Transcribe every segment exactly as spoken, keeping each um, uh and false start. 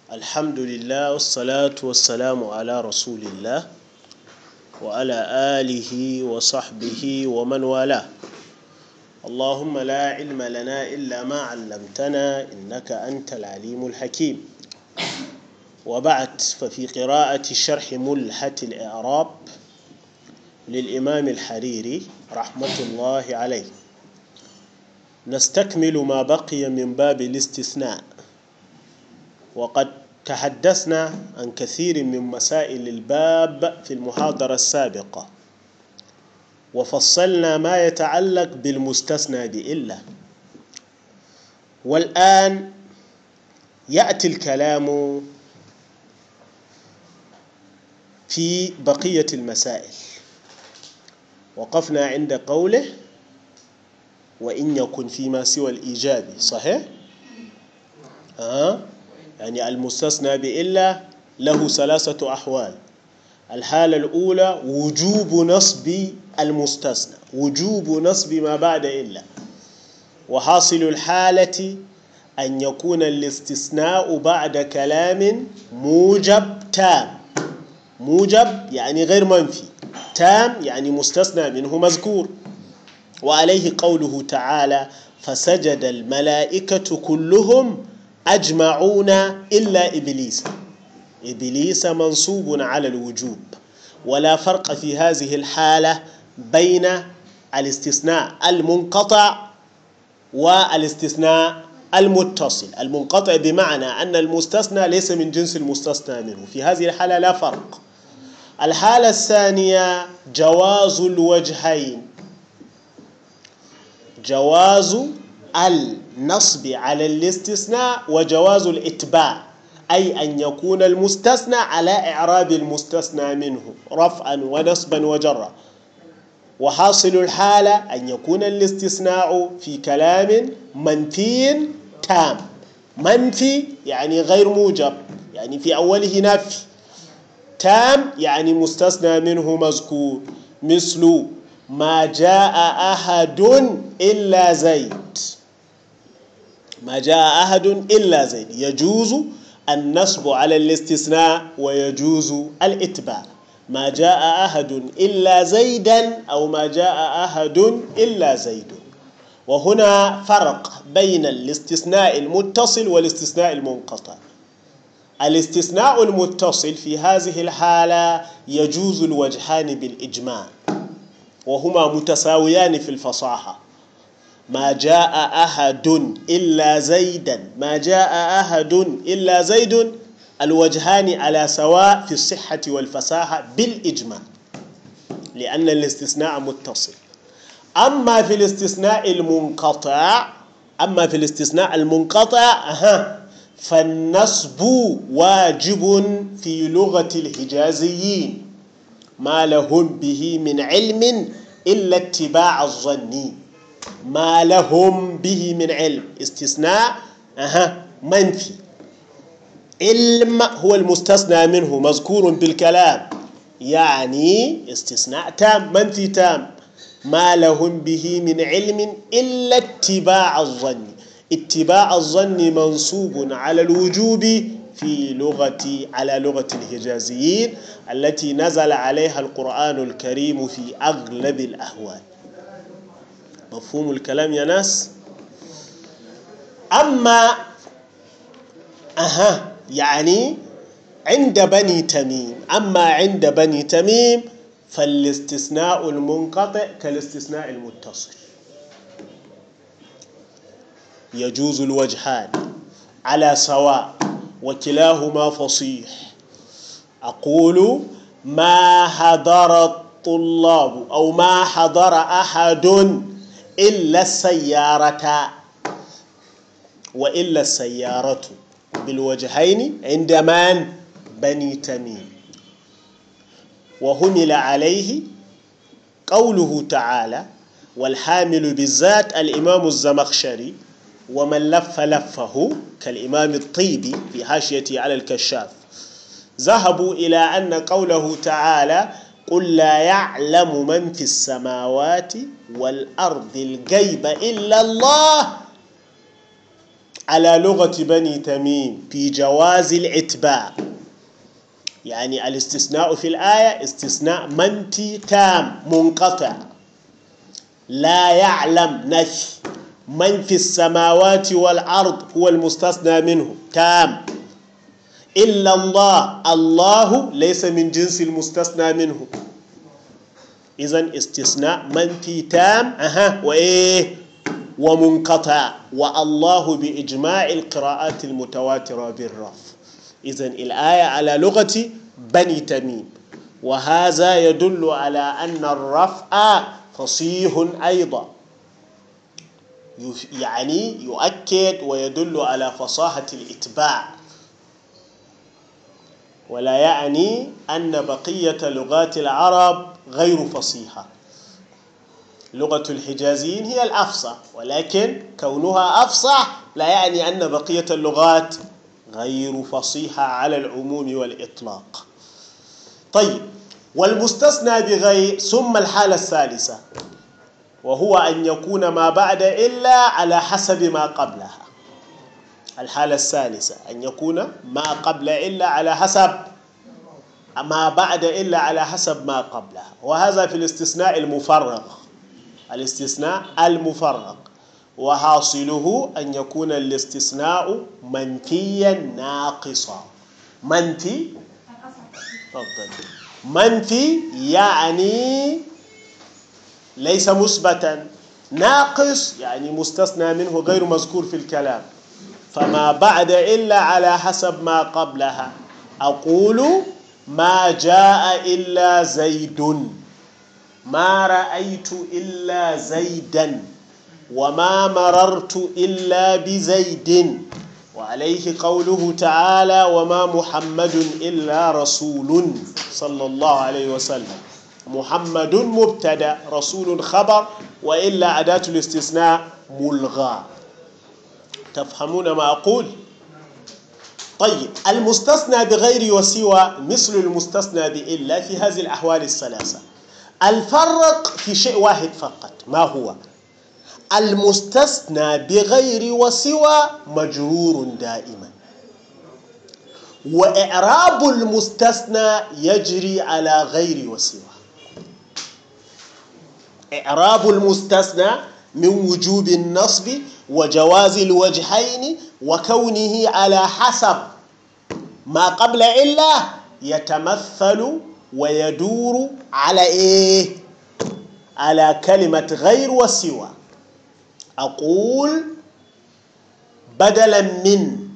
الحمد لله والصلاة والسلام على رسول الله وعلى آله وصحبه ومن والاه. اللهم لا علم لنا إلا ما علمتنا إنك أنت العليم الحكيم. وبعد، ففي قراءة شرح ملحة الإعراب للإمام الحريري رحمة الله عليه نستكمل ما بقي من باب الاستثناء، وقد تحدثنا عن كثير من مسائل الباب في المحاضرة السابقة، وفصلنا ما يتعلق بالمستثنى بإلا. والآن يأتي الكلام في بقية المسائل. وقفنا عند قوله وإن يكن فيما سوى الإيجاب، صحيح؟ آه؟ يعني المستثنى بإلا له ثلاثة أحوال. الحالة الأولى وجوب نصب المستثنى، وجوب نصب ما بعد إلا. وحاصل الحالة أن يكون الاستثناء بعد كلام موجب تام. موجب يعني غير منفي، تام يعني مستثنى منه مذكور. وعليه قوله تعالى فسجد الملائكة كلهم أجمعون إلا إبليس. إبليس منصوب على الوجوب، ولا فرق في هذه الحالة بين الاستثناء المنقطع والاستثناء المتصل. المنقطع بمعنى أن المستثنى ليس من جنس المستثنى منه، في هذه الحالة لا فرق. الحالة الثانية جواز الوجهين، جواز النصب على الاستثناء وجواز الإتباع، أي أن يكون المستثنى على إعراب المستثنى منه رفعا ونصبا وجرا. وحاصل الحالة أن يكون الاستثناء في كلام منفي تام. منفي يعني غير موجب، يعني في أوله نفي. تام يعني مستثنى منه مذكور، مثل ما جاء أحد إلا زيد. ما جاء أحد إلا زيد يجوز النصب على الاستثناء ويجوز الإتباع. ما جاء أحد إلا زيدا أو ما جاء أحد إلا زيد. وهنا فرق بين الاستثناء المتصل والاستثناء المنقطع. الاستثناء المتصل في هذه الحالة يجوز الوجهان بالإجماع، وهما متساويان في الفصاحة. ما جاء أحد إلا زيدا، ما جاء أحد إلا زيد، الوجهان على سواء في الصحة والفصاحة بالإجماع، لأن الاستثناء متصل. أما في الاستثناء المنقطع أما في الاستثناء المنقطع أها فالنصب واجب في لغة الحجازيين، ما لهم به من علم إلا اتباع الظن. ما لهم به من علم، استثناء أها منفي. علم هو المستثنى منه مذكور بالكلام، يعني استثناء تام منفي تام. ما لهم به من علم إلا اتباع الظن. اتباع الظن منصوب على الوجوب في لغة على لغة الحجازيين التي نزل عليها القرآن الكريم في أغلب الأحوال. مفهوم الكلام يا ناس؟ أما أها يعني عند بني تميم أما عند بني تميم فالاستثناء المنقطع كالاستثناء المتصل، يجوز الوجهان على سواء وكلاهما فصيح. أقول ما حضر الطلاب أو ما حضر أحد إلا السيارة، وإلا السيارة بالوجهين عند من؟ بني تميم. وهمل عليه قوله تعالى والحامل بالذات الإمام الزمخشري ومن لف لفه كالإمام الطيبي في حاشيته على الكشاف، ذهبوا إلى أن قوله تعالى قل لا يعلم من في السماوات والأرض الغيب إلا الله على لغة بني تميم في جواز الإتباع. يعني الاستثناء في الآية استثناء منفي تام منقطع، لا يعلم نفي. من في السماوات والأرض هو المستثنى منه تام، إلا الله، الله ليس من جنس المستثنى منه. إذن استثناء منفي تام أها وإيه ومنقطع، والله بإجماع القراءات المتواترة بالرفع. إذن الآية على لغة بني تميم، وهذا يدل على أن الرفع فصيح أيضا، يعني يؤكد ويدل على فصاحة الإتباع، ولا يعني أن بقية لغات العرب غير فصيحة. لغة الحجازيين هي الأفصح، ولكن كونها أفصح لا يعني أن بقية اللغات غير فصيحة على العموم والإطلاق. طيب، والمستثنى بغير ثم الحالة الثالثة، وهو أن يكون ما بعد إلا على حسب ما قبلها. الحالة الثالثة أن يكون ما قبل إلا على حسب ما بعد إلا على حسب ما قبلها، وهذا في الاستثناء المفرغ. الاستثناء المفرغ وحاصله أن يكون الاستثناء منفيا ناقصا. منفي تفضل. منفي يعني ليس مثبتا، ناقص يعني مستثنى منه غير مذكور في الكلام. فما بعد إلا على حسب ما قبلها. أقول ما جاء إلا زيد، ما رأيت إلا زيدا، وما مررت إلا بزيد. وعليه قوله تعالى وما محمد إلا رسول صلى الله عليه وسلم. محمد مبتدأ، رسول خبر، وإلا أداة الاستثناء ملغى. تفهمون ما أقول؟ طيب، المستثنى بغير وسوى مثل المستثنى بإلا في هذه الأحوال الثلاثة. الفرق في شيء واحد فقط، ما هو؟ المستثنى بغير وسوى مجرور دائما، وإعراب المستثنى يجري على غير وسوى. إعراب المستثنى من وجوب النصب وجواز الوجهين وكونه على حسب ما قبل إلا يتمثل ويدور على إيه؟ على كلمة غير وسوى. أقول بدلا من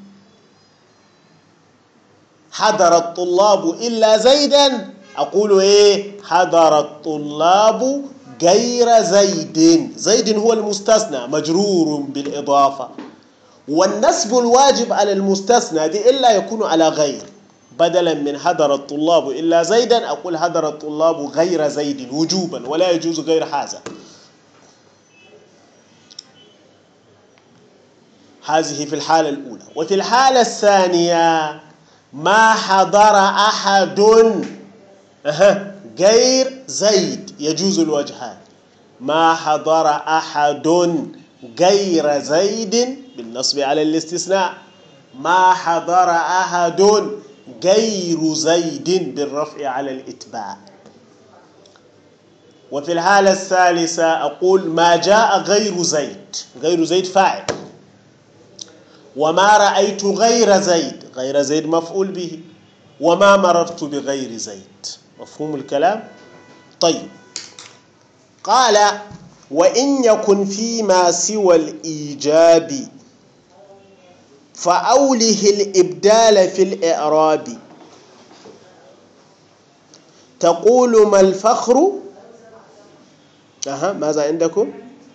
حضر الطلاب إلا زيدا، أقول إيه؟ حضر الطلاب غير زيد. زيد هو المستثنى مجرور بالإضافة، والنسب الواجب على المستثنى بإلا يكون على غير. بدلا من حضر الطلاب إلا زيدا أقول حضر الطلاب غير زيد وجوبا، ولا يجوز غير هذا. هذه في الحالة الأولى. وفي الحالة الثانية ما حضر أحد أه. غير زيد يجوز الوجهان. ما حضر أحد غير زيد بالنصب على الاستثناء، ما حضر أحد غير زيد بالرفع على الإتباع. وفي الحالة الثالثة أقول ما جاء غير زيد، غير زيد فاعل، وما رأيت غير زيد، غير زيد مفعول به، وما مررت بغير زيد. مفهوم الكلام؟ طيب، قال وإن يكن فيما سوى الإيجاب فأوله الإبدال في الإعراب. تقول ما الفخر أها ماذا عندكم؟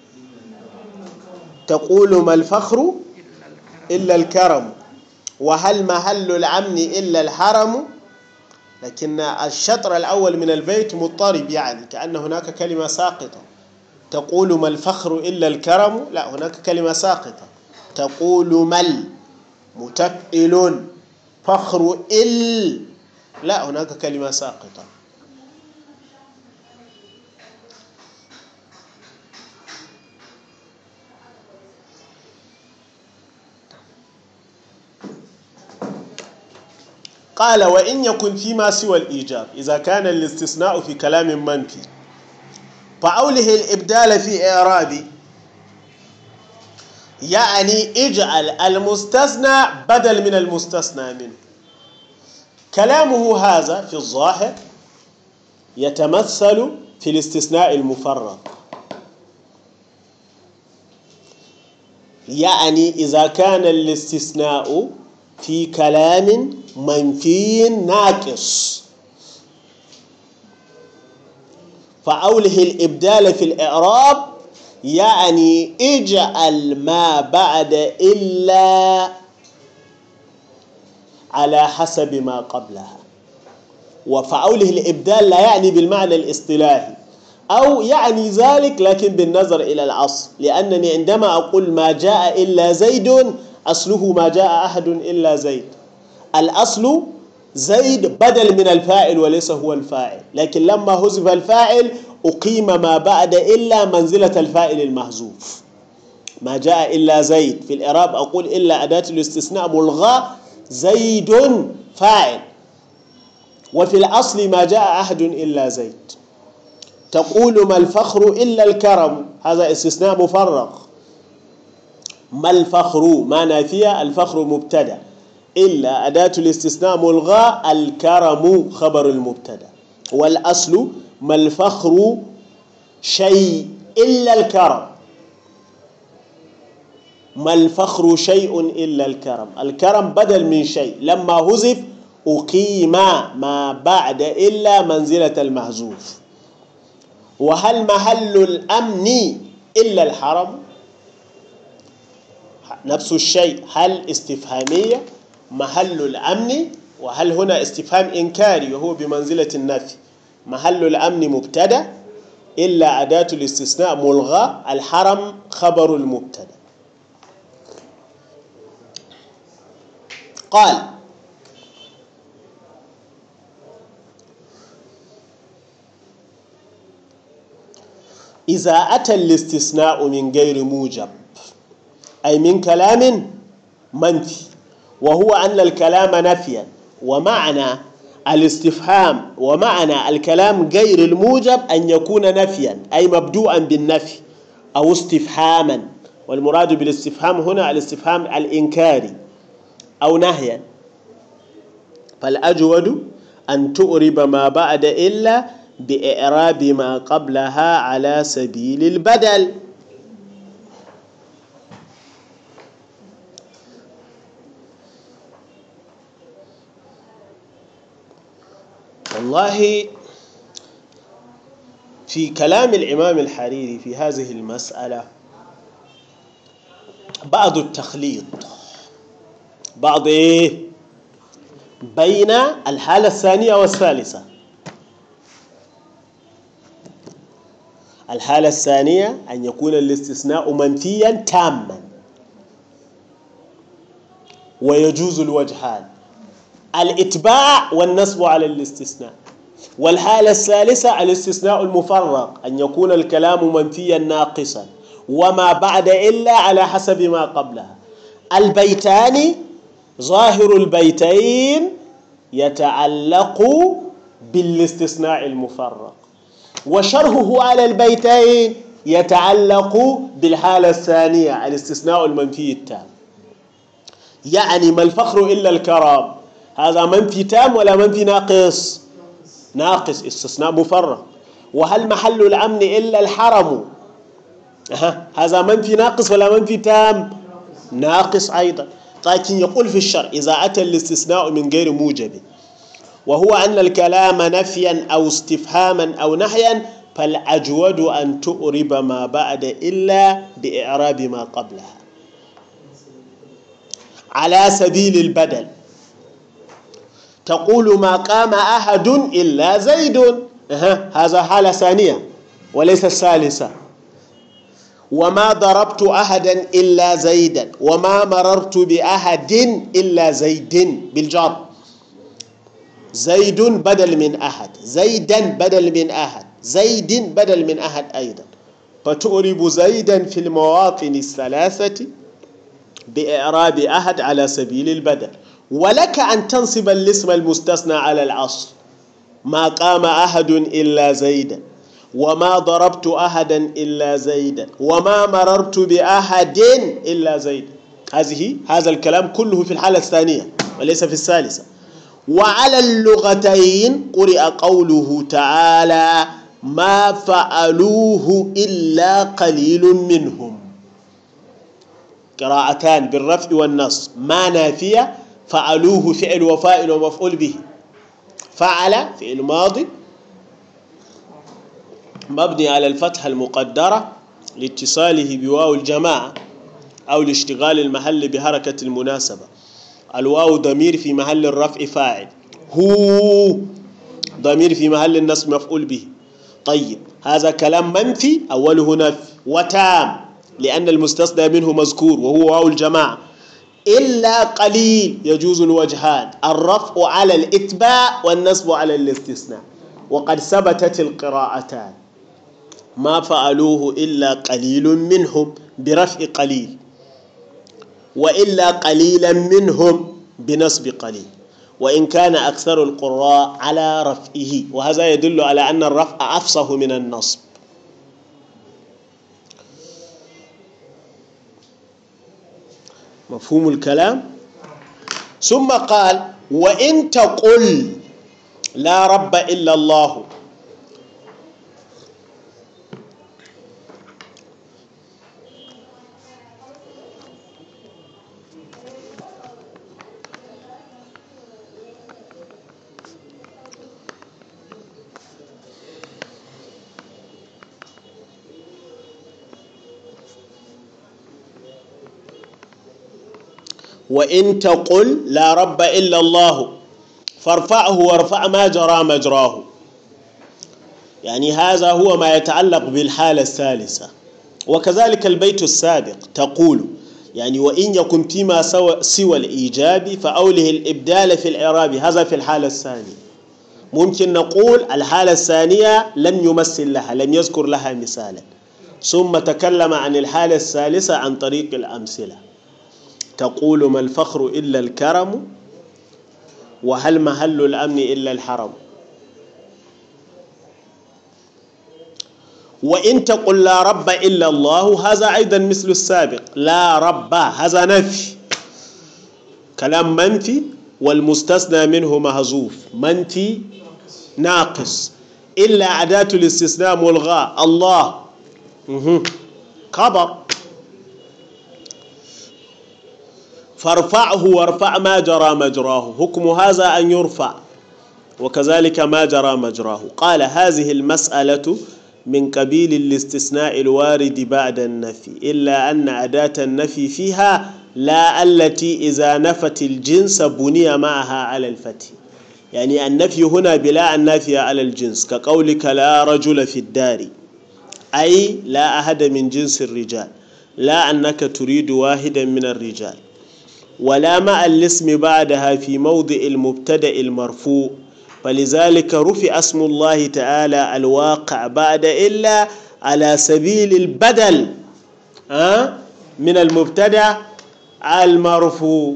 تقول ما الفخر إلا الكرم، وهل محل الأمن إلا الحرم. لكن الشطر الأول من البيت مضطرب، يعني كأن هناك كلمة ساقطة. تقول ما الفخر إلا الكرم، لا، هناك كلمة ساقطة. تقول مل متفئل فخر إل، لا، هناك كلمة ساقطة. قال وإن يكن فيما سوى الإيجاب إذا كان الاستثناء في كلام منفي فأوله الإبدال في إعرابي، يعني اجعل المستثنى بدل من المستثنى منه. كلامه هذا في الظاهر يتمثل في الاستثناء المفرغ، يعني إذا كان الاستثناء في كلام منفي ناقص فأوله الإبدال في الإعراب، يعني اجعل ما بعد إلا على حسب ما قبلها. وفأوله الإبدال لا يعني بالمعنى الاصطلاحي، أو يعني ذلك لكن بالنظر إلى الأصل، لأنني عندما أقول ما جاء إلا زيد أصله ما جاء أحد إلا زيد، الأصل زيد بدل من الفاعل وليس هو الفاعل، لكن لما حذف الفاعل أقيم ما بعد إلا منزلة الفاعل المحذوف. ما جاء إلا زيد في الإعراب أقول إلا أداة الاستثناء ملغى، زيد فاعل، وفي الأصل ما جاء أحد إلا زيد. تقول ما الفخر إلا الكرم، هذا استثناء مفرغ. ما الفخر ما نافية، الفخر مبتدأ، إلا أداة الاستثناء ملغى، الكرم خبر المبتدأ. والأصل ما الفخر شيء إلا الكرم، ما الفخر شيء إلا الكرم، الكرم بدل من شيء، لما حذف أقيم ما بعد إلا منزلة المحذوف. وهل محل الأمن إلا الحرم، نفس الشيء، هل استفهامية محل الأمن، وهل هنا استفهام إنكاري وهو بمنزلة النفي. محل الأمن مبتدأ، إلا أداة الاستثناء ملغى، الحرم خبر المبتدأ. قال إذا أتى الاستثناء من غير موجب، أي من كلام منفي، وهو أن الكلام نفيا، ومعنى الاستفهام ومعنى الكلام غير الموجب أن يكون نفيا أي مبدوءا بالنفي أو استفهاما، والمراد بالاستفهام هنا الاستفهام الإنكاري، أو نهيا، فالأجود أن تؤرب ما بعد إلا بإعراب ما قبلها على سبيل البدل. والله في كلام الإمام الحريري في هذه المسألة بعض التخليط، بعض إيه بين الحالة الثانية والثالثة. الحالة الثانية أن يكون الاستثناء منفيا تاما ويجوز الوجهان، الإتباع والنصب على الاستثناء. والحالة الثالثة الاستثناء المفرغ، أن يكون الكلام منفيا ناقصا وما بعد إلا على حسب ما قبلها. البيتان ظاهر البيتين يتعلق بالاستثناء المفرغ، وشرحه على البيتين يتعلق بالحالة الثانية الاستثناء المنفي التام. يعني ما الفخر إلا الكرم، هذا منفي تام ولا منفي ناقص؟ ناقص، استثناء مفرغ. وهل محل الأمن إلا الحرم، أه. هذا منفي ناقص ولا منفي تام؟ ناقص أيضا. لكن يقول في الشرع إذا أتى الاستثناء من غير موجب، وهو أن الكلام نفيا أو استفهاما أو نهيا، فالأجود أن تؤرب ما بعد إلا بإعراب ما قبلها على سبيل البدل. تقول ما قام أحد إلا زيد، أه. هذا حالة ثانية وليس الثالثة. وما ضربت أحدا إلا زيدا، وما مررت بأحد إلا زيد بالجر، زيد بدل من أحد، زيدا بدل من أحد، زيد بدل من أحد أيضا. فتؤرب زيدا في المواطن الثلاثة بإعراب أحد على سبيل البدل. ولك أن تنصب الاسم المستثنى على الأصل، ما قام أحد إلا زيدا، وما ضربت أحدا إلا زيدا، وما مررت بأحد إلا زيدا. هذه هذا الكلام كله في الحالة الثانية وليس في الثالثة. وعلى اللغتين قرئ قوله تعالى ما فعلوه إلا قليل منهم، قراءتان بالرفع والنصب، ما نافية، فعلوه فعل وفاعل ومفعول به، فعل فعل ماضي مبني على الفتحة المقدرة لاتصاله بواو الجماعة أو لاشتغال المحل بحركة المناسبة، الواو ضمير في محل الرفع فاعل، هو ضمير في محل النصب مفعول به. طيب هذا كلام منفي أوله نفي وتام لأن المستثنى منه مذكور وهو واو الجماعة. إلا قليل يجوز الوجهان، الرفع على الإتباع والنصب على الاستثناء، وقد ثبتت القراءتان ما فعلوه إلا قليل منهم برفع قليل، وإلا قليلا منهم بنصب قليل، وإن كان أكثر القراء على رفعه، وهذا يدل على أن الرفع أفصح من النصب. مفهوم الكلام؟ ثم قال وإن تقل لا رب إلا الله، وإن تقل لا رب إلا الله فارفعه وارفع ما جرى مجراه، يعني هذا هو ما يتعلق بالحالة الثالثة. وكذلك البيت السابق تقول يعني وإن يكن فيما سوى الإيجاب فأوله الإبدال في الإعراب، هذا في الحالة الثانية. ممكن نقول الحالة الثانية لم يمثل لها، لم يذكر لها مثالا، ثم تكلم عن الحالة الثالثة عن طريق الأمثلة. تقول ما الفخر إلا الكرم، وهل محل الأمن إلا الحرم. وإن تقل لا رب إلا الله، هذا أيضا مثل السابق، لا رب هذا نفي، كلام منفي والمستثنى منه محذوف، منفي ناقص، إلا أداة الاستثناء ملغاة، الله خبر. فارفعه وارفع ما جرى مجراه، حكم هذا أن يرفع وكذلك ما جرى مجراه. قال هذه المسألة من قبيل الاستثناء الوارد بعد النفي، إلا أن أداة النفي فيها لا التي إذا نفت الجنس بني معها على الفتح، يعني النفي هنا بلا النافية على الجنس، كقولك لا رجل في الدار، أي لا أحد من جنس الرجال، لا أنك تريد واحدا من الرجال. ولا مع الاسم بعدها في موضع المبتدأ المرفوع، فلذلك رفع اسم الله تعالى الواقع بعد إلا على سبيل البدل من المبتدأ المرفوع.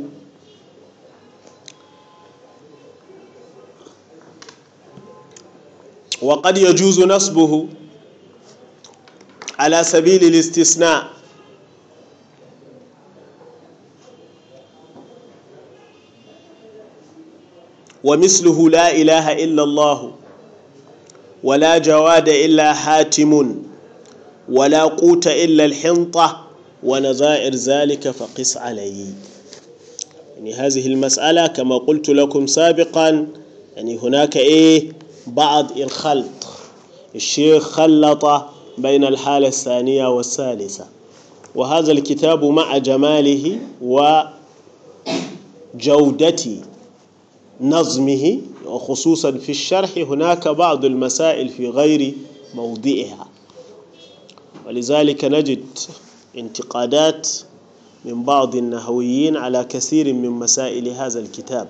وقد يجوز نصبه على سبيل الاستثناء، ومثله لا إله إلا الله، ولا جواد إلا حاتم، ولا قوت إلا الحنطة، ونظائر ذلك فقس عليه. يعني هذه المسألة كما قلت لكم سابقا، يعني هناك إيه بعض الخلط، الشيخ خلط بين الحالة الثانية والثالثة، وهذا الكتاب مع جماله وجودة نظمه وخصوصا في الشرح هناك بعض المسائل في غير موضعها، ولذلك نجد انتقادات من بعض النحويين على كثير من مسائل هذا الكتاب،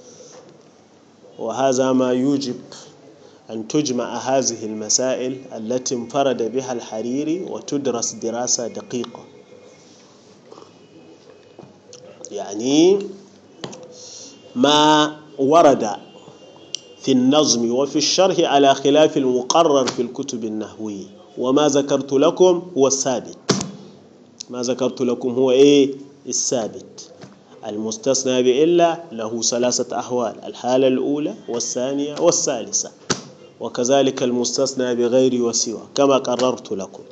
وهذا ما يوجب أن تجمع هذه المسائل التي انفرد بها الحريري وتدرس دراسة دقيقة. يعني ما ورد في النظم وفي الشرح على خلاف المقرر في الكتب النحوية، وما ذكرت لكم هو الثابت. ما ذكرت لكم هو إيه؟ الثابت. المستثنى بإلا له ثلاثة أحوال: الحالة الأولى والثانية والثالثة، وكذلك المستثنى بغير وسوى كما قررت لكم.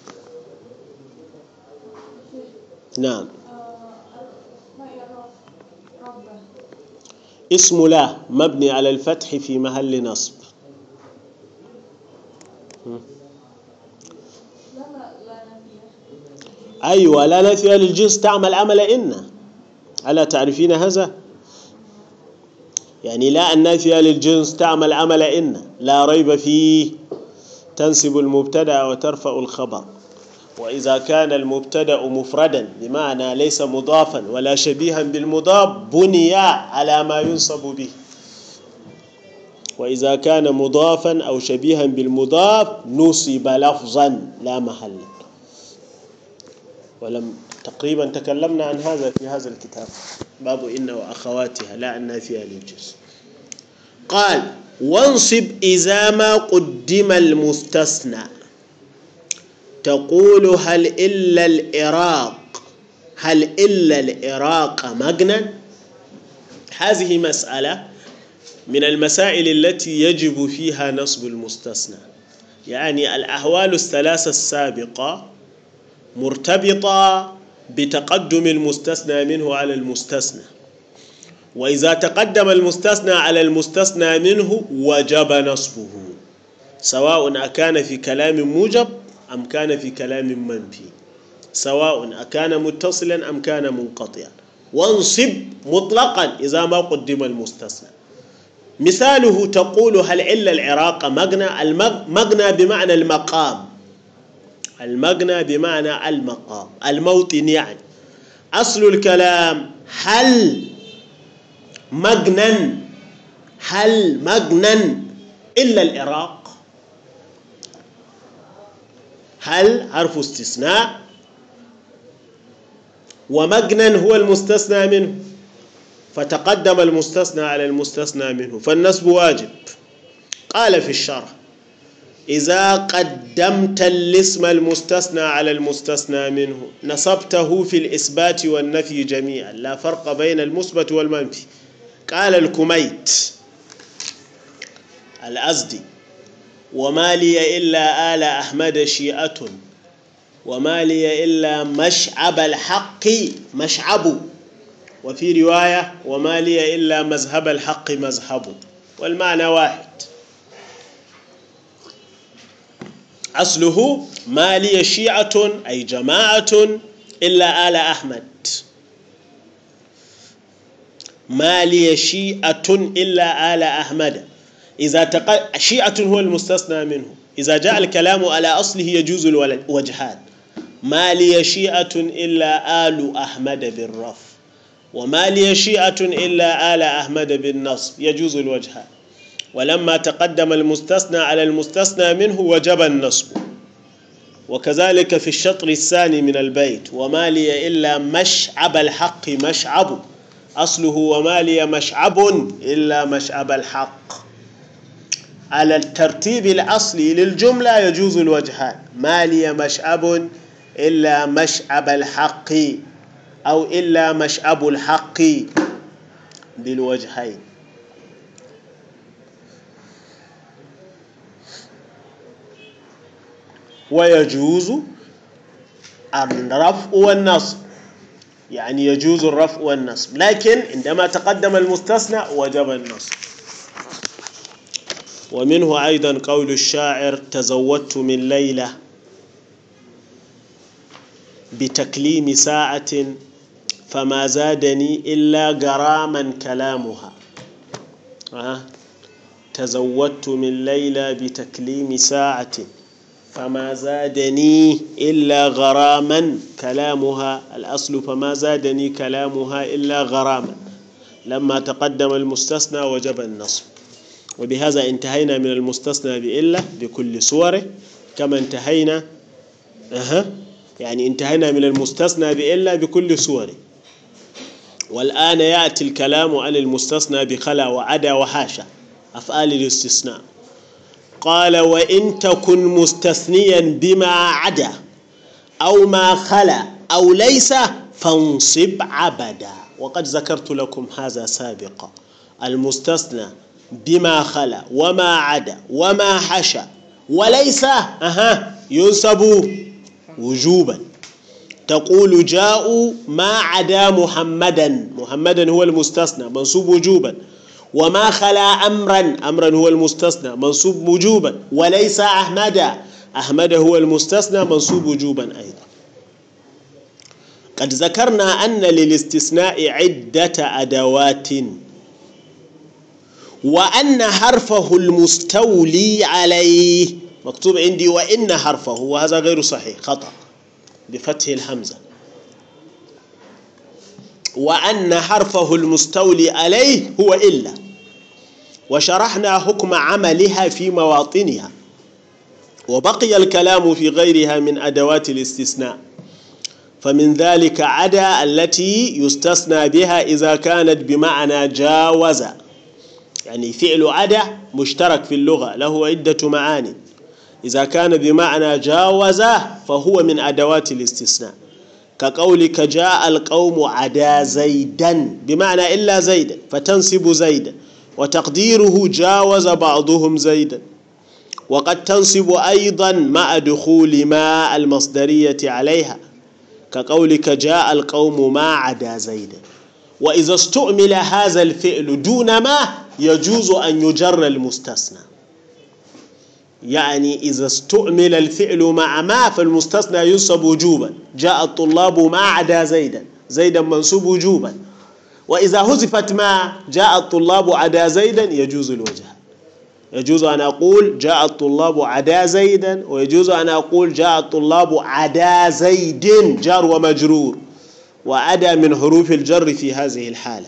نعم. اسم لا مبني على الفتح في محل نصب. أيوة، لا نافية للجنس تعمل عمل إن. ألا تعرفين هذا؟ يعني لا النافية للجنس تعمل عمل إن، لا ريب فيه، تنسب المبتدأ وترفع الخبر. وإذا كان المبتدأ مفردا بمعنى ليس مضافا ولا شبيها بالمضاف بني على ما ينصب به، وإذا كان مضافا أو شبيها بالمضاف نصب لفظا لا محلا. ولم تقريبا تكلمنا عن هذا في هذا الكتاب، باب إن وأخواتها، لا النافية للجنس. قال: وانصب إذا ما قدم المستثنى، تقول هل إلا العراق، هل إلا العراق مغنى. هذه مسألة من المسائل التي يجب فيها نصب المستثنى. يعني الأحوال الثلاثة السابقة مرتبطة بتقدم المستثنى منه على المستثنى، وإذا تقدم المستثنى على المستثنى منه وجب نصبه، سواء أكان في كلام موجب أم كان في كلام منفي، سواء أكان متصلا أم كان منقطعا. وانصب مطلقا إذا ما قدم المستثنى. مثاله: تقول هل إلا العراق مغنى. المغنى بمعنى المقام، المغنى بمعنى المقام، الموطن. يعني أصل الكلام هل مغنى، هل مغنى إلا العراق. هل حرف استثناء، ومغنى هو المستثنى منه، فتقدم المستثنى على المستثنى منه، فالنصب واجب. قال في الشرح: إذا قدمت الاسم المستثنى على المستثنى منه نصبته في الإثبات والنفي جميعا، لا فرق بين المثبت والمنفي. قال الكميت الأزدي: وما لي إلا آل أحمد شيئة، وما لي إلا مشعب الحق مشعب، وفي رواية وما لي إلا مذهب الحق مذهب، والمعنى واحد. أصله ما لي شيعة أي جماعة إلا آل أحمد، ما لي شيعة إلا آل أحمد. إذا تق... شيعة هو المستثنى منه، إذا جاء الكلام على أصله يجوز الوجهان: ما لي شيعة إلا آل أحمد بالرفع، وما لي شيعة إلا آل أحمد بالنصب، يجوز الوجهان. ولما تقدم المستثنى على المستثنى منه وجب النصب. وكذلك في الشطر الثاني من البيت: وما لي إلا مشعب الحق مشعب، أصله وما لي مشعب إلا مشعب الحق. على الترتيب الأصلي للجملة يجوز الوجهان: ما لي مشعب إلا مشعب الحق، أو إلا مشعب الحق، بالوجهين. ويجوز الرفع والنصب، يعني يجوز الرفع والنصب، لكن عندما تقدم المستثنى وجب النصب. ومنه أيضا قول الشاعر: تزودت من ليلة بتكليم ساعة فما زادني إلا غراما كلامها. أه. تزودت من ليلة بتكليم ساعة فما زادني إلا غراما كلامها. الأصل فما زادني كلامها إلا غراما، لما تقدم المستثنى وجب النصب. وبهذا انتهينا من المستثنى بإلا بكل صوره، كما انتهينا أه. يعني انتهينا من المستثنى بإلا بكل صوره. والآن يأتي الكلام عن المستثنى بخلا وعدا وحاشا أفعال الاستثناء. قال وإن تكن مستثنيا بما عدا أو ما خلا أو ليس فانصب عبدا. وقد ذكرت لكم هذا سابقا. المستثنى بما خلا وما عدا وما حشا وليس أها ينصب وجوبا. تقول جاءوا ما عدا محمدا، محمدا هو المستثنى منصوب وجوبا، وما خلا أمرا، أمرا هو المستثنى منصوب وجوبا، وليس أحمدا، أحمد هو المستثنى منصوب وجوبا أيضا. قد ذكرنا أن للاستثناء عدة أدوات، وأن حرفه المستولي عليه مكتوب عندي وإن حرفه، وهذا غير صحيح خطأ بفتح الهمزة. وأن حرفه المستولي عليه هو إلا، وشرحنا حكم عملها في مواطنها، وبقي الكلام في غيرها من أدوات الاستثناء. فمن ذلك عدا التي يستثنى بها إذا كانت بمعنى جاوز، يعني فعل عدا مشترك في اللغة له عدة معاني، إذا كان بمعنى جاوز فهو من أدوات الاستثناء، كقولك جاء القوم عدا زيدا بمعنى إلا زيدا فتنصب زيدا، وتقديره جاوز بعضهم زيدا. وقد تنصب أيضا مع دخول ما المصدرية عليها، كقولك جاء القوم ما عدا زيدا. وإذا استعمل هذا الفعل دون ما يجوز أن يجر المستثنى، يعني إذا استعمل الفعل مع ما فالمستثنى ينصب وجوبا، جاء الطلاب ما عدا زيدا، زيدا منصوب وجوبا. وإذا حذفت ما جاء الطلاب عدا زيدا يجوز الوجه، يجوز أن أقول جاء الطلاب عدا زيدا، ويجوز أن أقول جاء الطلاب عدا زيد جار ومجرور، وعدا من حروف الجر في هذه الحالة.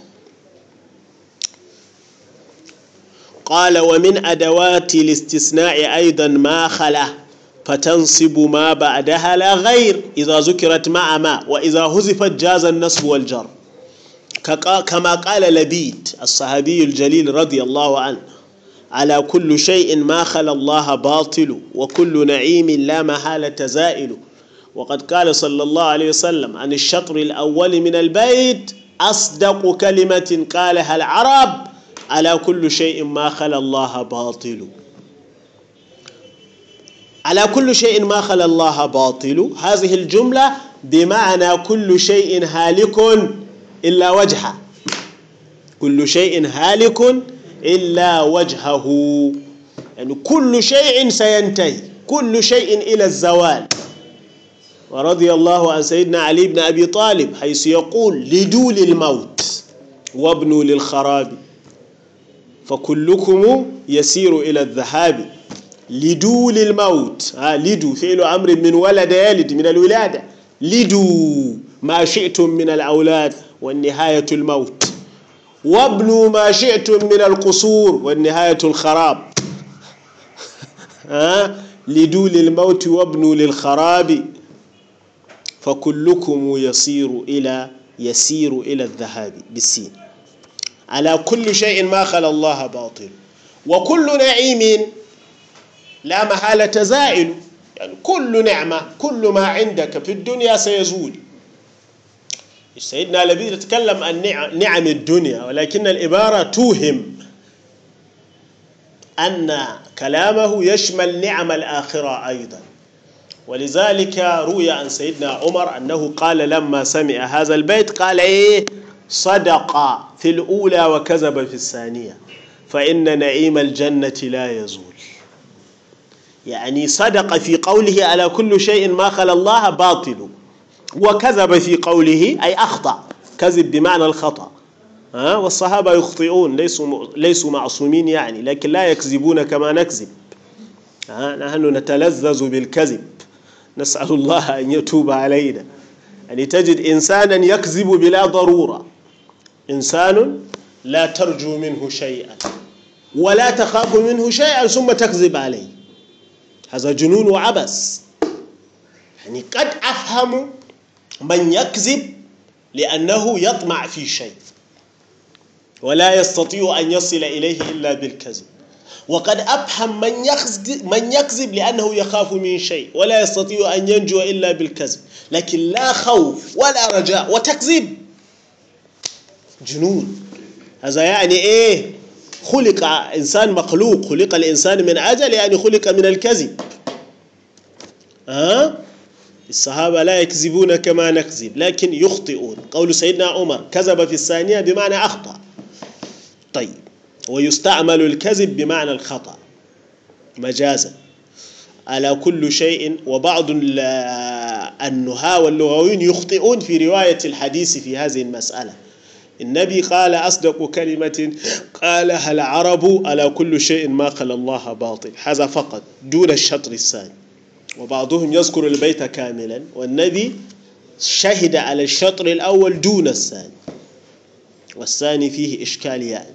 قال ومن أدوات الاستثناء أيضا ما خلا فتنصب ما بعدها لا غير إذا ذكرت مع ما، وإذا حذفت جاز النصب والجر، كما قال لبيد الصحابي الجليل رضي الله عنه: على كل شيء ما خلا الله باطل، وكل نعيم لا محالة زائل. وقد قال صلى الله عليه وسلم عن الشطر الأول من البيت: أصدق كلمة قالها العرب على كل شيء ما خلا الله باطل. على كل شيء ما خلا الله باطل، هذه الجملة بمعنى كل شيء هالك إلا وجهه، كل شيء هالك إلا وجهه، يعني كل شيء سينتهي، كل شيء إلى الزوال. ورضي الله عن سيدنا علي بن أبي طالب حيث يقول: لدول الموت وابنوا للخراب فكلكم يسير إلى الذهاب. لدول الموت، ها لدو فعل أمر من ولد يلد من الولادة، لدوا ما شئتم من الأولاد والنهاية الموت، وابنوا ما شئتم من القصور والنهاية الخراب. ها لدول الموت وابنوا للخراب فكلكم يسير إلى يسير إلى الذهاب بالسين. على كل شيء ما خلا الله باطل، وكل نعيم لا محالة زائل، يعني كل نعمة، كل ما عندك في الدنيا سيزول. سيدنا لبيد يتكلم عن نعم الدنيا، ولكن العبارة توهم أن كلامه يشمل نعم الآخرة أيضا. ولذلك روي عن سيدنا عمر أنه قال لما سمع هذا البيت قال: إيه صدق في الأولى وكذب في الثانية، فإن نعيم الجنة لا يزول. يعني صدق في قوله على كل شيء ما خلا الله باطل، وكذب في قوله أي أخطأ، كذب بمعنى الخطأ. ها والصحابة يخطئون، ليسوا ليسوا معصومين يعني، لكن لا يكذبون كما نكذب. ها نحن نتلذذ بالكذب، نسأل الله أن يتوب علينا. يعني تجد إنسانا يكذب بلا ضرورة، إنسان لا ترجو منه شيئا ولا تخاف منه شيئا ثم تكذب عليه، هذا جنون وعبث. يعني قد أفهم من يكذب لأنه يطمع في شيء ولا يستطيع أن يصل إليه إلا بالكذب. وقد أفهم من يكذب من يكذب لأنه يخاف من شيء ولا يستطيع أن ينجو إلا بالكذب، لكن لا خوف ولا رجاء وتكذب، جنون. هذا يعني إيه؟ خلق إنسان مخلوق، خلق الإنسان من عجل، يعني خلق من الكذب. أه؟ الصحابة لا يكذبون كما نكذب لكن يخطئون. قول سيدنا عمر كذب في الثانية بمعنى أخطأ. طيب، ويستعمل الكذب بمعنى الخطأ مجازا على كل شيء. وبعض النهاة واللغويين يخطئون في رواية الحديث في هذه المسألة. النبي قال أصدق كلمة قالها العرب على كل شيء ما خلا الله باطل، هذا فقط دون الشطر الثاني. وبعضهم يذكر البيت كاملا والنبي شهد على الشطر الأول دون الثاني، والثاني فيه إشكال يعني.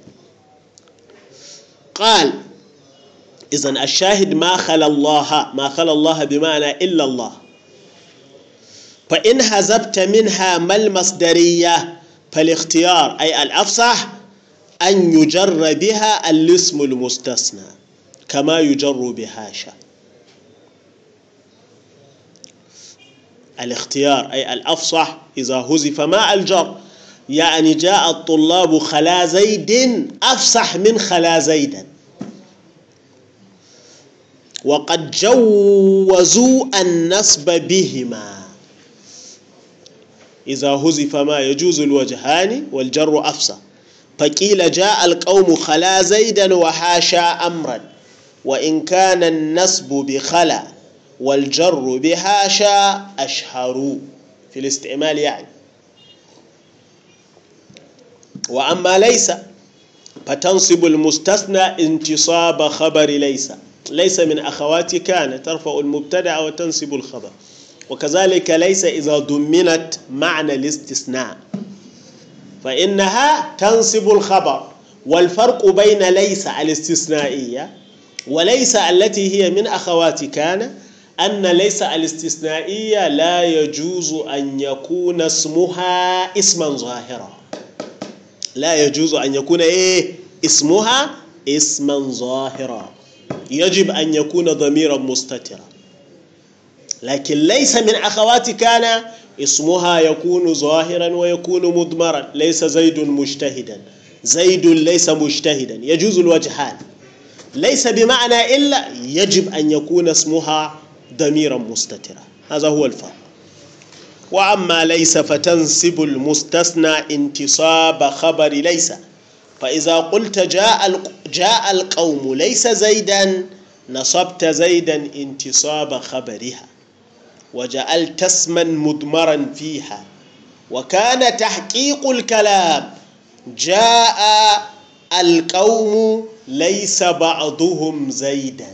قال إذن الشاهد ما خلا الله، ما خلا الله بمعنى إلا الله. فإن حذفت منها ما المصدرية فالاختيار أي الأفصح أن يجر بها الاسم المستثنى كما يجر بهاشا. الاختيار أي الأفصح إذا حذف ما الجر، يعني جاء الطلاب خلا زيد أفصح من خلا زيدا. وقد جوزوا النصب بهما، إذا حذف ما يجوز الوجهان والجر أفصح. فقيل جاء القوم خلا زيدا وحاشا أمرا، وإن كان النصب بخلا والجر بحاشا أشهروا في الاستعمال يعني. وأما ليس فتنصب المستثنى انتصاب خبر ليس، ليس من أخوات كان ترفع المبتدأ وتنصب الخبر. وكذلك ليس إذا ضمنت معنى الاستثناء فإنها تنصب الخبر. والفرق بين ليس الاستثنائية وليس التي هي من أخوات كان أن ليس الاستثنائية لا يجوز أن يكون اسمها اسما ظاهرا، لا يجوز أن يكون إيه اسمها اسما ظاهرا، يجب أن يكون ضميرا مستترا. لكن ليس من أخوات كان اسمها يكون ظاهرا ويكون مضمرا. ليس زيد مجتهدا، زيد ليس مجتهدا، يجوز الوجهان. ليس بمعنى إلا يجب أن يكون اسمها ضميرا مستترا، هذا هو الفرق. وأما ليس فتنصب المستثنى انتصاب خبر ليس. فإذا قلت جاء جاء القوم ليس زيدا نصبت زيدا انتصاب خبرها وجعلت اسما مضمرا فيها. وكان تحقيق الكلام جاء القوم ليس بعضهم زيدا،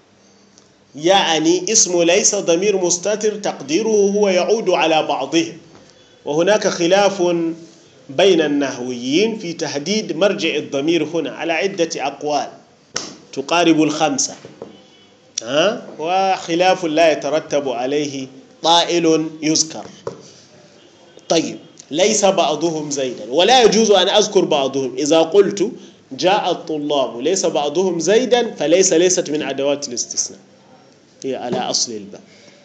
يعني اسم ليس ضمير مستتر تقديره هو يعود على بعضهم. وهناك خلاف بين النحويين في تحديد مرجع الضمير هنا على عدة أقوال تقارب الخمسة، ها؟ وخلاف لا يترتب عليه طائل يذكر. طيب، ليس بعضهم زيدا، ولا يجوز أن أذكر بعضهم. إذا قلت جاء الطلاب ليس بعضهم زيدا فليس ليست من أدوات الاستثناء، هي على أصل الباب.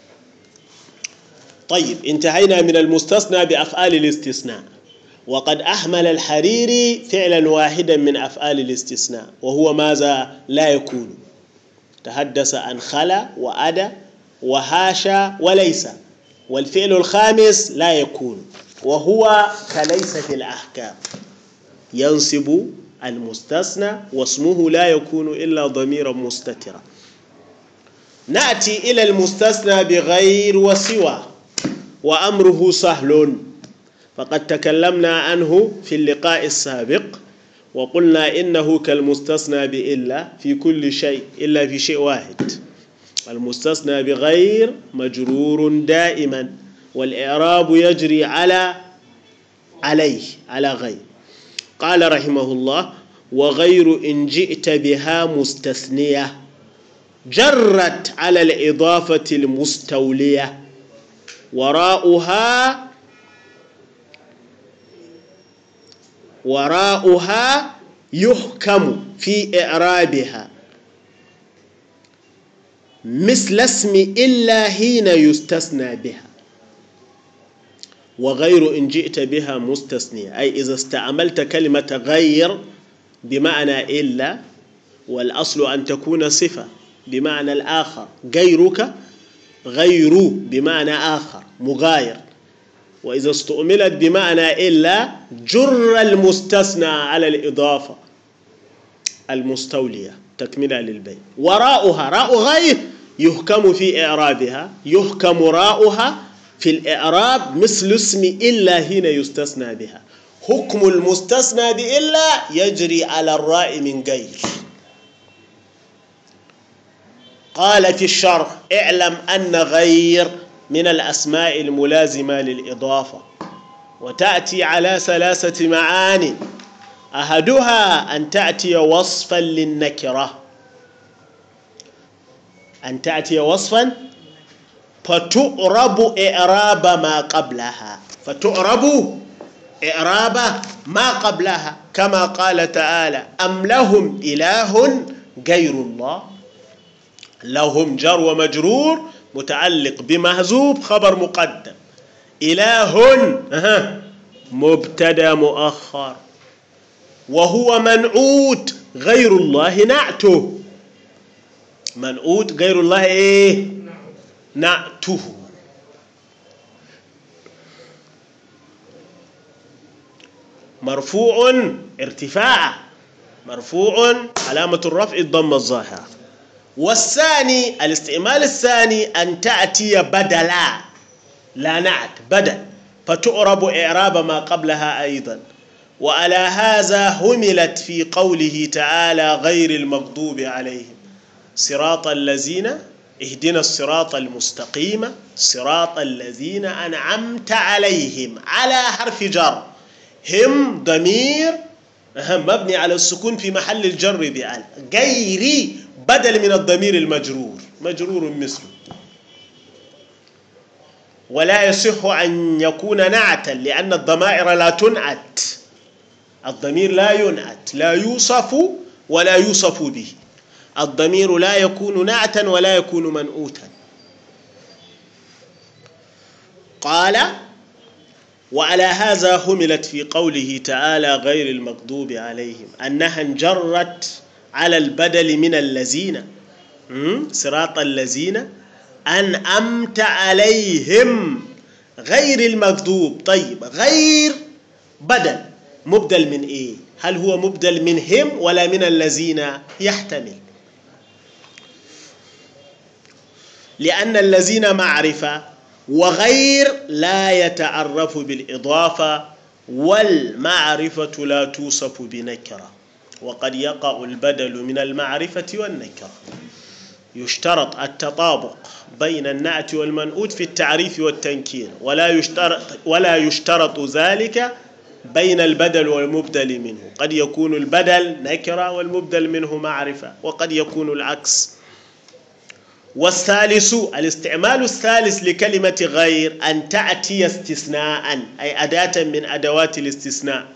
طيب، انتهينا من المستثنى بأفعال الاستثناء. وقد أحمل الحريري فعلا واحدا من أفعال الاستثناء وهو ماذا؟ لا يكون. تحدث عن خلا وأدى وهاشا وليس. والفعل الخامس لا يكون وهو كليس في الأحكام، ينصب المستثنى واسمه لا يكون إلا ضميرا مستترا. نأتي إلى المستثنى بغير وسوى، وأمره سهل، فقد تكلمنا عنه في اللقاء السابق وقلنا إنه كالمستثنى بإلا في كل شيء إلا في شيء واحد. المستثنى بغير مجرور دائما والإعراب يجري على عليه على غير. قال رحمه الله: وغير إن جئت بها مستثنية جرت على الإضافة المستولية وراؤها وراؤها يحكم في إعرابها مثل اسم إلا حين يستثنى بها، وغير إن جئت بها مستثنية، أي إذا استعملت كلمة غير بمعنى إلا، والأصل أن تكون صفة بمعنى الآخر، غيرك غير بمعنى آخر مغاير، وإذا استعملت بمعنى إلا جر المستثنى على الإضافة المستولية تكملة للبيت. وراؤها راء غير يحكم في إعرابها، يحكم راؤها في الإعراب مثل اسم إلا حين يستثنى بها. حكم المستثنى بإلا يجري على الراء من غير. قال في الشرح: اعلم أن غير من الأسماء الملازمة للإضافة، وتأتي على ثلاثة معاني: أحدها أن تأتي وصفا للنكرة، أن تأتي وصفا فتعرب إعراب ما قبلها، فتعرب إعراب ما قبلها، كما قال تعالى: أم لهم إله غير الله. لهم جر ومجرور متعلق بمحذوف خبر مقدم، إله مبتدا مؤخر، وهو منعوت غير الله نعته. منعوت غير الله إيه؟ نعته. مرفوع ارتفاع، مرفوع علامة الرفع الضمة الظاهرة. والثاني الاستعمال الثاني أن تأتي بدلا، لا نعت، بدل، فتعرب إعراب ما قبلها أيضا. وعلى هذا هملت في قوله تعالى: غير المغضوب عليهم صراط الذين، اهدنا الصراط المستقيم صراط الذين أنعمت عليهم، على حرف جر، هم ضمير مبني على السكون في محل الجر بأل، غيري بدل من الضمير المجرور، مجرور مثله. ولا يصح أن يكون نعتا لأن الضمائر لا تنعت، الضمير لا ينعت، لا يوصف ولا يوصف به. الضمير لا يكون نعتا ولا يكون منعوتا. قال: وعلى هذا هملت في قوله تعالى: غير المغضوب عليهم، أنها انجرت على البدل من الذين، صراط الذين أنعمت عليهم غير المغضوب. طيب، غير بدل مبدل من إيه؟ هل هو مبدل من هم ولا من الذين؟ يحتمل، لأن الذين معرفة وغير لا يتعرف بالإضافة، والمعرفة لا توصف بنكرة، وقد يقع البدل من المعرفة والنكرة. يشترط التطابق بين النعت والمنعوت في التعريف والتنكير، ولا يشترط ولا يشترط ذلك بين البدل والمبدل منه. قد يكون البدل نكرة والمبدل منه معرفة، وقد يكون العكس. والثالث الاستعمال الثالث لكلمة غير أن تأتي استثناء، أي أداة من أدوات الاستثناء،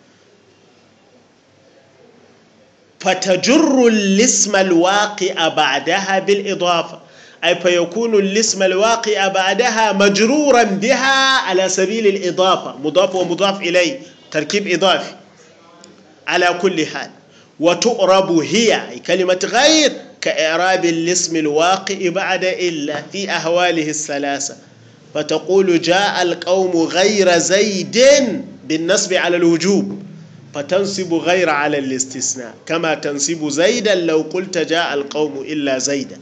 فتجر الاسم الواقع بعدها بالإضافة، أي فيكون الاسم الواقع بعدها مجرورا بها على سبيل الإضافة، مضاف ومضاف إليه، تركيب إضافي على كل حال. وتعرب هي، أي كلمة غير، كإعراب الاسم الواقع بعد إلا في أحواله الثلاثة، فتقول: جاء القوم غير زيد بالنصب على الوجوب، فتنصب غير على الاستثناء، كما تنصب زيدا لو قلت جاء القوم إلا زيدا.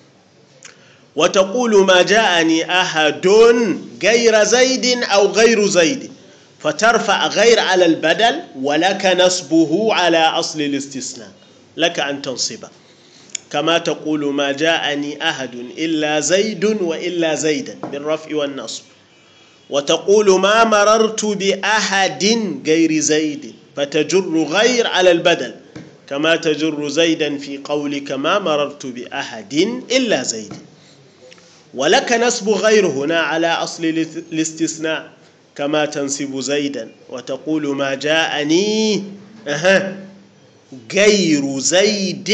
وتقول: ما جاءني أحد غير زيد أو غير زيد، فترفع غير على البدل، ولك نصبه على أصل الاستثناء، لك أن تنصبه، كما تقول: ما جاءني أحد إلا زيد وإلا زيدا بالرفع والنصب. وتقول: ما مررت بأحد غير زيد، فتجر غير على البدل، كما تجر زيدا في قولك: ما مررت بأحد إلا زيد. ولك نصب غير هنا على أصل الاستثناء، كما تنصب زيدا وتقول ما جاءني أها غير زيد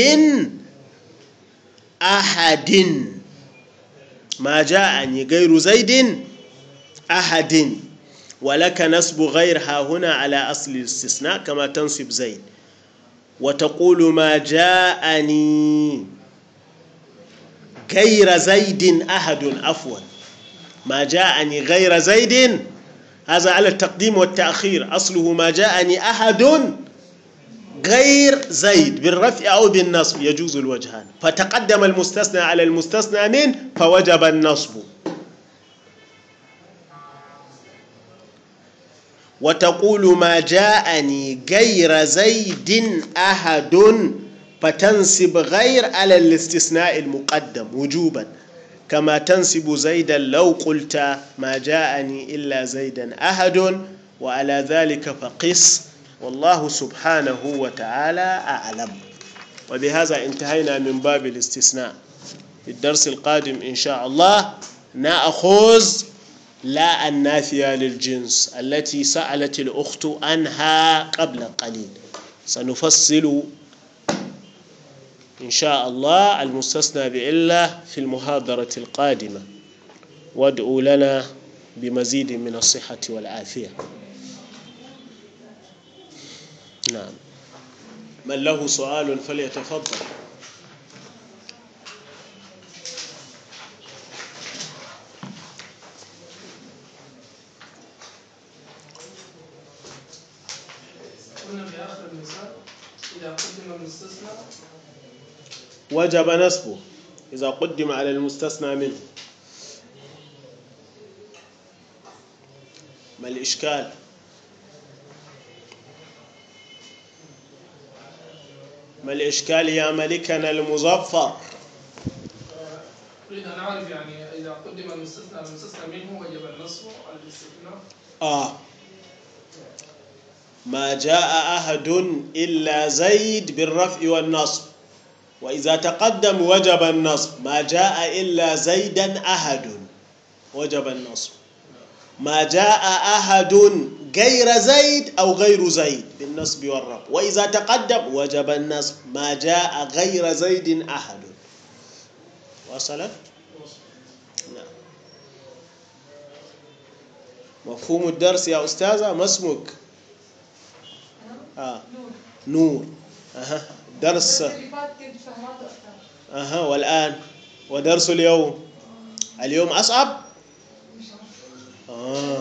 أحد، ما جاءني غير زيد أحد، ولك نصب غير ها هنا على أصل الاستثناء كما تنصب زيد، وتقول ما جاءني غير زيد أحد، عفوا ما جاءني غير زيد، هذا على التقديم والتأخير، أصله ما جاءني أحد غير زيد بالرفع أو بالنصب يجوز الوجهان، فتقدم المستثنى على المستثنى منه فوجب النصب. وتقول ما جاءني غير زيد أحد فتنسب غير على الاستثناء المقدم وجوبا، كما تنسب زيدا لو قلت ما جاءني إلا زيدا أحد، وعلى ذلك فقس، والله سبحانه وتعالى أعلم. وبهذا انتهينا من باب الاستثناء. في الدرس القادم إن شاء الله نأخذ لا النافية للجنس التي سألت الأخت عنها قبل قليل، سنفصل إن شاء الله المستثنى بإلا في المحاضرة القادمة. وادعوا لنا بمزيد من الصحة والعافية. نعم، من له سؤال فليتفضل. قلنا في آخر المثال إذا قدم المستثنى وجب نصبه إذا قدم على المستثنى منه. ما الإشكال؟ ما الإشكال يا ملكنا المظفر؟ أريد أن أعرف يعني إذا قدم المستثنى المستثنى منه وجب النصب على الاستثناء. آه ما جاء أحد إلا زيد بالرفع والنصب، وإذا تقدم وجب النصب. ما جاء إلا زيدا أحد وجب النصب. ما جاء أحد غير زيد أو غير زيد بالنصب والرفع، وإذا تقدم وجب النصب. ما جاء غير زيد أحد. وصلت؟ نعم. مفهوم الدرس يا أستاذة؟ ما اسمك؟ آه. نور. أها. درس أها. والآن ودرس اليوم اليوم أصعب؟ آه.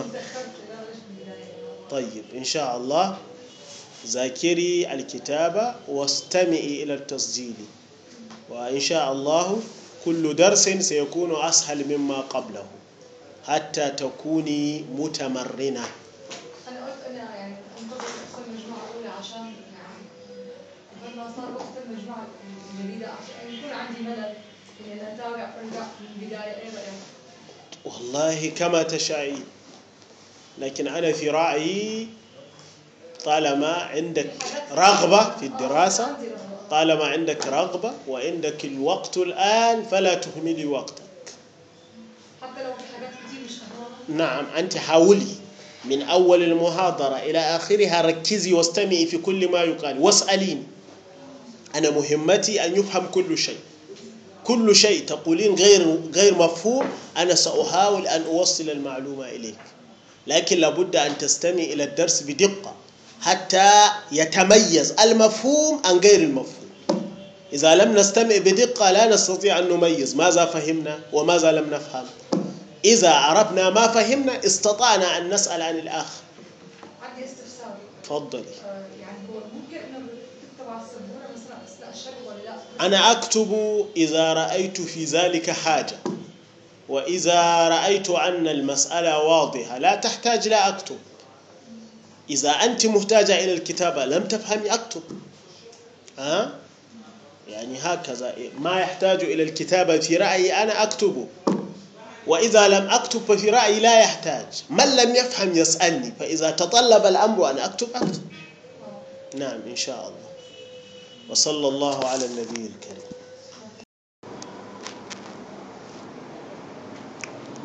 طيب إن شاء الله ذاكري الكتابة واستمعي إلى التسجيل، وإن شاء الله كل درس سيكون أسهل مما قبله حتى تكوني متمرنة. أنا قلت أنا يعني أنتظر أدخل المجموعة الأولى عشان يعني لما صار وقت المجموعة الجديدة عشان يكون عندي ملل إني أتابع وأرجع من البداية. إيه رأيك؟ والله كما تشائين، لكن أنا في رأيي طالما عندك رغبة في الدراسة، طالما عندك رغبة وعندك الوقت الآن فلا تهملي وقتك. حتى لو في حاجات كتير مش فاهمها. نعم، أنت حاولي من أول المحاضرة إلى آخرها، ركزي واستمعي في كل ما يقال واسأليني. أنا مهمتي أن يفهم كل شيء. كل شيء تقولين غير غير مفهوم أنا سأحاول أن أوصل المعلومة إليك، لكن لابد أن تستمع إلى الدرس بدقة حتى يتميز المفهوم عن غير المفهوم. إذا لم نستمع بدقة لا نستطيع أن نميز ماذا فهمنا وماذا لم نفهم. إذا عرفنا ما فهمنا استطعنا أن نسأل عن الآخر. عندي استفسار. تفضلي. آه يعني هو ممكن إنه تكتب على السبورة مثلا أثناء الشرح ولا لا؟ أنا أكتب إذا رأيت في ذلك حاجة، وإذا رأيت أن المسألة واضحة لا تحتاج لا أكتب. إذا أنت محتاجة إلى الكتابة لم تفهمي أكتب. ها؟ يعني هكذا ما يحتاج إلى الكتابة في رأيي أنا أكتبه، وإذا لم أكتب ففي رأيي لا يحتاج. من لم يفهم يسألني، فإذا تطلب الأمر أن أكتب أكتب. نعم إن شاء الله. وصلى الله على النبي الكريم.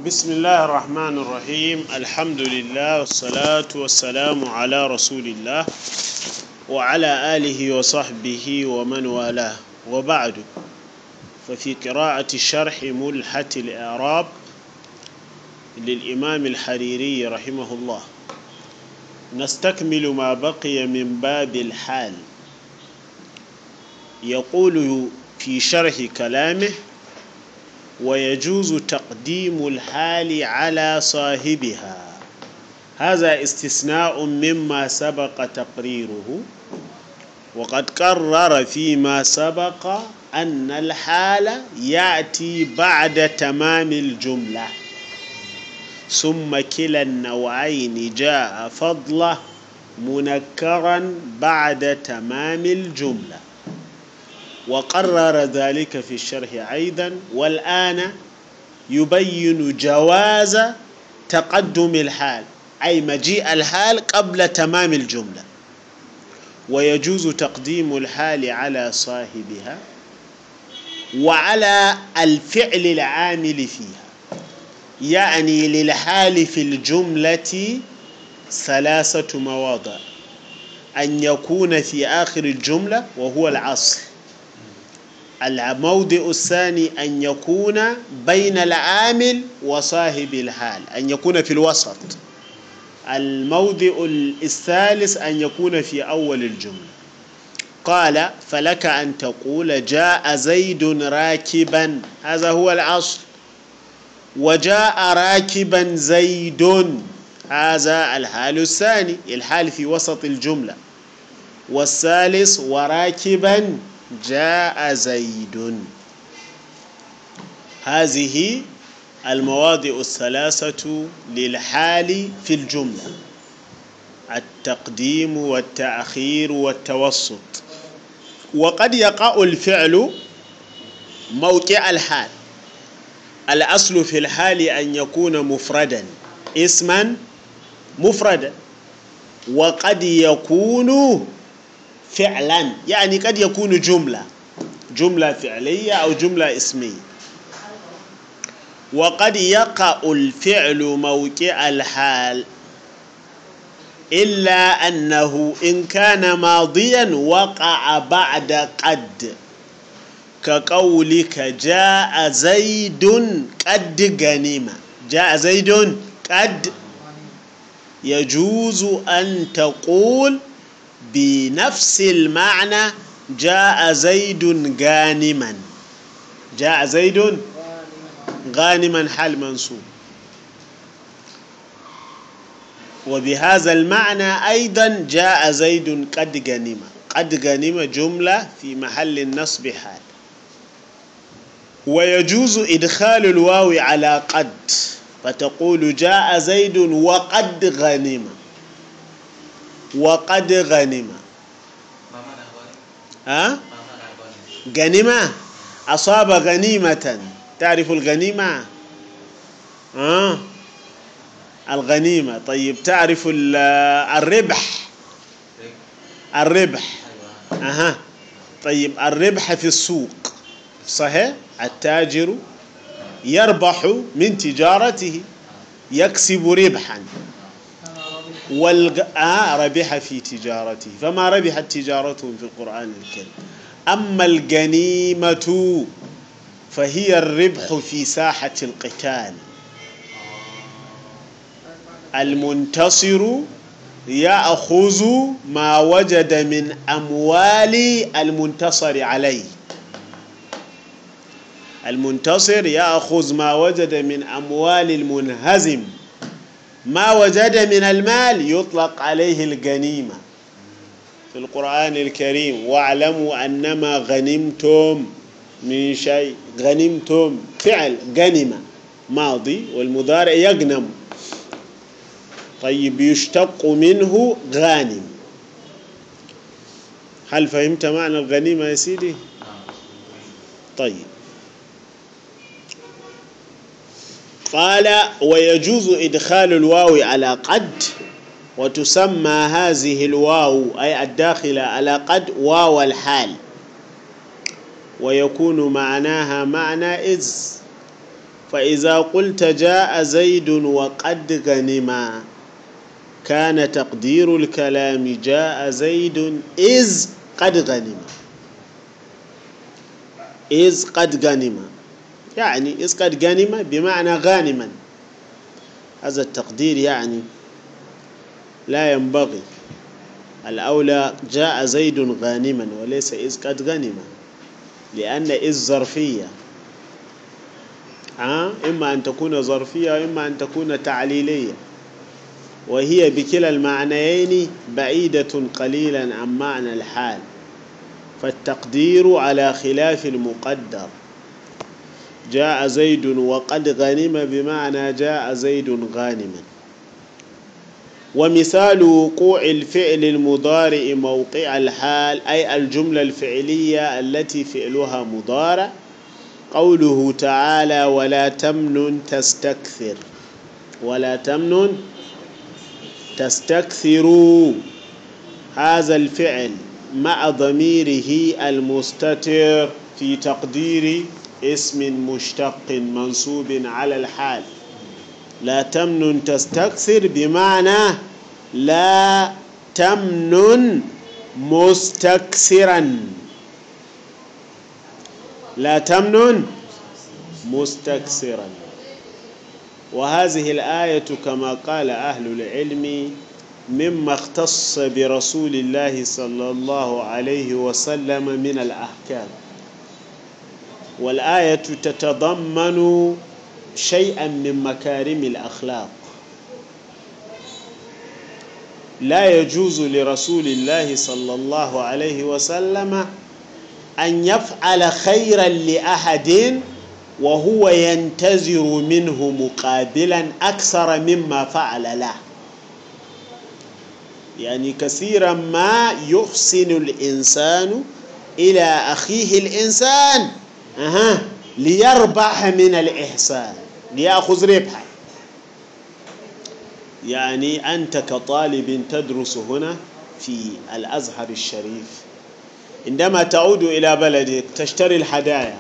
بسم الله الرحمن الرحيم. الحمد لله والصلاة والسلام على رسول الله وعلى آله وصحبه ومن والاه، وبعد. ففي قراءة شرح ملحة الإعراب للإمام الحريري رحمه الله نستكمل ما بقي من باب الحال. يقول في شرح كلامه: ويجوز تقديم الحال على صاحبها. هذا استثناء مما سبق تقريره، وقد قرر فيما سبق أن الحال يأتي بعد تمام الجملة، ثم كلا النوعين جاء فضله منكرا بعد تمام الجملة، وقرر ذلك في الشرح أيضا. والآن يبين جواز تقدم الحال، أي مجيء الحال قبل تمام الجملة. ويجوز تقديم الحال على صاحبها وعلى الفعل العامل فيها، يعني للحال في الجملة ثلاثة مواضع: أن يكون في آخر الجملة وهو الأصل، الموضع الثاني أن يكون بين العامل وصاحب الحال، أن يكون في الوسط، الموضع الثالث أن يكون في أول الجملة. قال: فلك أن تقول جاء زيد راكبا، هذا هو الأصل، وجاء راكبا زيد، هذا الحال الثاني، الحال في وسط الجملة. والثالث وراكبا جاء زيد. هذه المواضع الثلاثة للحال في الجملة: التقديم والتأخير والتوسط. وقد يقع الفعل موقع الحال. الأصل في الحال أن يكون مفردا، اسما مفردا، وقد يكون فعلا، يعني قد يكون جملة جملة فعلية أو جملة اسمية. وقد يقع الفعل موقع الحال، إلا أنه إن كان ماضيا وقع بعد قد، كقولك جاء زيد قد غنم، جاء زيد قد. يجوز أن تقول بنفس المعنى جاء زيد غانما، جاء زيد غانما حال منصوب. وبهذا المعنى أيضا جاء زيد قد غنم، قد غنم جملة في محل النصب حال. ويجوز إدخال الواو على قد، فتقول جاء زيد وقد غنم، وقد غنم. ها؟ غنيمة، أصاب غنيمة. تعرف الغنيمة؟ ها؟ الغنيمة. طيب تعرف الربح؟ الربح. أها. طيب الربح في السوق صحيح؟ التاجر يربح من تجارته، يكسب ربحا. والغ... آه ربح في تجارته، فما ربحت تجارته في القرآن الكريم. أما الغنيمة فهي الربح في ساحة القتال. المنتصر يأخذ ما وجد من أموال المنتصر عليه، المنتصر يأخذ ما وجد من أموال المنهزم. ما وجد من المال يطلق عليه الغنيمة في القرآن الكريم: واعلموا أنما غنمتم من شيء. غنمتم فعل غنم ماضي، والمضارع يغنم. طيب يشتق منه غانم. هل فهمت معنى الغنيمة يا سيدي؟ طيب. قال: ويجوز إدخال الواو على قد، وتسمى هذه الواو أي الداخلة على قد واو الحال، ويكون معناها معنى إذ، فإذا قلت جاء زيد وقد غنم كان تقدير الكلام جاء زيد إذ قد غنم، إذ قد غنم، يعني إذ قد غنم بمعنى غانما. هذا التقدير يعني لا ينبغي، الأولى جاء زيد غانما وليس إذ قد غنم، لأن إذ ظرفية، أه؟ إما أن تكون ظرفية وإما أن تكون تعليلية، وهي بكلا المعنيين بعيدة قليلا عن معنى الحال، فالتقدير على خلاف المقدر. جاء زيد وقد غنم بمعنى جاء زيد غانما. ومثال وقوع الفعل المضارع موقع الحال أي الجملة الفعلية التي فعلها مضارع قوله تعالى ولا تمنن تستكثر، ولا تمنن تستكثروا، هذا الفعل مع ضميره المستتر في تقدير اسم مشتق منصوب على الحال. لا تمنن تستكثر بمعنى لا تمنن مستكثرا، لا تمنن مستكثرا. وهذه الآية كما قال أهل العلم مما اختص برسول الله صلى الله عليه وسلم من الأحكام، والآية تتضمن شيئا من مكارم الأخلاق. لا يجوز لرسول الله صلى الله عليه وسلم أن يفعل خيرا لأحد وهو ينتظر منه مقابلا أكثر مما فعل له. يعني كثيرا ما يحسن الإنسان إلى أخيه الإنسان أها ليربح من الإحسان، ليأخذ ربحا. يعني أنت كطالب تدرس هنا في الأزهر الشريف، عندما تعود إلى بلدك تشتري الهدايا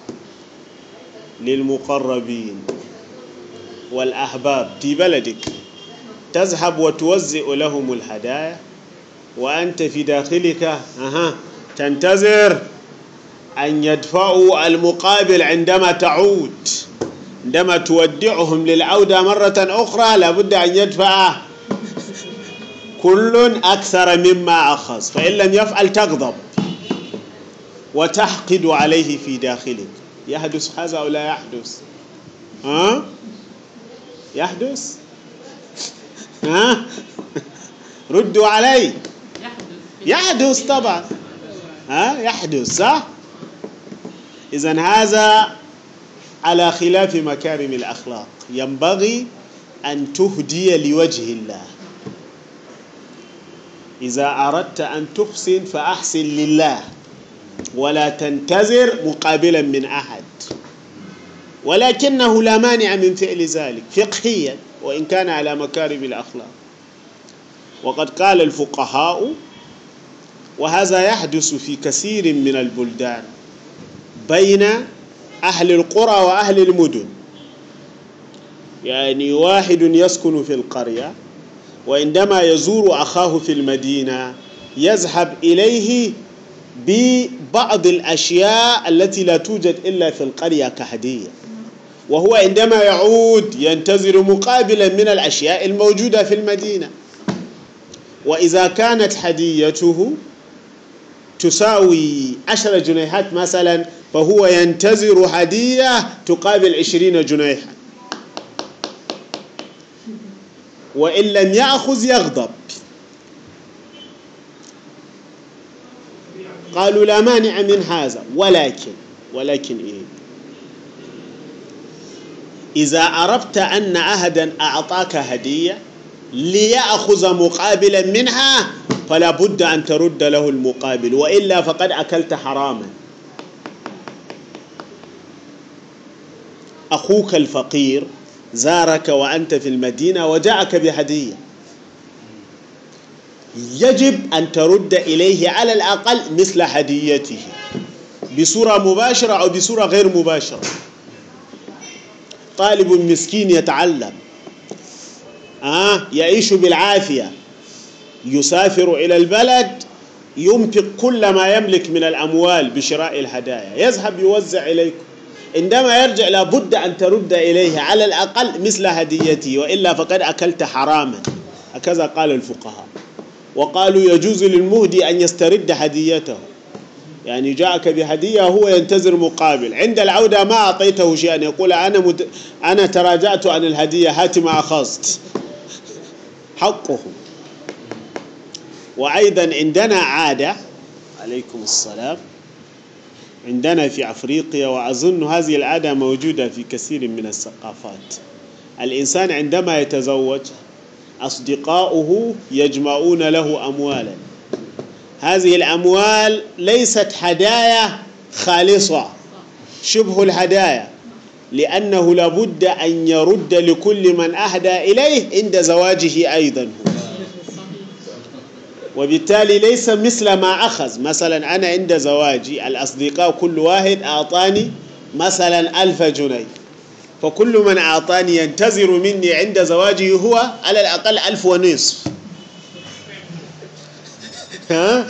للمقربين والأحباب في بلدك، تذهب وتوزع لهم الهدايا وأنت في داخلك أها تنتظر أن يدفعوا المقابل عندما تعود. عندما تودعهم للعودة مرة أخرى لابد أن يدفع كل أكثر مما أخذ، فإن لم يفعل تغضب وتحقد عليه في داخلك. يحدث هذا أو لا يحدث؟ ها؟ يحدث؟ ها؟ ردوا علي. يحدث طبعا، ها؟ يحدث صح؟ إذن هذا على خلاف مكارم الأخلاق، ينبغي أن تهدي لوجه الله. إذا أردت أن تحسن فأحسن لله ولا تنتظر مقابلا من أحد، ولكنه لا مانع من فعل ذلك فقهيا وإن كان على مكارم الأخلاق. وقد قال الفقهاء، وهذا يحدث في كثير من البلدان بين أهل القرى وأهل المدن، يعني واحد يسكن في القرية وعندما يزور أخاه في المدينة يذهب إليه ببعض الأشياء التي لا توجد إلا في القرية كهدية، وهو عندما يعود ينتظر مقابلا من الأشياء الموجودة في المدينة. وإذا كانت هديته تساوي عشر جنيهات مثلا فهو ينتظر هدية تقابل عشرين جنيها، وإن لم يأخذ يغضب. قالوا لا مانع من هذا، ولكن ولكن إيه؟ إذا عرفت أن أحدا أعطاك هدية ليأخذ مقابلا منها فلا بد أن ترد له المقابل، وإلا فقد أكلت حراما. أخوك الفقير زارك وأنت في المدينة وجاءك بهدية، يجب أن ترد إليه على الأقل مثل هديته بصورة مباشرة أو بصورة غير مباشرة. طالب مسكين يتعلم، آه يعيش بالعافية، يسافر إلى البلد، ينفق كل ما يملك من الأموال بشراء الهدايا، يذهب يوزع إليكم، عندما يرجع لابد أن ترد إليه على الأقل مثل هديتي، وإلا فقد أكلت حراما. هكذا قال الفقهاء. وقالوا يجوز للمهدي أن يسترد هديته، يعني جاءك بهدية هو ينتظر مقابل، عند العودة ما أعطيته شيئا يقول أنا مت... أنا تراجعت عن الهدية، هات ما أخذت، حقه. وأيضا عندنا عادة، عليكم السلام، عندنا في أفريقيا، وأظن هذه العادة موجودة في كثير من الثقافات، الإنسان عندما يتزوج أصدقاؤه يجمعون له أموالا، هذه الأموال ليست هدايا خالصة، شبه الهدايا، لأنه لابد أن يرد لكل من أهدى إليه عند زواجه أيضا، وبالتالي ليس مثل ما أخذ. مثلا أنا عند زواجي الأصدقاء كل واحد أعطاني مثلا ألف جنيه، فكل من أعطاني ينتظر مني عند زواجه هو على الأقل ألف ونصف. ها؟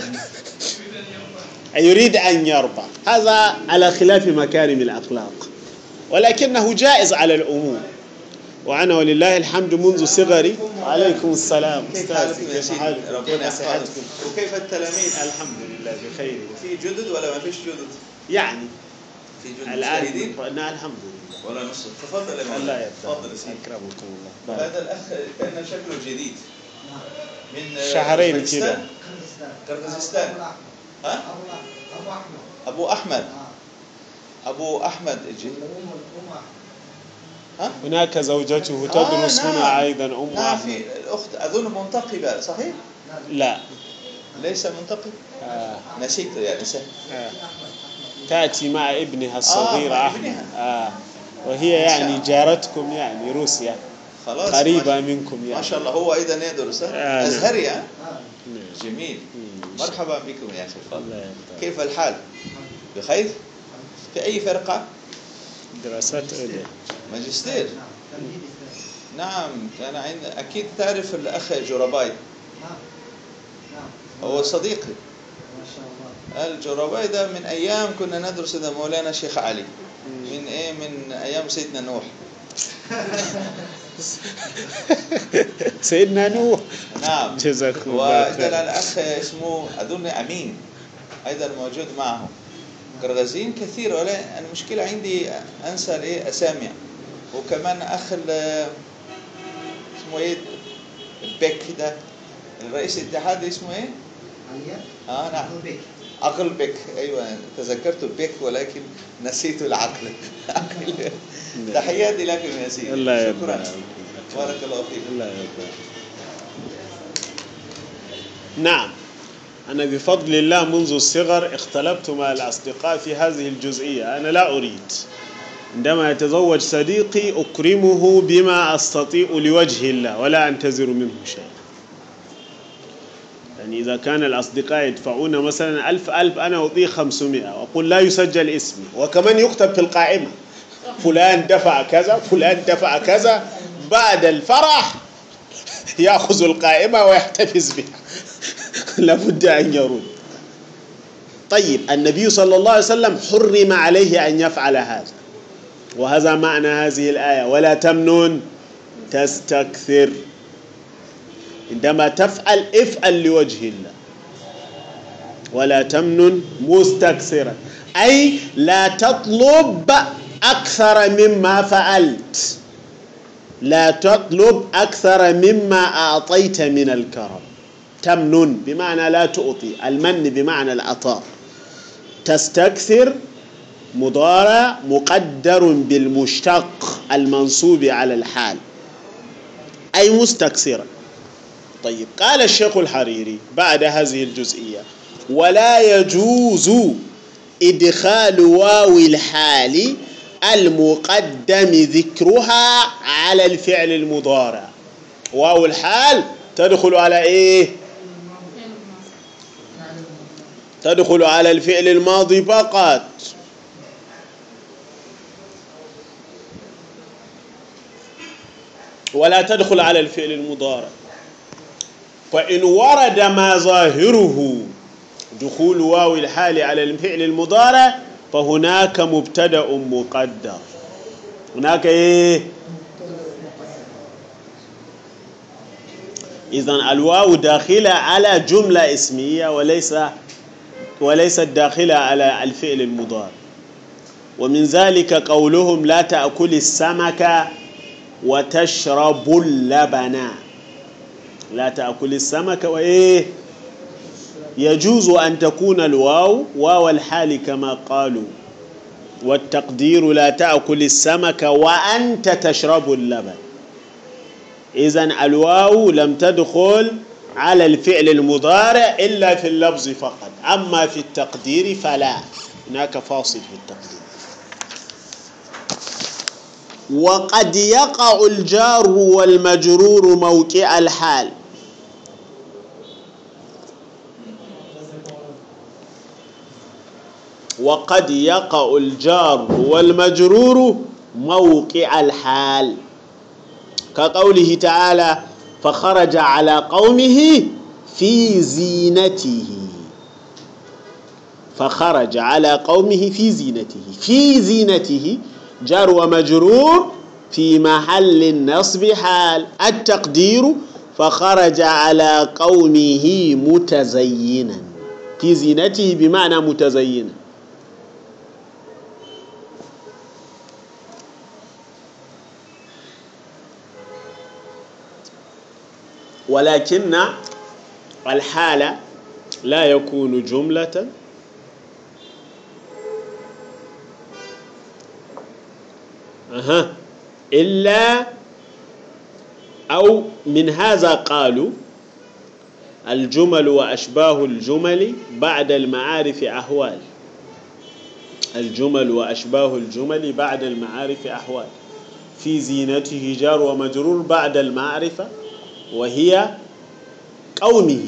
يريد أن يرضى، هذا على خلاف مكارم الأخلاق، ولكنه جائز على العموم. وأنا ولله الحمد منذ صغري. عليكم السلام. كيف حالكم يا سيدي؟ ربنا يحفظكم. وكيف التلاميذ؟ الحمد لله بخير. في جدد ولا ما فيش جدد؟ يعني في جدد الآن مجتهدين؟ نعم الحمد لله. ولا نص؟ تفضل يا مولانا. الله يرضى. تفضل يا سيدي. أكرمكم الله. هذا الأخ كان شكله جديد. من شهرين أوزبكستان؟ كده. قرقيزستان. ها؟ أبو أحمد. أبو أحمد. أبو أحمد إجي. ها؟ هناك زوجته تدرس آه نعم. هنا أيضا أم نعم أحمد. في الأخت أظن منتقبة صحيح؟ لا ليس منتقب؟ آه. نسيته يعني سهل. آه. تأتي مع ابنها الصغير مع أحمد. ابنها. آه. وهي يعني جارتكم يعني روسيا خلاص قريبة منكم يعني. ما شاء الله. هو أيضا يدرس آه نعم. أزهري ها؟ نعم. جميل. مم. مرحبا بكم يا أخي الفاضل. الله يرضى. كيف الحال؟ بخير؟ في أي فرقة؟ دراسات عليا. ماجستير. نعم أنا عند أكيد تعرف الأخ جوراباي. هو صديقي. ما شاء الله. الجوراباي ده من أيام كنا ندرس ده مولانا شيخ علي. من إيه من أيام سيدنا نوح. سيدنا نوح. نعم. جزاكم الله وعندنا خير. الأخ اسمه أظن أمين أيضا موجود معهم. قرغزين كثير، ولا المشكلة عندي أنسى الإيه أسامي. وكمان أخ اسمه إيه البيك ده الرئيس الاتحاد اسمه إيه؟ عليا. آه نعم. بيك. عقل بيك. أيوة تذكرت بيك ولكن نسيت العقل. تحياتي لكم يا سيدي. الله يرضى. شكرا. بارك الله فيك. الله يرضى. نعم أنا بفضل الله منذ الصغر اختلفت مع الأصدقاء في هذه الجزئية. أنا لا أريد عندما يتزوج صديقي أكرمه بما أستطيع لوجه الله ولا أنتظر منه شيء. يعني إذا كان الأصدقاء يدفعون مثلا ألف ألف أنا أعطيه خمسمائة وأقول لا يسجل اسمي، وكمان يكتب في القائمة فلان دفع كذا فلان دفع كذا، بعد الفرح يأخذ القائمة ويحتفظ بها. لابد أن يرد. طيب النبي صلى الله عليه وسلم حرم عليه أن يفعل هذا، وهذا معنى هذه الآية ولا تمنن تستكثر. عندما تفعل افعل لوجه الله، ولا تمنن مستكثرا، أي لا تطلب أكثر مما فعلت، لا تطلب أكثر مما أعطيت من الكرم. تمنن بمعنى لا تعطي، المن بمعنى العطاء. تستكثر مضارع مقدر بالمشتق المنصوب على الحال، أي مستكثرا. طيب قال الشيخ الحريري بعد هذه الجزئية: ولا يجوز إدخال واو الحال المقدم ذكرها على الفعل المضارع. واو الحال تدخل على إيه؟ تدخل على الفعل الماضي فقط. ولا تدخل على الفعل المضارع. فإن ورد ما ظاهره دخول واو الحال على الفعل المضارع فهناك مبتدأ مقدر. هناك إيه؟ إذن الواو داخلة على جملة اسمية وليس وليست داخلة على الفعل المضارع. ومن ذلك قولهم لا تأكل السمك وتشرب اللبن. لا تأكل السمك وإيه؟ يجوز أن تكون الواو واو الحال كما قالوا، والتقدير لا تأكل السمك وأنت تشرب اللبن. إذن الواو لم تدخل على الفعل المضارع إلا في اللفظ فقط، أما في التقدير فلا، هناك فاصل في التقدير. وقد يقع الجار والمجرور موقع الحال. وقد يقع الجار والمجرور موقع الحال، كقوله تعالى فخرج على قومه في زينته. فخرج على قومه في زينته، في زينته جار ومجرور في محل نصب حال. التقدير فخرج على قومه متزينا. في زينته بمعنى متزينا. ولكن الحال لا يكون جملة أها إلا أو من هذا قالوا الجمل وأشباه الجمل بعد المعارف أحوال. الجمل وأشباه الجمل بعد المعارف أحوال. في زينته جار ومجرور بعد المعرفة وهي قومه،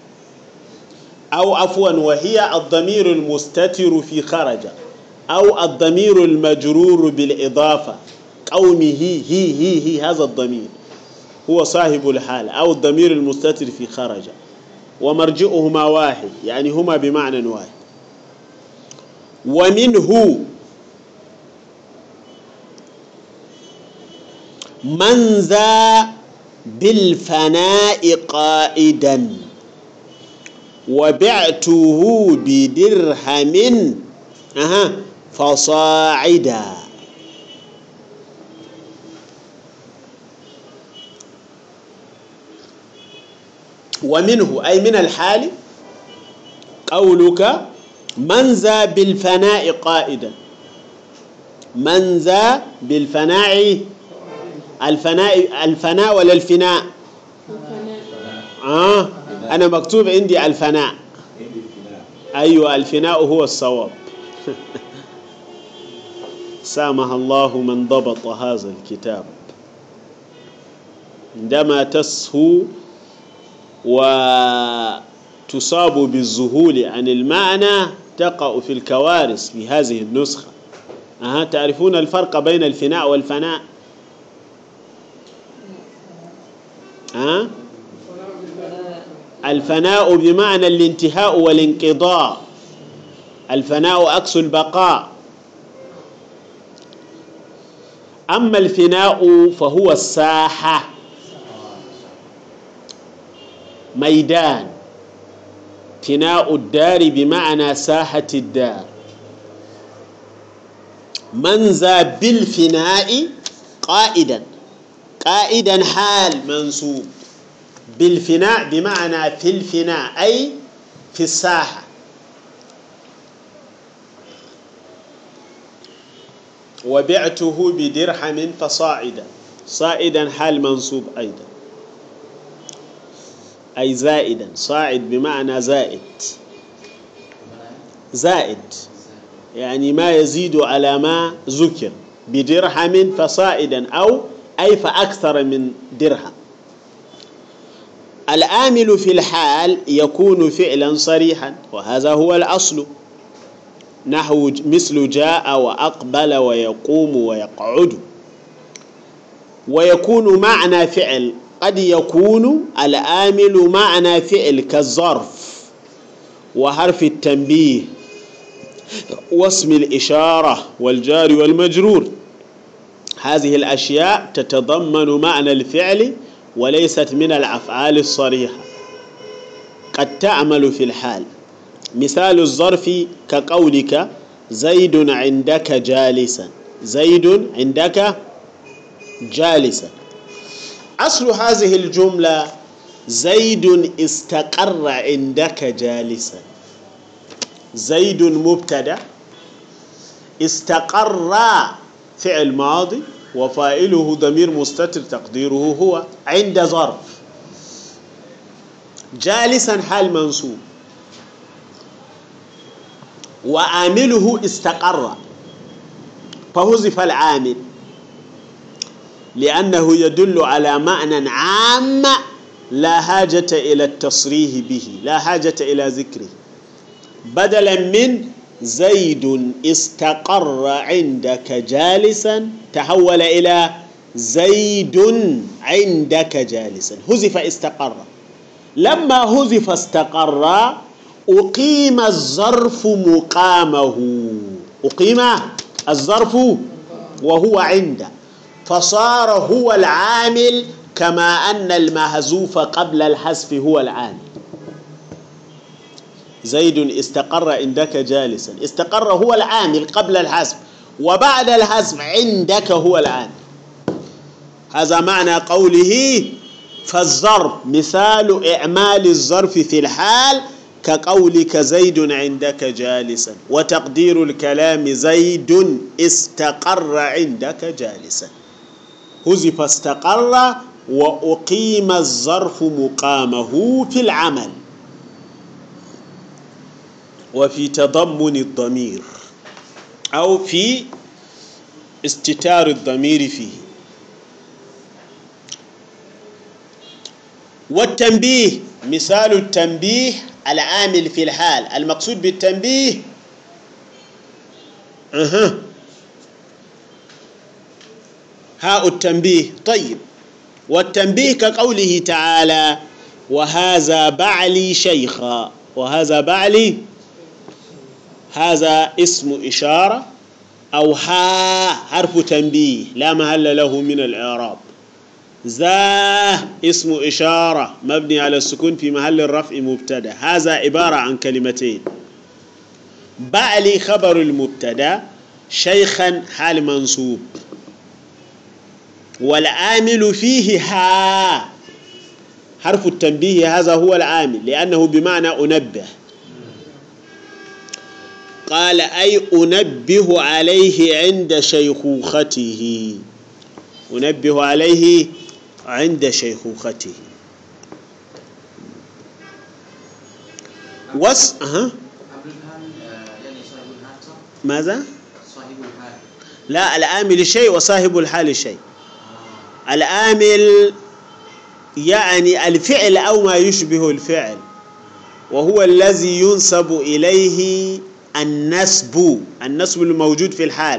أو عفوا وهي الضمير المستتر في خرج، أو الضمير المجرور بالإضافة. قومه هي هي هي هذا الضمير هو صاحب الحال، أو الضمير المستتر في خرج، ومرجئهما واحد، يعني هما بمعنى واحد. ومنه من ذا بالفناء قائدا وبعته بدرهم أها فصاعدا. ومنه أي من الحال قولك من ذا بالفناء قائدا. من ذا بالفناء، الفناء الفناء ولا الفناء؟ آه أنا مكتوب عندي الفناء. أيوة الفناء هو الصواب. سامح الله من ضبط هذا الكتاب. عندما تسهو وتصاب بالذهول عن المعنى تقع في الكوارث بهذه النسخة. أها تعرفون الفرق بين الفناء والفناء؟ أه؟ الفناء بمعنى الانتهاء والانقضاء. الفناء عكس البقاء. أما الفناء فهو الساحة، ميدان. فناء الدار بمعنى ساحة الدار. من ذا بالفناء قائدا، قائدا حال منصوب، بالفناء بمعنى في الفناء أي في الساحة. وبعته بدرهم فصاعدا، صاعدا حال منصوب أيضا أي زائدا. صاعد بمعنى زائد، زائد يعني ما يزيد على ما ذكر. بدرهم فصاعدا أو أي فأكثر من درهم. العامل في الحال يكون فعلا صريحا، وهذا هو الأصل، نحو مثل جاء وأقبل ويقوم ويقعد. ويكون معنى فعل. قد يكون العامل معنى فعل كالظرف وحرف التنبيه واسم الإشارة والجار والمجرور. هذه الأشياء تتضمن معنى الفعل وليست من الأفعال الصريحة، قد تعمل في الحال. مثال الظرف كقولك زيد عندك جالسا، زيد عندك جالسا. أصل هذه الجملة زيد استقر عندك جالسا. زيد مبتدأ، استقر فعل ماضي وفاعله ضمير مستتر تقديره هو، عند ظرف، جالسا حال منصوب، وعامله استقر فحذف العامل لأنه يدل على معنى عام لا حاجة إلى التصريح به، لا حاجة إلى ذكره. بدلا من زيد استقر عندك جالسا تحول إلى زيد عندك جالسا، حذف استقر. لما حذف استقر أقيم الظرف مقامه، أقيم الظرف وهو عند، فصار هو العامل كما أن المحذوف قبل الحذف هو العامل. زيد استقر عندك جالسا، استقر هو العامل قبل الحذف، وبعد الحذف عندك هو العامل. هذا معنى قوله فالظرف مثال إعمال الظرف في الحال كقولك زيد عندك جالسا، وتقدير الكلام زيد استقر عندك جالسا. حذف استقر وأقيم الظرف مقامه في العمل وفي تضمن الضمير أو في استتار الضمير فيه. والتنبيه مثال التنبيه العامل في الحال. المقصود بالتنبيه أه. هاء التنبيه. طيب، والتنبيه كقوله تعالى وهذا بعلي شيخا، وهذا بعلي، هذا اسم إشارة أو ها حرف تنبيه لا محل له من الإعراب. ذا اسم إشارة مبني على السكون في محل الرفع مبتدأ. هذا عبارة عن كلمتين. بعلي خبر المبتدأ، شيخا حال منصوب، والعامل فيه ها حرف التنبيه، هذا هو العامل لأنه بمعنى أنبه. قال أي أنبه عليه عند شيخوخته، أنبه عليه عند شيخوخته. وس أه. ماذا؟ صاحب الحال. لا، العامل شيء وصاحب الحال شيء. العامل يعني الفعل أو ما يشبه الفعل، وهو الذي ينسب إليه النسب، النسب الموجود في الحال.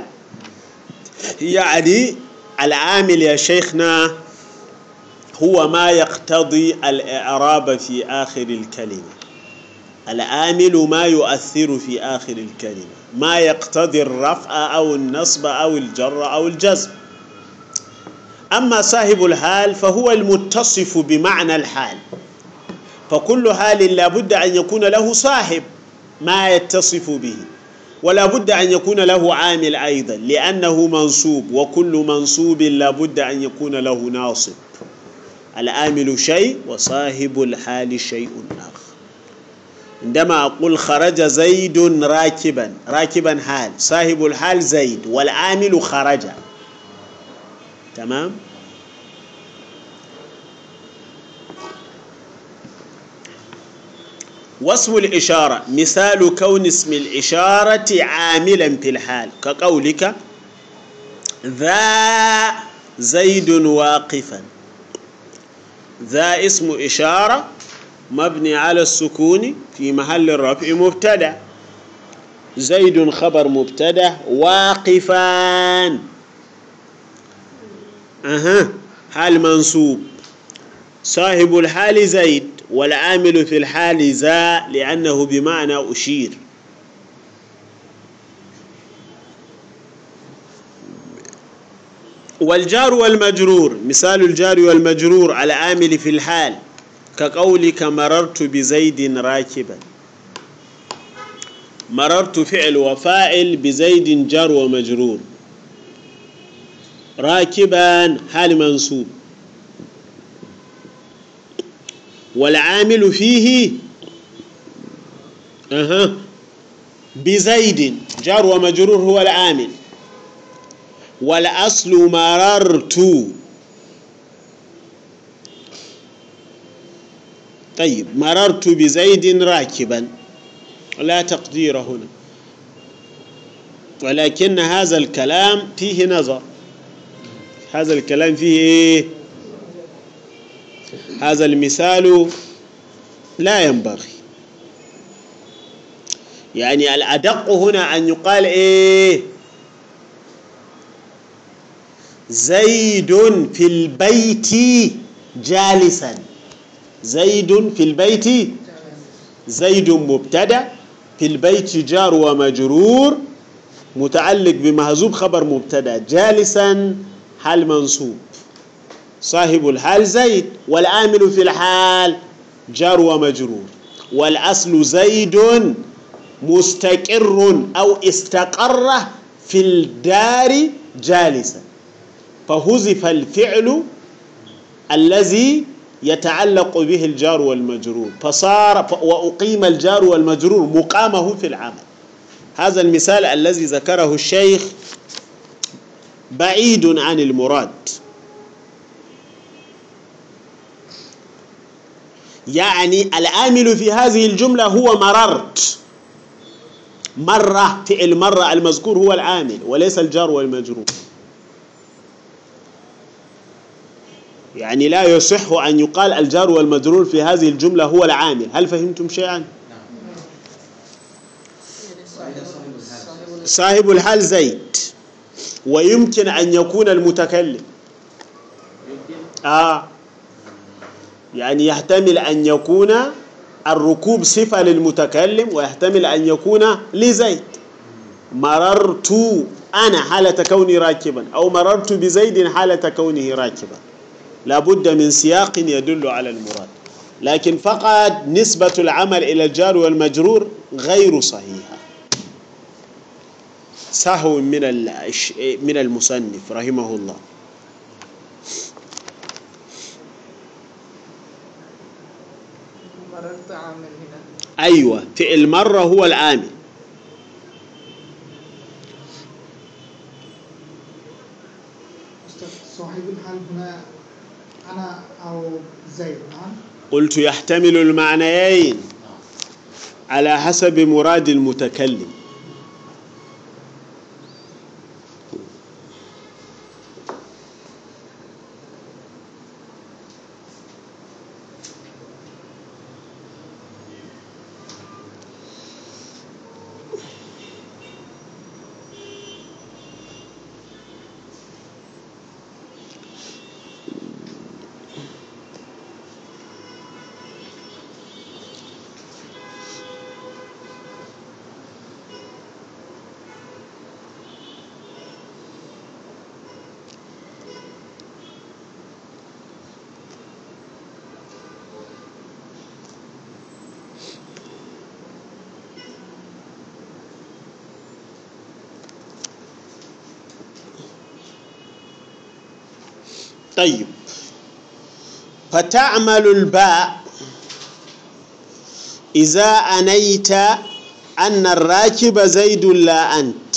يعني العامل يا شيخنا هو ما يقتضي الإعراب في آخر الكلمة. العامل ما يؤثر في آخر الكلمة، ما يقتضي الرفع أو النصب أو الجر أو الجزم. أما صاحب الحال فهو المتصف بمعنى الحال، فكل حال لا بد أن يكون له صاحب ما يتصف به، ولا بد أن يكون له عامل أيضا لأنه منصوب، وكل منصوب لا بد أن يكون له ناصب. العامل شيء وصاحب الحال شيء آخر. عندما أقول خرج زيد راكبا، راكبا حال، صاحب الحال زيد والعامل خرج. تمام؟ واسم الإشارة مثال كون اسم الإشارة عاملا في الحال كقولك ذا زيد واقفا. ذا اسم إشارة مبني على السكون في محل الرفع مبتدأ، زيد خبر مبتدأ، واقفان أها حال منصوب، صاحب الحال زيد، والعامل في الحال ذا لأنه بمعنى أشير. والجار والمجرور، مثال الجار والمجرور على عامل في الحال كقولك مررت بزيد راكبا. مررت فعل وفاعل، بزيد جار ومجرور، راكبا حال منصوب. والعامل فيه أها بزيد جار ومجرور هو العامل. والأصل مررت. طيب مررت بزيد راكبا لا تقدير هنا، ولكن هذا الكلام فيه نظر. هذا الكلام فيه إيه؟ هذا المثال لا ينبغي. يعني الأدق هنا أن يقال إيه؟ زيد في البيت جالسا. زيد في البيت، زيد مبتدأ، في البيت جار ومجرور متعلق بمحذوف خبر مبتدأ، جالسا حال منصوب. صاحب الحال زيد، والعامل في الحال جار ومجرور. والأصل زيد مستقر أو استقر في الدار جالسا، فحذف الفعل الذي يتعلق به الجار والمجرور، فصار وأقيم الجار والمجرور مقامه في العمل. هذا المثال الذي ذكره الشيخ بعيد عن المراد. يعني العامل في هذه الجملة هو مررت. مرة فعل مرة المذكور هو العامل وليس الجار والمجرور. يعني لا يصح أن يقال الجار والمجرور في هذه الجملة هو العامل. هل فهمتم شيئا؟ صاحب الحال زيد، ويمكن أن يكون المتكلم آه يعني يحتمل أن يكون الركوب صفة للمتكلم، ويحتمل أن يكون لزيد. مررت أنا حالة كوني راكبا، أو مررت بزيد حالة كونه راكبا. لابد من سياق يدل على المراد، لكن فقط نسبة العمل إلى الجار والمجرور غير صحيحة، سهو من من المصنف رحمه الله. مررت عامل هنا. أيوة، فعل مرة هو العامل. صاحب الحال هنا أنا أو زيد. نعم. قلت يحتمل المعنيين على حسب مراد المتكلم. طيب، فتعمل الباء إذا أنيت أن الراكب زيد لا أنت.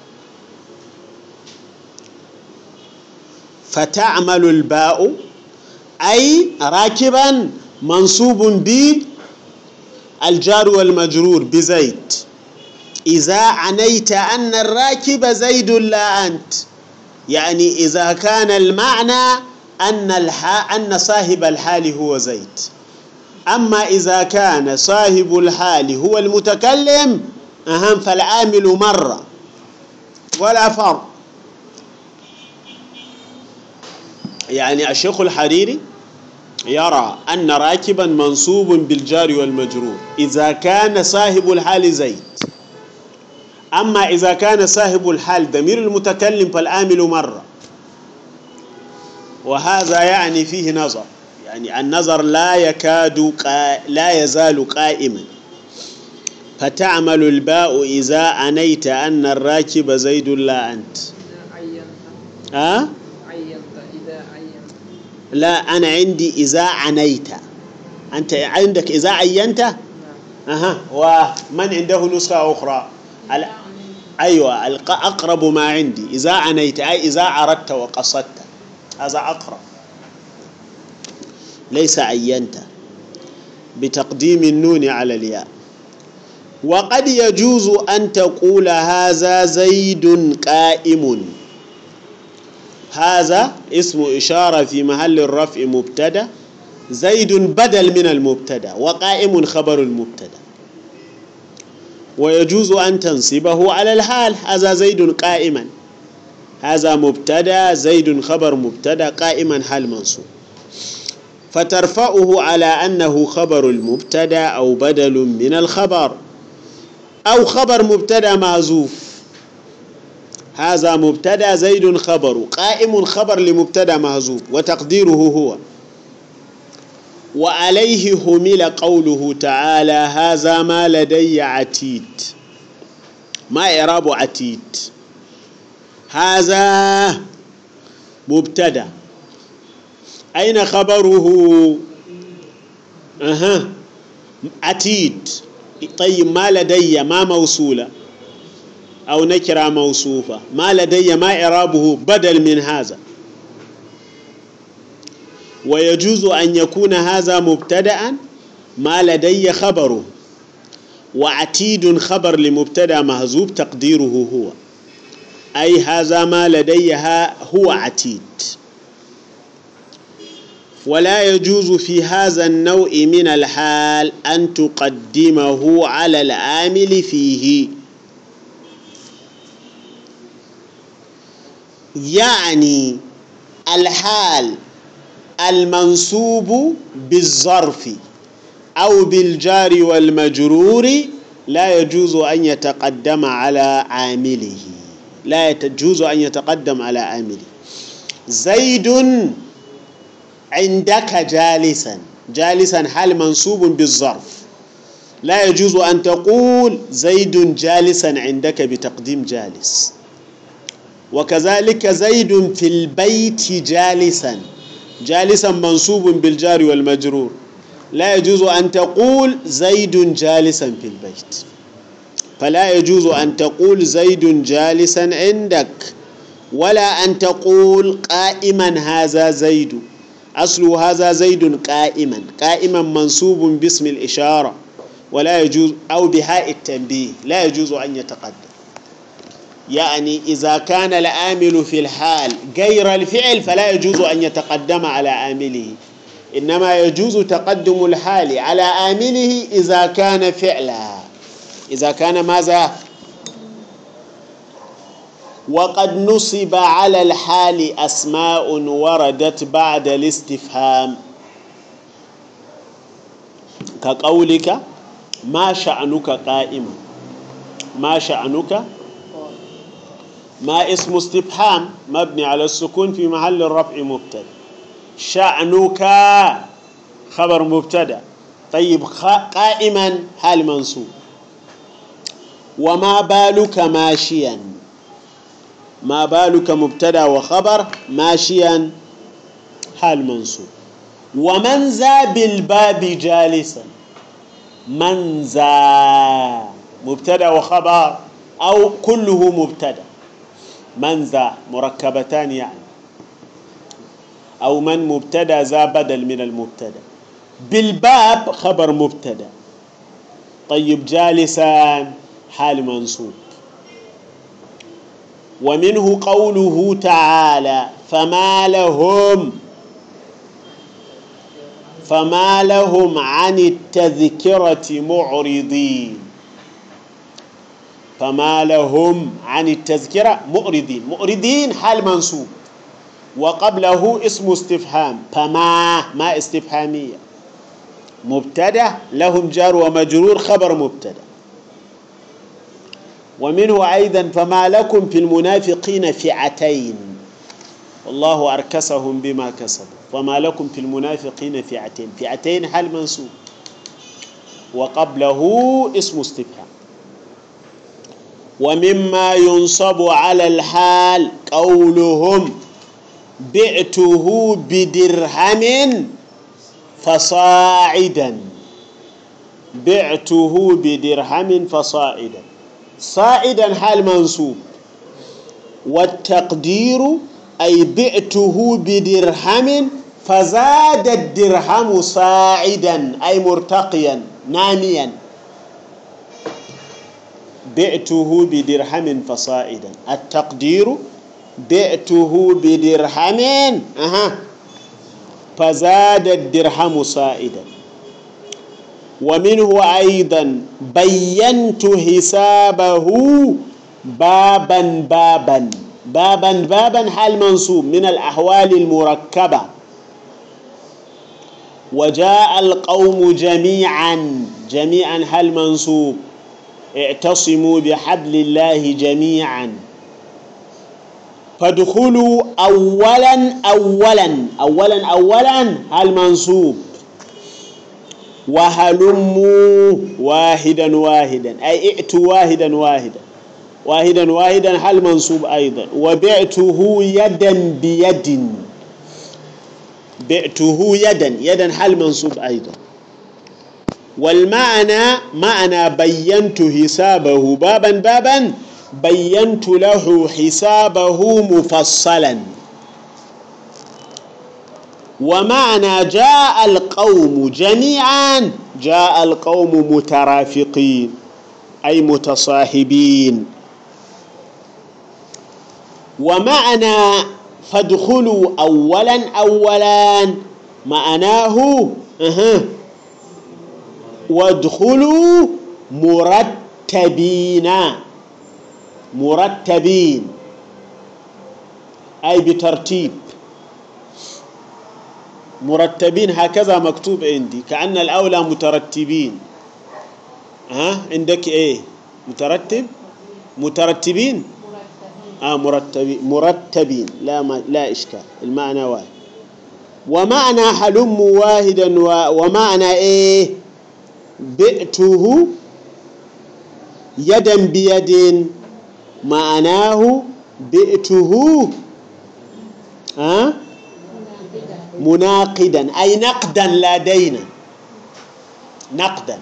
فتعمل الباء أي راكبا منصوب بالجار والمجرور بزيد، إذا أنيت أن الراكب زيد لا أنت، يعني إذا كان المعنى أن الح... أن صاحب الحال هو زيد. أما إذا كان صاحب الحال هو المتكلم أهم فالعامل مرة ولا فرق. يعني الشيخ الحريري يرى أن راكبا منصوب بالجار والمجرور إذا كان صاحب الحال زيد. أما إذا كان صاحب الحال ضمير المتكلم فالعامل مرة، وهذا يعني فيه نظر، يعني النظر لا يكاد قا... لا يزال قائما. فتعمل الباء إذا أنيت أن الراكب زيد لا أنت. أه؟ عينت إذا عينت. لا، أنا عندي إذا عنيت، أنت عندك إذا عينت. نعم. أها. ومن عنده نسخة أخرى؟ ال... أيوة، أقرب ما عندي إذا عنيت، أي إذا عرضت وقصدت، هذا أقرب، ليس عينت بتقديم النون على الياء. وقد يجوز أن تقول هذا زيد قائم. هذا اسم إشارة في محل الرفع مبتدأ، زيد بدل من المبتدأ، وقائم خبر المبتدأ. ويجوز أن تنصبه على الحال، هذا زيد قائما، هذا مبتدأ، زيد خبر مبتدأ، قائما حال منصوب. فترفعه على أنه خبر المبتدأ أو بدل من الخبر، أو خبر مبتدأ محذوف. هذا مبتدأ زيد خبر، قائم خبر لمبتدأ محذوف، وتقديره هو. وعليه همل قوله تعالى هذا ما لدي عتيد. ما إعراب عتيد؟ هذا مبتدأ، أين خبره؟ أها، عتيد. طيب ما لدي ما موصولة أو نكرة موصوفة، ما لدي ما إعرابه؟ بدل من هذا. ويجوز أن يكون هذا مبتدأ ما لدي خبره، وعتيد خبر لمبتدأ محذوف تقديره هو، أي هذا ما لدي هو عتيد. ولا يجوز في هذا النوع من الحال أن تقدمه على العامل فيه. يعني الحال المنصوب بالظرف أو بالجار والمجرور لا يجوز أن يتقدم على عامله، لا يجوز أن يتقدم على عامله. زيد عندك جالسا، جالسا حال منصوب بالظرف، لا يجوز أن تقول زيد جالسا عندك بتقديم جالس. وكذلك زيد في البيت جالسا، جالسا منصوب بالجار والمجرور، لا يجوز أن تقول زيد جالسا في البيت. فلا يجوز أن تقول زيد جالسا عندك، ولا أن تقول قائما هذا زيد. أصل هذا زيد قائما، قائما منصوب باسم الإشارة، ولا يجوز، أو بهاء التنبيه، لا يجوز أن يتقدم. يعني إذا كان العامل في الحال غير الفعل فلا يجوز أن يتقدم على عامله، إنما يجوز تقدم الحال على عامله إذا كان فعلا، إذا كان ماذا؟ وقد نصب على الحال أسماء وردت بعد الاستفهام، كقولك ما شأنك قائما. ما شأنك ما اسم استفهام مبني على السكون في محل الرفع مبتدأ. شأنك خبر مبتدأ. طيب قائما حال منصوب. وما بالك ماشيا، ما بالك مبتدأ وخبر، ماشيا حال منصوب. ومن ذا بالباب جالسا، من ذا مبتدأ وخبر أو كله مبتدأ، من ذا مركبتان يعني، أو من مبتدأ ذا بدل من المبتدأ. بالباب خبر مبتدأ. طيب جالسا حال منصوب. ومنه قوله تعالى فما لهم فما لهم عن التذكرة معرضين. فما لهم عن التذكرة معرضين، معرضين حال منصوب. وقبله اسم استفهام فما ما استفهامية مبتدأ لهم جار ومجرور خبر مبتدأ. ومنه أيضا فما لكم في المنافقين فئتين والله أركسهم بما كسبوا. فما لكم في المنافقين فئتين، فئتين حال منصوب وقبله اسم استفهام. ومما ينصب على الحال قولهم بعته بدرهم فصاعدا، بعته بدرهم فصاعدا، صاعدا حال منصوب، والتقدير أي بعته بدرهم فزاد الدرهم صاعدا أي مرتقيا ناميا، بعته بدرهم فصاعدا. التقدير بعته بدرهم أها فزاد الدرهم صاعدا. ومنه أيضا بينت حسابه بابا بابا، بابا بابا حال منصوب من الأحوال المركبة. وجاء القوم جميعا، جميعا حال منصوب، اعتصموا بحبل الله جميعا. فادخلوا أولا أولا، أولا أولا حال منصوب. وهلموا واحدا واحدا أي ائتوا واحدا واحدا، واحدا واحدا حال منصوب أيضا. وبعته يدا بيد، بعته يدا، يدا حال منصوب أيضا. والمعنى معنى بينت حسابه بابا بابا بينت له حسابه مفصلا. ومعنى جاء القوم جميعا جاء القوم مترافقين أي متصاحبين. ومعنى فادخلوا أولا أولا معناه أه وادخلوا مرتبين، مرتبين أي بترتيب، مرتبين هكذا مكتوب عندي كأن الأولى مترتبين. ها عندك إيه مترتب مترتبين آه مرتبين مرتبين لا ما لا إشكال المعنى واحد. ومعنى حلم واحدا و... ومعنى إيه بعته يدا بيد معناه بعته ها مناقدا أي نقدا لا دينا، نقدا.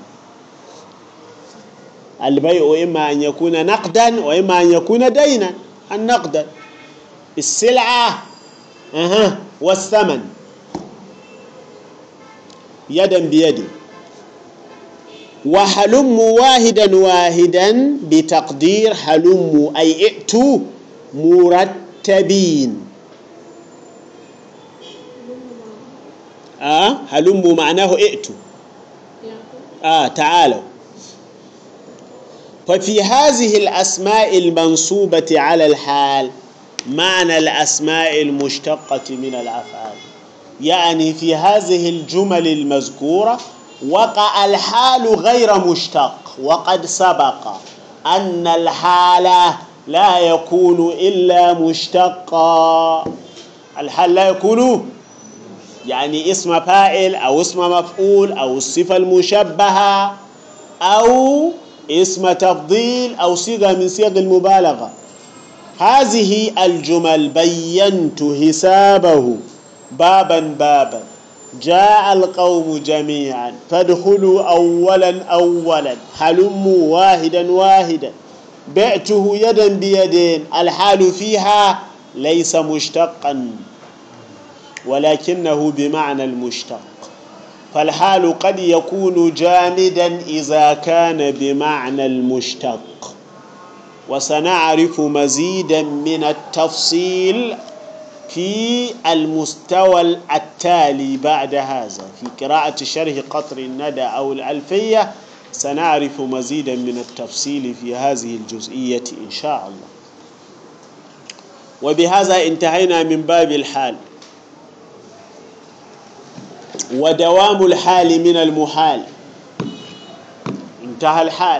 البيع إما أن يكون نقدا وإما أن يكون دينا. النقدا السلعة أها والثمن يدا بيد. وحلم واحدا واحدا بتقدير حلم أي ائتوا مرتبين. آه حلم معناه ائتوا آه تعالوا. ففي هذه الأسماء المنصوبة على الحال معنى الأسماء المشتقة من الأفعال، يعني في هذه الجمل المذكورة وقع الحال غير مشتق. وقد سبق أن الحال لا يكون إلا مشتقا. الحال لا يكون يعني اسم فاعل أو اسم مفعول أو الصفة المشبهة أو اسم تفضيل أو صيغة من صيغ المبالغة. هذه الجمل بينت حسابه بابا بابا جاء القوم جميعا فادخلوا أولا أولا هلموا واحدا واحدا بعته يدا بيدين. الحال فيها ليس مشتقا ولكنه بمعنى المشتق. فالحال قد يكون جامدا إذا كان بمعنى المشتق. وسنعرف مزيدا من التفصيل في المستوى التالي بعد هذا في قراءة شرح قطر الندى أو الألفية. سنعرف مزيدا من التفصيل في هذه الجزئية إن شاء الله. وبهذا انتهينا من باب الحال. ودوام الحال من المحال، انتهى الحال.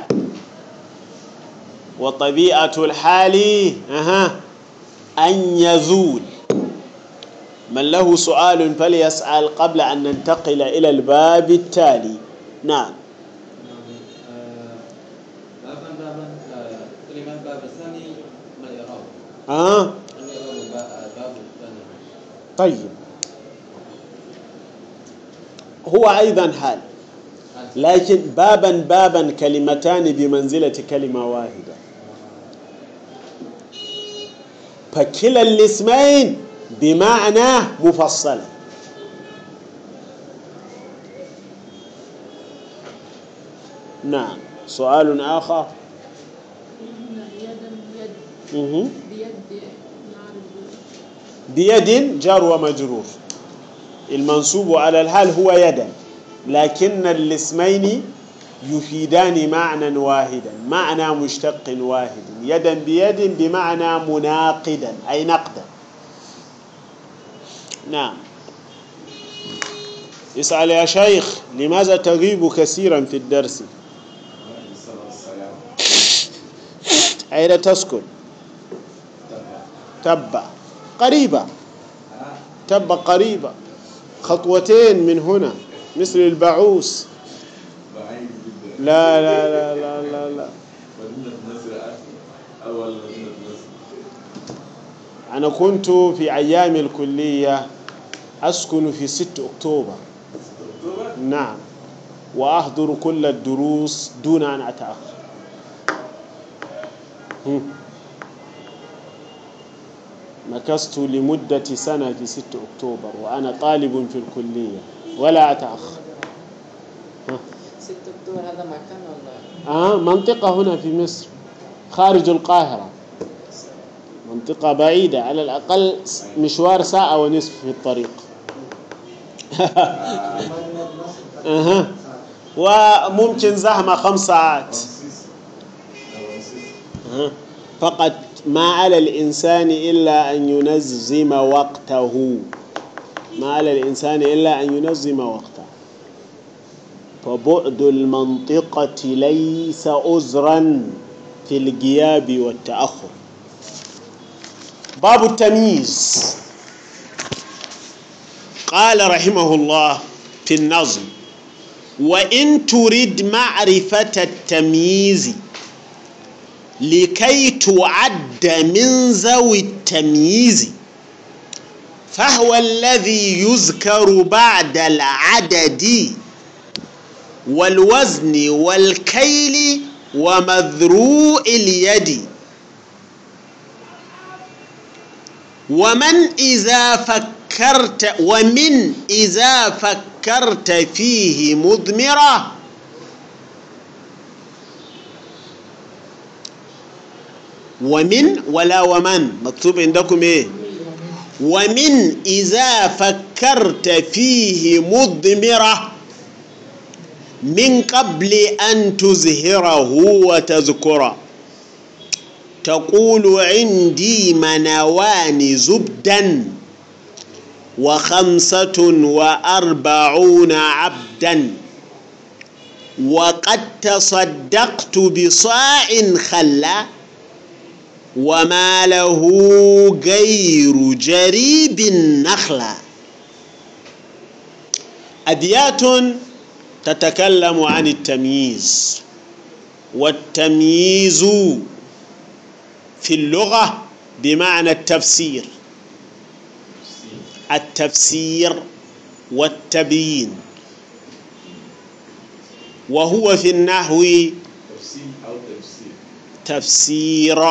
وطبيعة الحال أها أن يزول. من له سؤال فليسأل قبل أن ننتقل إلى الباب التالي. نعم. بابا بابا كلمات باب الثاني ما الإعراب؟ آه. الإعراب باب الثاني. طيب هو أيضا حال، لكن بابا بابا كلمتان بمنزلة كلمة واحدة، فكلا الاسمين بمعنى مفصلا. نعم. سؤال آخر. يدا بيد بيد جار ومجرور، المنصوب على الحال هو يدا، لكن الاسمين يفيدان معنى واحدا، معنى مشتق واحد. يدا بيد بمعنى مناقدا أي نقدا. نعم. اسأل يا شيخ لماذا تغيب كثيرا في الدرس؟ أين تسكن؟ تبع قريبة، تبع قريبة، خطوتين من هنا، مثل البعوث. لا لا لا لا لا لا أنا كنت في أيام الكلية أسكن في ستة أكتوبر. نعم. وأحضر كل الدروس دون أن أتأخر. مكثت لمدة سنة في ستة أكتوبر وأنا طالب في الكلية ولا أتأخر. ستة أكتوبر هذا مكان ولا؟ آه منطقة هنا في مصر خارج القاهرة، منطقة بعيدة، على الأقل مشوار ساعة ونصف في الطريق. أها. وممكن زحمة خمس ساعات. أه. فقط ما على الإنسان إلا أن ينظم وقته، ما على الإنسان إلا أن ينظم وقته. فبعد المنطقة ليس عذرا في الغياب والتأخر. باب التمييز. قال رحمه الله في النظم: وإن تريد معرفة التمييز لكي تعد من ذوي التمييز، فهو الذي يذكر بعد العدد والوزن والكيل ومذروء اليد. ومن إذا فكرت ومن إذا فكرت فيه مضمرة ومن ولا ومن مكتوب عندكم ايه؟ ومن إذا فكرت فيه مضمرة من قبل أن تظهره وتذكره، تقول عندي منوان زبدا وخمسة وأربعون عبدا، وقد تصدقت بصاع خلا، وما له غير جريب النخلة. أبيات تتكلم عن التمييز. والتمييز في اللغة بمعنى التفسير، التفسير والتبيين. وهو في النحو تفسير،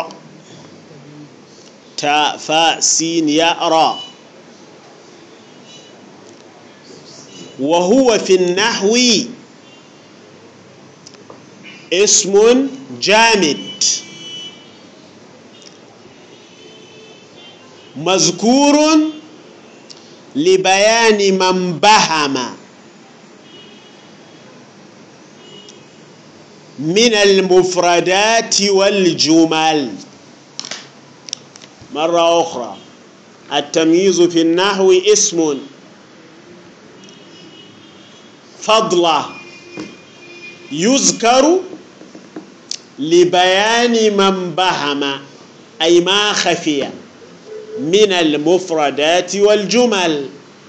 تاء فاء سين ياء راء. وهو في النحو اسم جامد مذكور لبيان من بهم من المفردات والجمل. مرة أخرى، التمييز في النحو اسم فضلة يذكر لبيان من بهم، أي ما خفي من المفردات والجمل.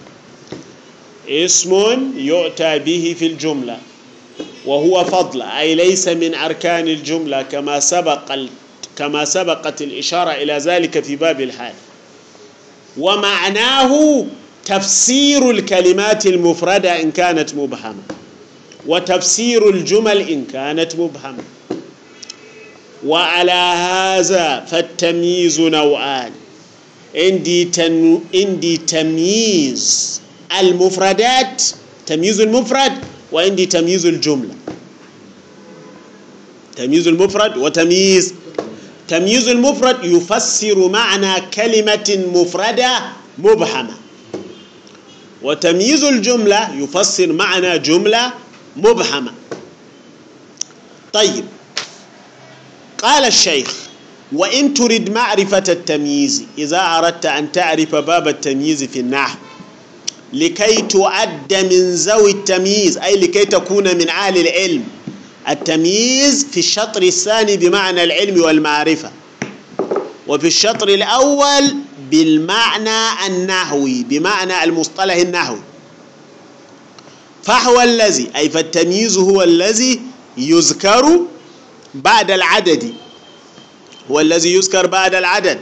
اسم يؤتى به في الجملة وهو فضل، أي ليس من أركان الجملة كما سبق كما سبقت الإشارة إلى ذلك في باب الحال. ومعناه تفسير الكلمات المفردة إن كانت مبهمة، وتفسير الجمل إن كانت مبهمة. وعلى هذا فالتمييز نوعان، عندي تن... عندي تمييز المفردات، تمييز المفرد، وعندي تمييز الجملة. تمييز المفرد وتمييز تمييز المفرد يفسر معنى كلمة مفردة مبهمة، وتمييز الجملة يفسر معنى جملة مبهمة. طيب، قال الشيخ: وإن تريد معرفة التمييز، إذا أردت أن تعرف باب التمييز في النحو لكي تعد من ذوي التمييز، أي لكي تكون من أهل العلم. التمييز في الشطر الثاني بمعنى العلم والمعرفة، وفي الشطر الأول بالمعنى النحوي بمعنى المصطلح النحوي. فهو الذي، أي فالتمييز هو الذي يذكر بعد العدد، هو الذي يذكر بعد العدد.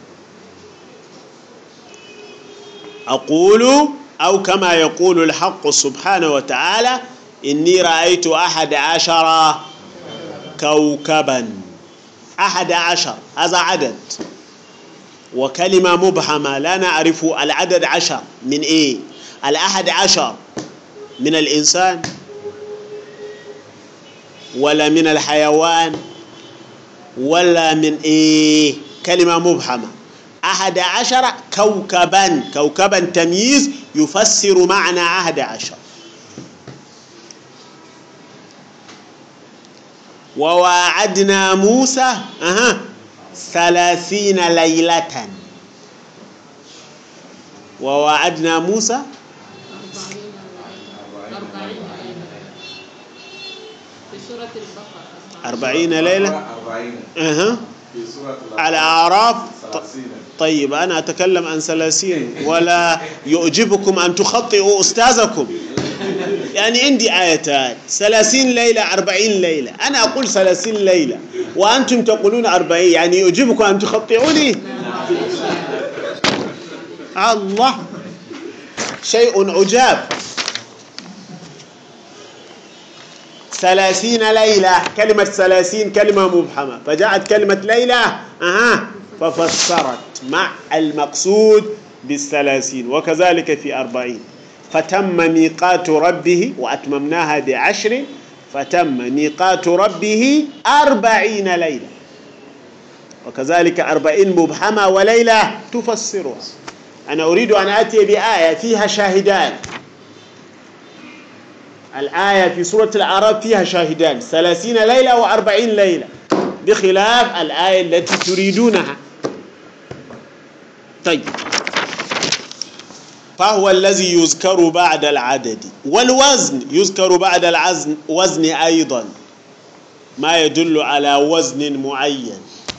أقول أو كما يقول الحق سبحانه وتعالى: إني رأيت أحد عشر كوكبا. أحد عشر هذا عدد، وكلمة مبهمة لا نعرف العدد عشر من إيه. الأحد عشر من الإنسان ولا من الحيوان ولا من إيه؟ كلمة مبهمة. أحد عشر كوكبا، كوكبا تمييز يفسر معنى أحد عشر. وواعدنا موسى أها ثلاثين ليلة. وواعدنا موسى أربعين ليلة أها على أعراف. طيب، أنا أتكلم عن ثلاثين، ولا يعجبكم أن تخطئوا أستاذكم؟ يعني عندي آيتان: ثلاثين ليلة، أربعين ليلة. أنا أقول ثلاثين ليلة وأنتم تقولون أربعين، يعني يعجبكم أن تخطئوني؟ الله، شيء عجاب. ثلاثين ليلة، كلمة ثلاثين كلمة مبهمة، فجاءت كلمة ليلة أها ففسرت مع المقصود بالثلاثين. وكذلك في أربعين: فتم ميقات ربه وأتممناها بعشر فتم ميقات ربه أربعين ليلة. وكذلك أربعين مبهمة وليلة تفسرها. أنا أريد أن آتي بآية فيها شاهدان. الآية في سورة الأعراف فيها شاهدان: ثلاثين ليلة وأربعين ليلة، بخلاف الآية التي تريدونها. طيب، فهو الذي يذكر بعد العدد. والوزن يذكر بعد الوزن أيضا، ما يدل على وزن معين.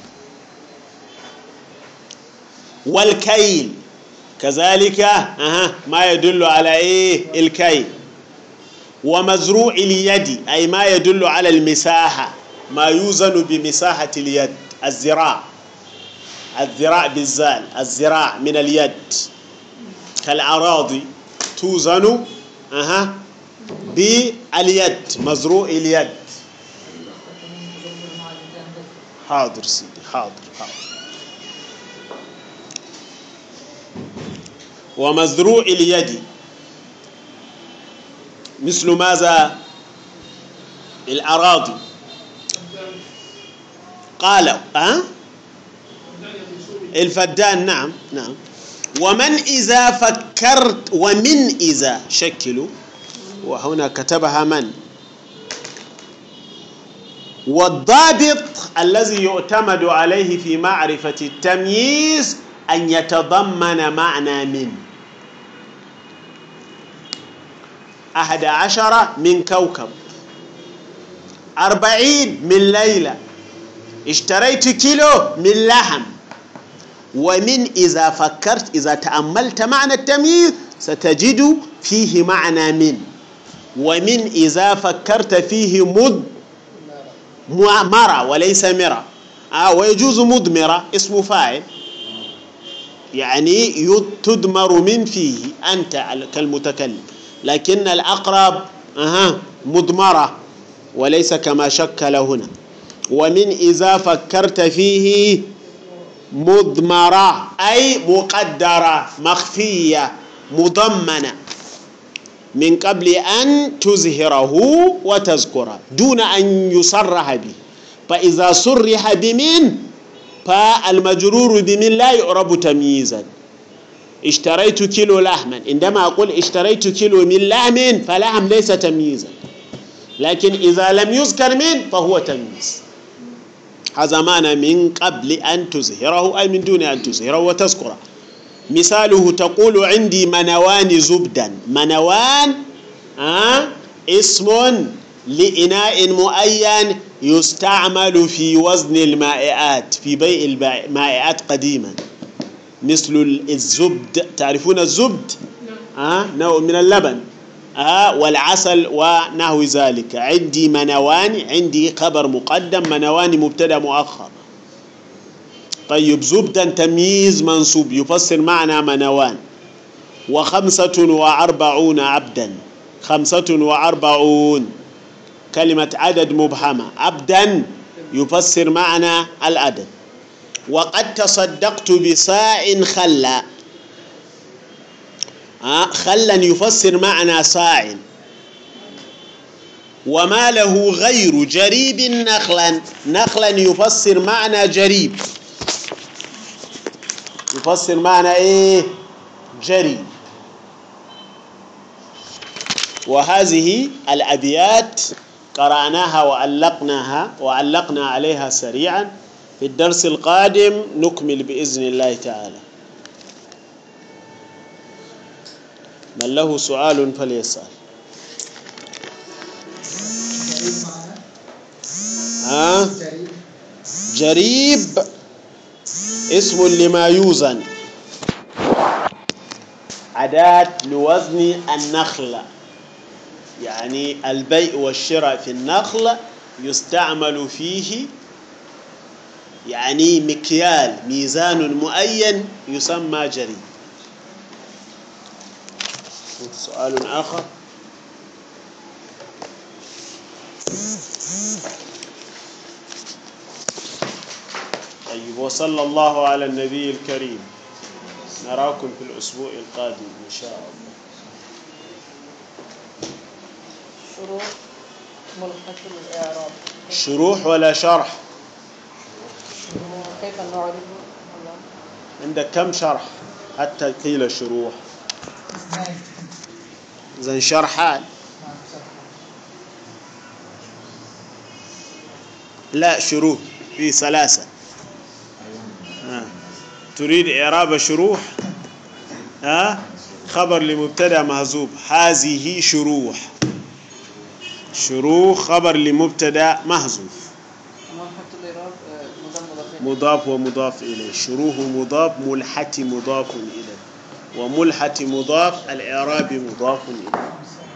والكيل كذلك أها ما يدل على إيه؟ الكيل. ومزروع اليد، أي ما يدل على المساحة، ما يوزن بمساحة اليد. الذراع، الذراع بالزال، الذراع من اليد. كالأراضي توزن أها باليد، مزروع اليد. حاضر سيدي، حاضر حاضر. ومزروع اليد مثل ماذا؟ الأراضي. قالوا أه؟ الفدان، نعم نعم. ومن إذا فكرت، ومن إذا شكلوا، وهنا كتبها من والضابط الذي يعتمد عليه في معرفة التمييز أن يتضمن معنى من. أحد عشر من كوكب، أربعين من ليلة، اشتريت كيلو من لحم. ومن إذا فكرت إذا تأملت معنى التمييز ستجد فيه معنى من. ومن إذا فكرت فيه مد مرة وليس مرة. آه ويجوز مدمرة اسم فاعل، يعني تدمر من فيه أنت كالمتكلم، لكن الأقرب أها مدمرة وليس كما شكل هنا. ومن إذا فكرت فيه مضمرة أي مقدرة مخفية مضمنة من قبل أن تظهره وتذكره دون أن يصرح به. فإذا صرح بمن فالمجرور بمن لا يعرب تمييزا. اشتريت كيلو لحما، عندما أقول اشتريت كيلو من لحم فلحم ليس تمييزا، لكن إذا لم يذكر من فهو تمييز. هذا معنى من قبل أن تظهره أي من دون أن تظهره وتذكره. مثاله تقول عندي منوان زبدا. منوان آه اسم لإناء معين يستعمل في وزن المائعات في بيع المائعات قديما، مثل الزبد. تعرفون الزبد؟ آه نوع من اللبن آه والعسل ونحو ذلك. عندي منوان، عندي خبر مقدم، منوان مبتدا مؤخر. طيب زبدا تمييز منصوب يفسر معنى منوان. وخمسة وأربعون عبدا، خمسة وأربعون كلمة عدد مبهمة، عبدا يفسر معنى العدد. وقد تصدقت بصاع خلا. آه خلا يفسر معنى صاع. وما له غير جريب نخلا. نخلا يفسر معنى جريب، يفسر معنى ايه؟ جريب. وهذه الأبيات قرأناها وعلقناها وعلقنا عليها سريعا. في الدرس القادم نكمل بإذن الله تعالى. من له سؤال فليسأل. ها؟ جريب اسم لما يوزن، أداة لوزن النخل، يعني البيع والشراء في النخل يستعمل فيه يعني مكيال ميزان معين يسمى جريب. سؤال آخر؟ طيب وصلى الله على النبي الكريم. نراكم في الأسبوع القادم إن شاء الله. شروح ملحق الإعراب. شروح ولا شرح؟ كيف نعرف؟ عندك كم شرح حتى قيل شروح؟ إذن شرحان. لا شروح في ثلاثة. آه. تريد إعراب شروح؟ آه؟ خبر لمبتدا محذوف، هذه شروح. شروح خبر لمبتدا محذوف، مضاف ومضاف إليه. شروح مضاف، ملحة مضاف إليه، وملحة مضاف، الإعراب مضاف إليه.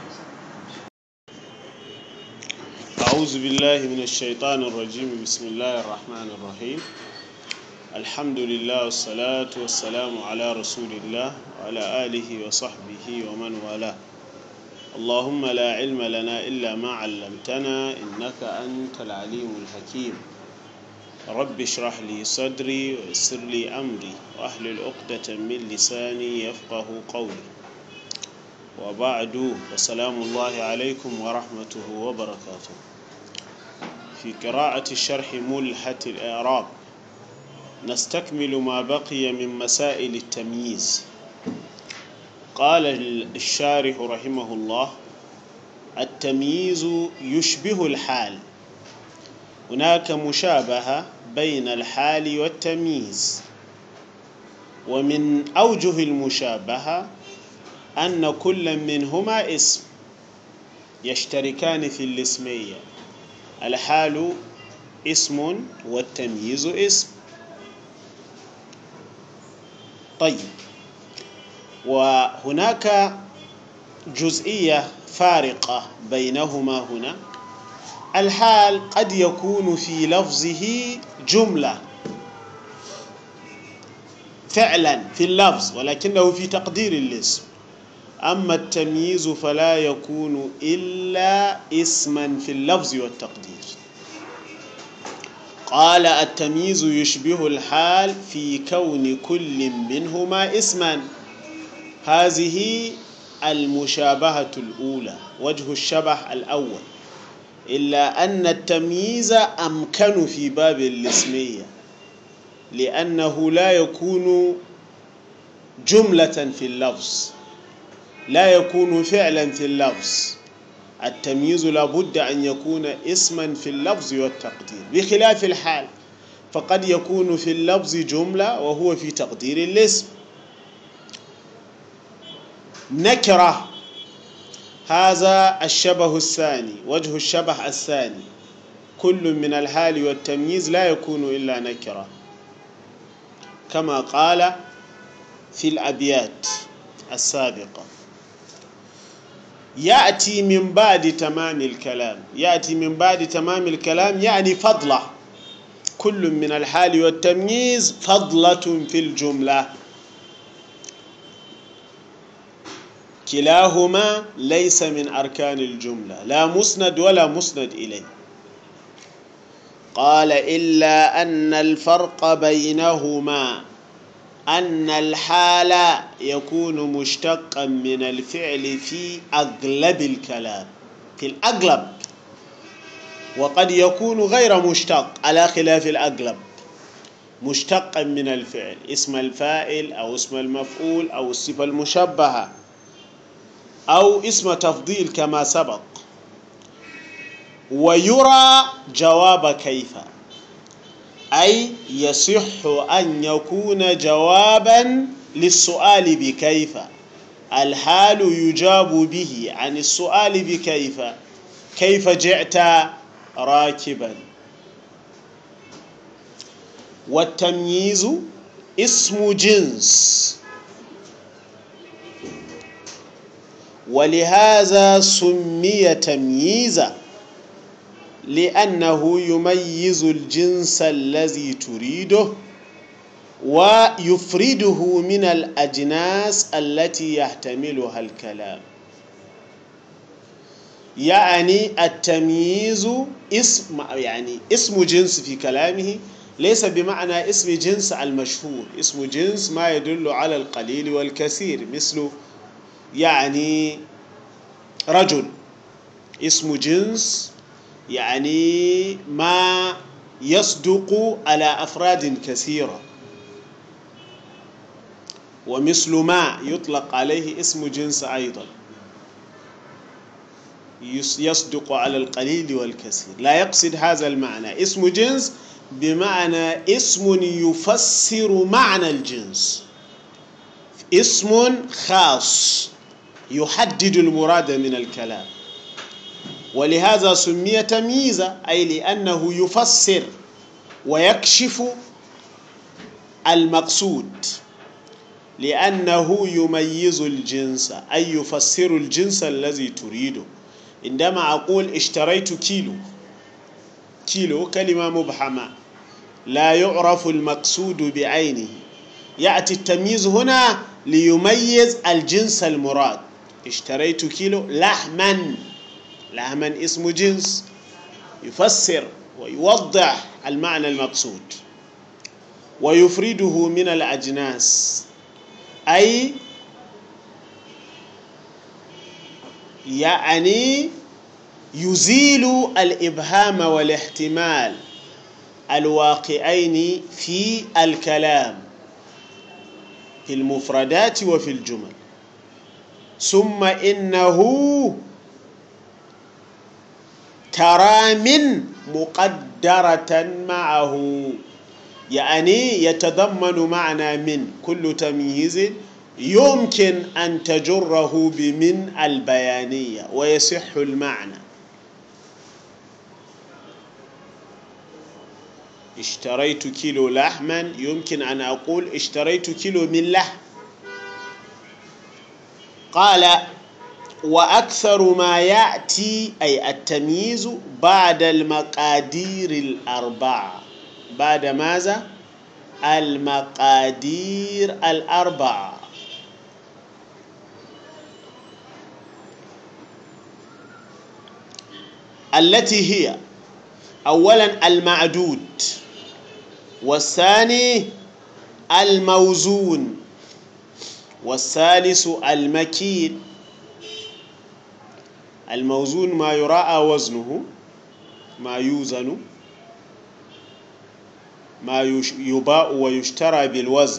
أعوذ بالله من الشيطان الرجيم. بسم الله الرحمن الرحيم. الحمد لله والصلاة والسلام على رسول الله وعلى آله وصحبه ومن والاه. اللهم لا علم لنا إلا ما علمتنا إنك أنت العليم الحكيم. رب اشرح لي صدري ويسر لي أمري وأحلل عقدة من لساني يفقه قولي. وبعد، فسلام الله عليكم ورحمته وبركاته. في قراءة الشرح ملحة الإعراب نستكمل ما بقي من مسائل التمييز. قال الشارح رحمه الله: التمييز يشبه الحال هناك مشابهة بين الحال والتمييز، ومن أوجه المشابهة أن كل منهما اسم يشتركان في الاسمية، الحال اسم والتمييز اسم. طيب، وهناك جزئية فارقة بينهما هنا. الحال قد يكون في لفظه جملة فعلا في اللفظ، ولكنه في تقدير الاسم. أما التمييز فلا يكون إلا اسما في اللفظ والتقدير. قال التمييز يشبه الحال في كون كل منهما اسما. هذه المشابهة الأولى، وجه الشبه الأول، إلا أن التمييز أمكن في باب الاسمية، لأنه لا يكون جملة في اللفظ، لا يكون فعلا في اللفظ. التمييز لابد أن يكون اسما في اللفظ والتقدير، بخلاف الحال فقد يكون في اللفظ جملة وهو في تقدير الاسم. نكرة، هذا الشبه الثاني، وجه الشبه الثاني. كل من الحال والتمييز لا يكون إلا نكرة، كما قال في الأبيات السابقة: يأتي من بعد تمام الكلام. يأتي من بعد تمام الكلام يعني فضلة. كل من الحال والتمييز فضلة في الجملة، كلاهما ليس من أركان الجملة، لا مسند ولا مسند إليه. قال: إلا أن الفرق بينهما أن الحال يكون مشتقا من الفعل في أغلب الكلام، في الأغلب، وقد يكون غير مشتق على خلاف الأغلب، مشتقا من الفعل، اسم الفاعل أو اسم المفعول أو الصفة المشبهة أو اسم تفضيل كما سبق. ويرى جواب كيف، أي يصح أن يكون جوابا للسؤال بكيف. الحال يجاب به عن السؤال بكيف. كيف جئت راكبا. والتمييز اسم جنس، ولهذا سمي تمييزا، لأنه يميز الجنس الذي تريده ويفرده من الأجناس التي يحتملها الكلام. يعني التمييز اسم، يعني اسم جنس في كلامه، ليس بمعنى اسم جنس المشهور. اسم جنس ما يدل على القليل والكثير، مثل يعني رجل. اسم جنس يعني ما يصدق على أفراد كثيرة. ومثل ما يطلق عليه اسم جنس أيضا، يصدق على القليل والكثير، لا يقصد هذا المعنى. اسم جنس بمعنى اسم يفسر معنى الجنس، اسم خاص يحدد المراد من الكلام. ولهذا سمي تمييزا، أي لأنه يفسر ويكشف المقصود، لأنه يميز الجنس، أي يفسر الجنس الذي تريده. عندما أقول اشتريت كيلو، كيلو كلمة مبهمة لا يعرف المقصود بعينه، يأتي التمييز هنا ليميز الجنس المراد. اشتريت كيلو لحما، لحما اسم جنس يفسر ويوضح المعنى المقصود. ويفرده من الأجناس، أي يعني يزيل الإبهام والاحتمال الواقعين في الكلام، في المفردات وفي الجمل. ثم إنه ترى من مقدم مقدرة معه، يعني يتضمن معنى من. كل تمييز يمكن أن تجره بمن البيانية ويصح المعنى. اشتريت كيلو لحما، يمكن أن أقول اشتريت كيلو من لحم. قال وأكثر ما يأتي أي التمييز بعد المقادير الأربعة. بعد ماذا؟ المقادير الأربعة. التي هي أولا المعدود، والثاني الموزون، والثالث المكيل. الموزون ما يراعى وزنه، ما يوزن، ما يباع ويشترى بالوزن.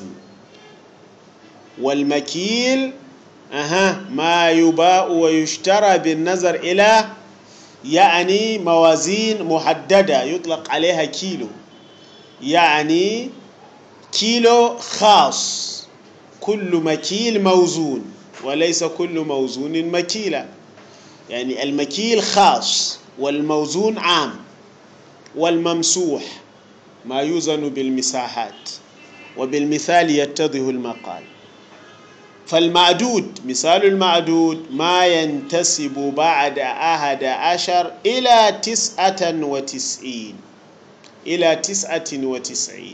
والمكيل أها ما يباع ويشترى بالنظر إلى، يعني موازين محددة يطلق عليها كيلو، يعني كيلو خاص. كل مكيل موزون وليس كل موزون مكيلا، يعني المكيل خاص والموزون عام. والممسوح ما يوزن بالمساحات، وبالمثال يتضح المقال. فالمعدود، مثال المعدود ما ينتسب بعد أحد عشر إلى تسعة وتسعين، إلى تسعة وتسعين.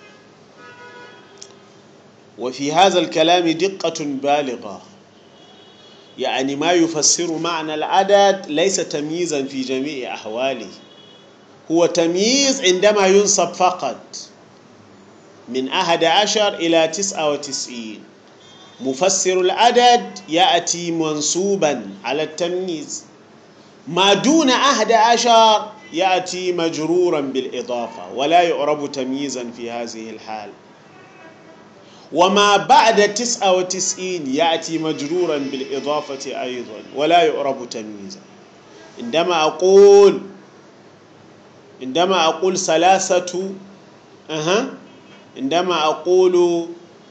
وفي هذا الكلام دقة بالغة، يعني ما يفسر معنى العدد ليس تمييزا في جميع أحواله، هو تمييز عندما ينصب فقط من أحد عشر إلى تسعة وتسعين. مفسر العدد يأتي منصوبا على التمييز، ما دون أحد عشر يأتي مجرورا بالإضافة ولا يعرب تمييزا في هذه الحال. وما بعد تسعة وتسعين يأتي مجرورا بالإضافة أيضا ولا يعرب تمييزا. عندما أقول عندما أقول ثلاثة أها عندما أقول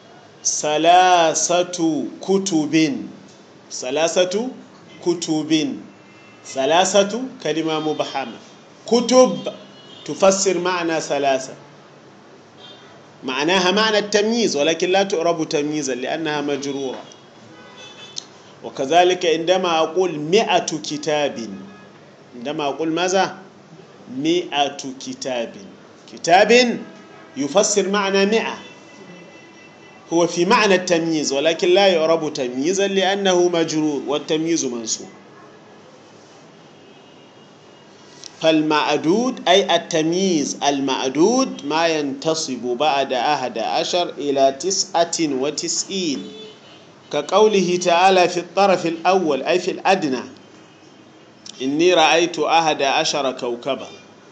ثلاثة كتب، ثلاثة كتب، ثلاثة كلمة مبهمة، كتب تفسر معنى ثلاثة، معناها معنى التمييز ولكن لا تعرب تمييزا لأنها مجرورة. وكذلك عندما أقول مئة كتاب، عندما أقول ماذا؟ مئة كتاب، كتاب يفسر معنى مئة، هو في معنى التمييز ولكن لا يعرب تمييزا لأنه مجرور والتمييز منصوب. فالمعدود أي التمييز المعدود ما ينتصب بعد أحد عشر إلى تسعة وتسعين، كقوله تعالى في الطرف الأول أي في الأدنى إني رأيت أحد عشر كوكبا.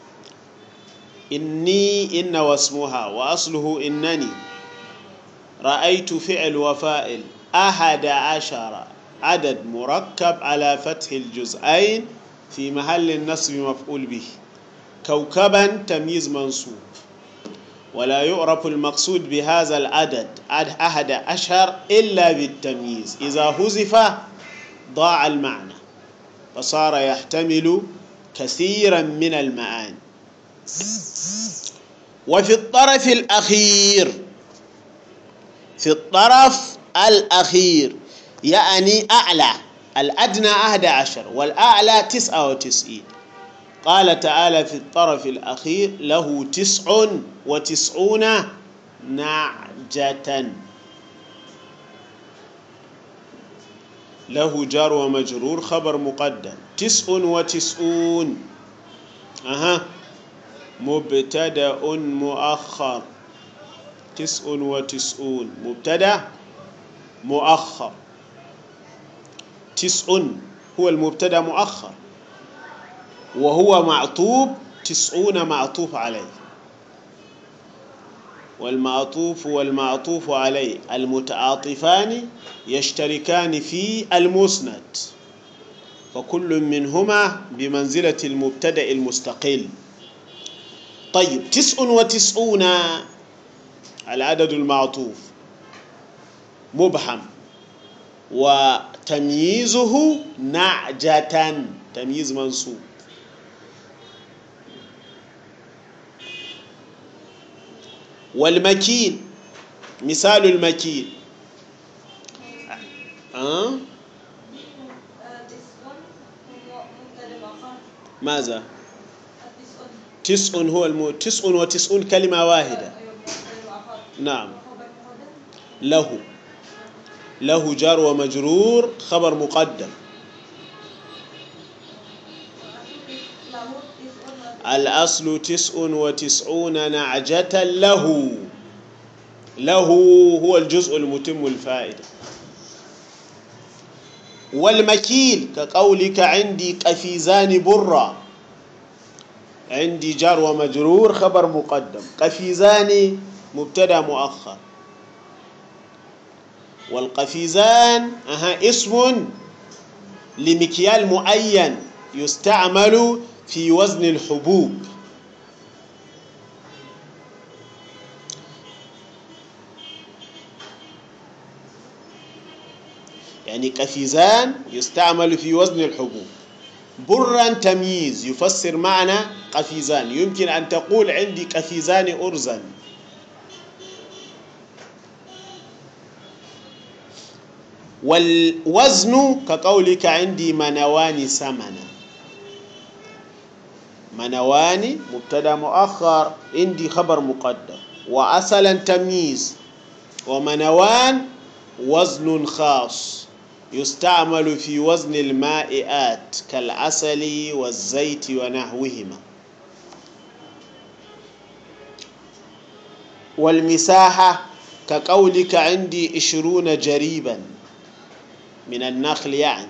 إني إن واسمها وأصله إنني، رأيت فعل وفائل، أحد عشر عدد مركب على فتح الجزئين في محل النصب مفعول به. كوكبا تمييز منصوب ولا يعرف المقصود بهذا العدد أحد عشر إلا بالتمييز، إذا حذف ضاع المعنى فصار يحتمل كثيرا من المعاني. وفي الطرف الأخير، في الطرف الأخير يعني أعلى، الأدنى أحد عشر والأعلى تسعة وتسعين. قال تعالى في الطرف الأخير له تسع وتسعون نعجة، له جار ومجرور خبر مقدم. تسع وتسعون أها مبتدأ مؤخر، تسع وتسعون مبتدأ مؤخر، تسع هو المبتدأ مؤخر وهو معطوف، تسعون معطوف عليه، والمعطوف والمعطوف عليه المتعاطفان يشتركان في المسند، فكل منهما بمنزلة المبتدأ المستقل. طيب تسع وتسعون العدد المعطوف مبهم وتمييزه نعجة، تمييز منصوب. والمكيل مثال المكيل أه؟ ماذا؟ تسع هو المو تسع وتسعون كلمة واحدة. نعم. له له جار ومجرور خبر مقدم. الأصل تسع وتسعون نعجة له. له هو الجزء المتم الفائدة. والمكيل كقولك عندي قفيزان برا، عندي جار ومجرور خبر مقدم، قفيزان مبتدا مؤخر. والقفيزان أها اسم لمكيال معين يستعمل في وزن الحبوب. يعني قفيزان يستعمل في وزن الحبوب. برا تمييز يفسر معنى قفيزان، يمكن أن تقول عندي قفيزان أرزا. والوزن كقولك عندي منوان سمنا. منوان مبتدا مؤخر، عندي خبر مقدم، وأصلا تمييز. ومنوان وزن خاص يستعمل في وزن المائعات كالعسل والزيت ونحوهما. والمساحة كقولك عندي عشرون جريبا من النخل، يعني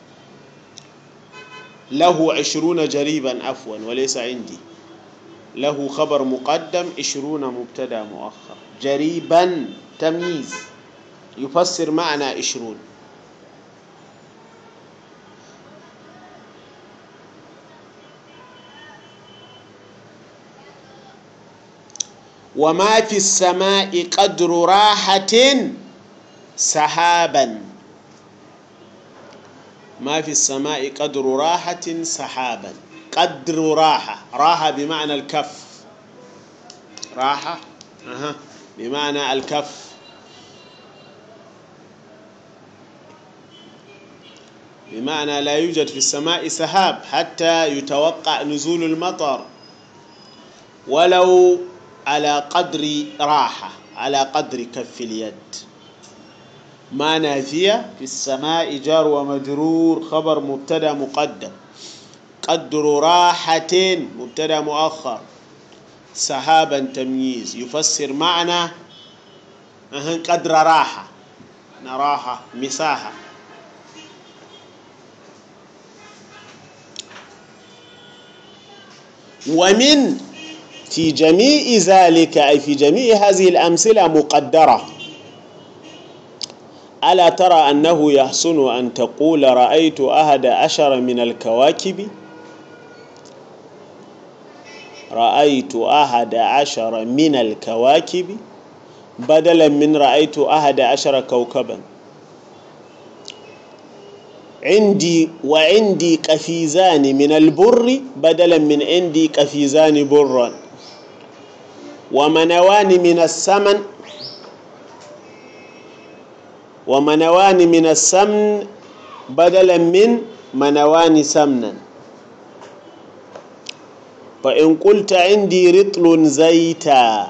له عشرون جريبا عفوا وليس عندي. له خبر مقدم، عشرون مبتدا مؤخر، جريبا تمييز يفسر معنى عشرون. وما في السماء قدر راحة سحابا. ما في السماء قدر راحة سحابا. قدر راحة، راحة بمعنى الكف. راحة أها بمعنى الكف. بمعنى لا يوجد في السماء سحاب حتى يتوقع نزول المطر، ولو على قدر راحة، على قدر كف اليد. ما نافية في السماء جار ومجرور خبر مبتدا مقدم، قدر راحة مبتدا مؤخر، سحابا تمييز يفسر معنى قدر راحة، راحة مساحة. ومن في جميع ذلك أي في جميع هذه الأمثلة مقدرة. ألا ترى أنه يحسن أن تقول رأيت أحد عشر من الكواكب؟ رأيت أحد عشر من الكواكب بدلا من رأيت أحد عشر كوكبا. عندي وعندي قفيزان من البر بدلا من عندي قفيزان برا. ومنوان من السمن ومنوان من السمن بدلا من منوان سمنا. فإن قلت عندي رطل زيتا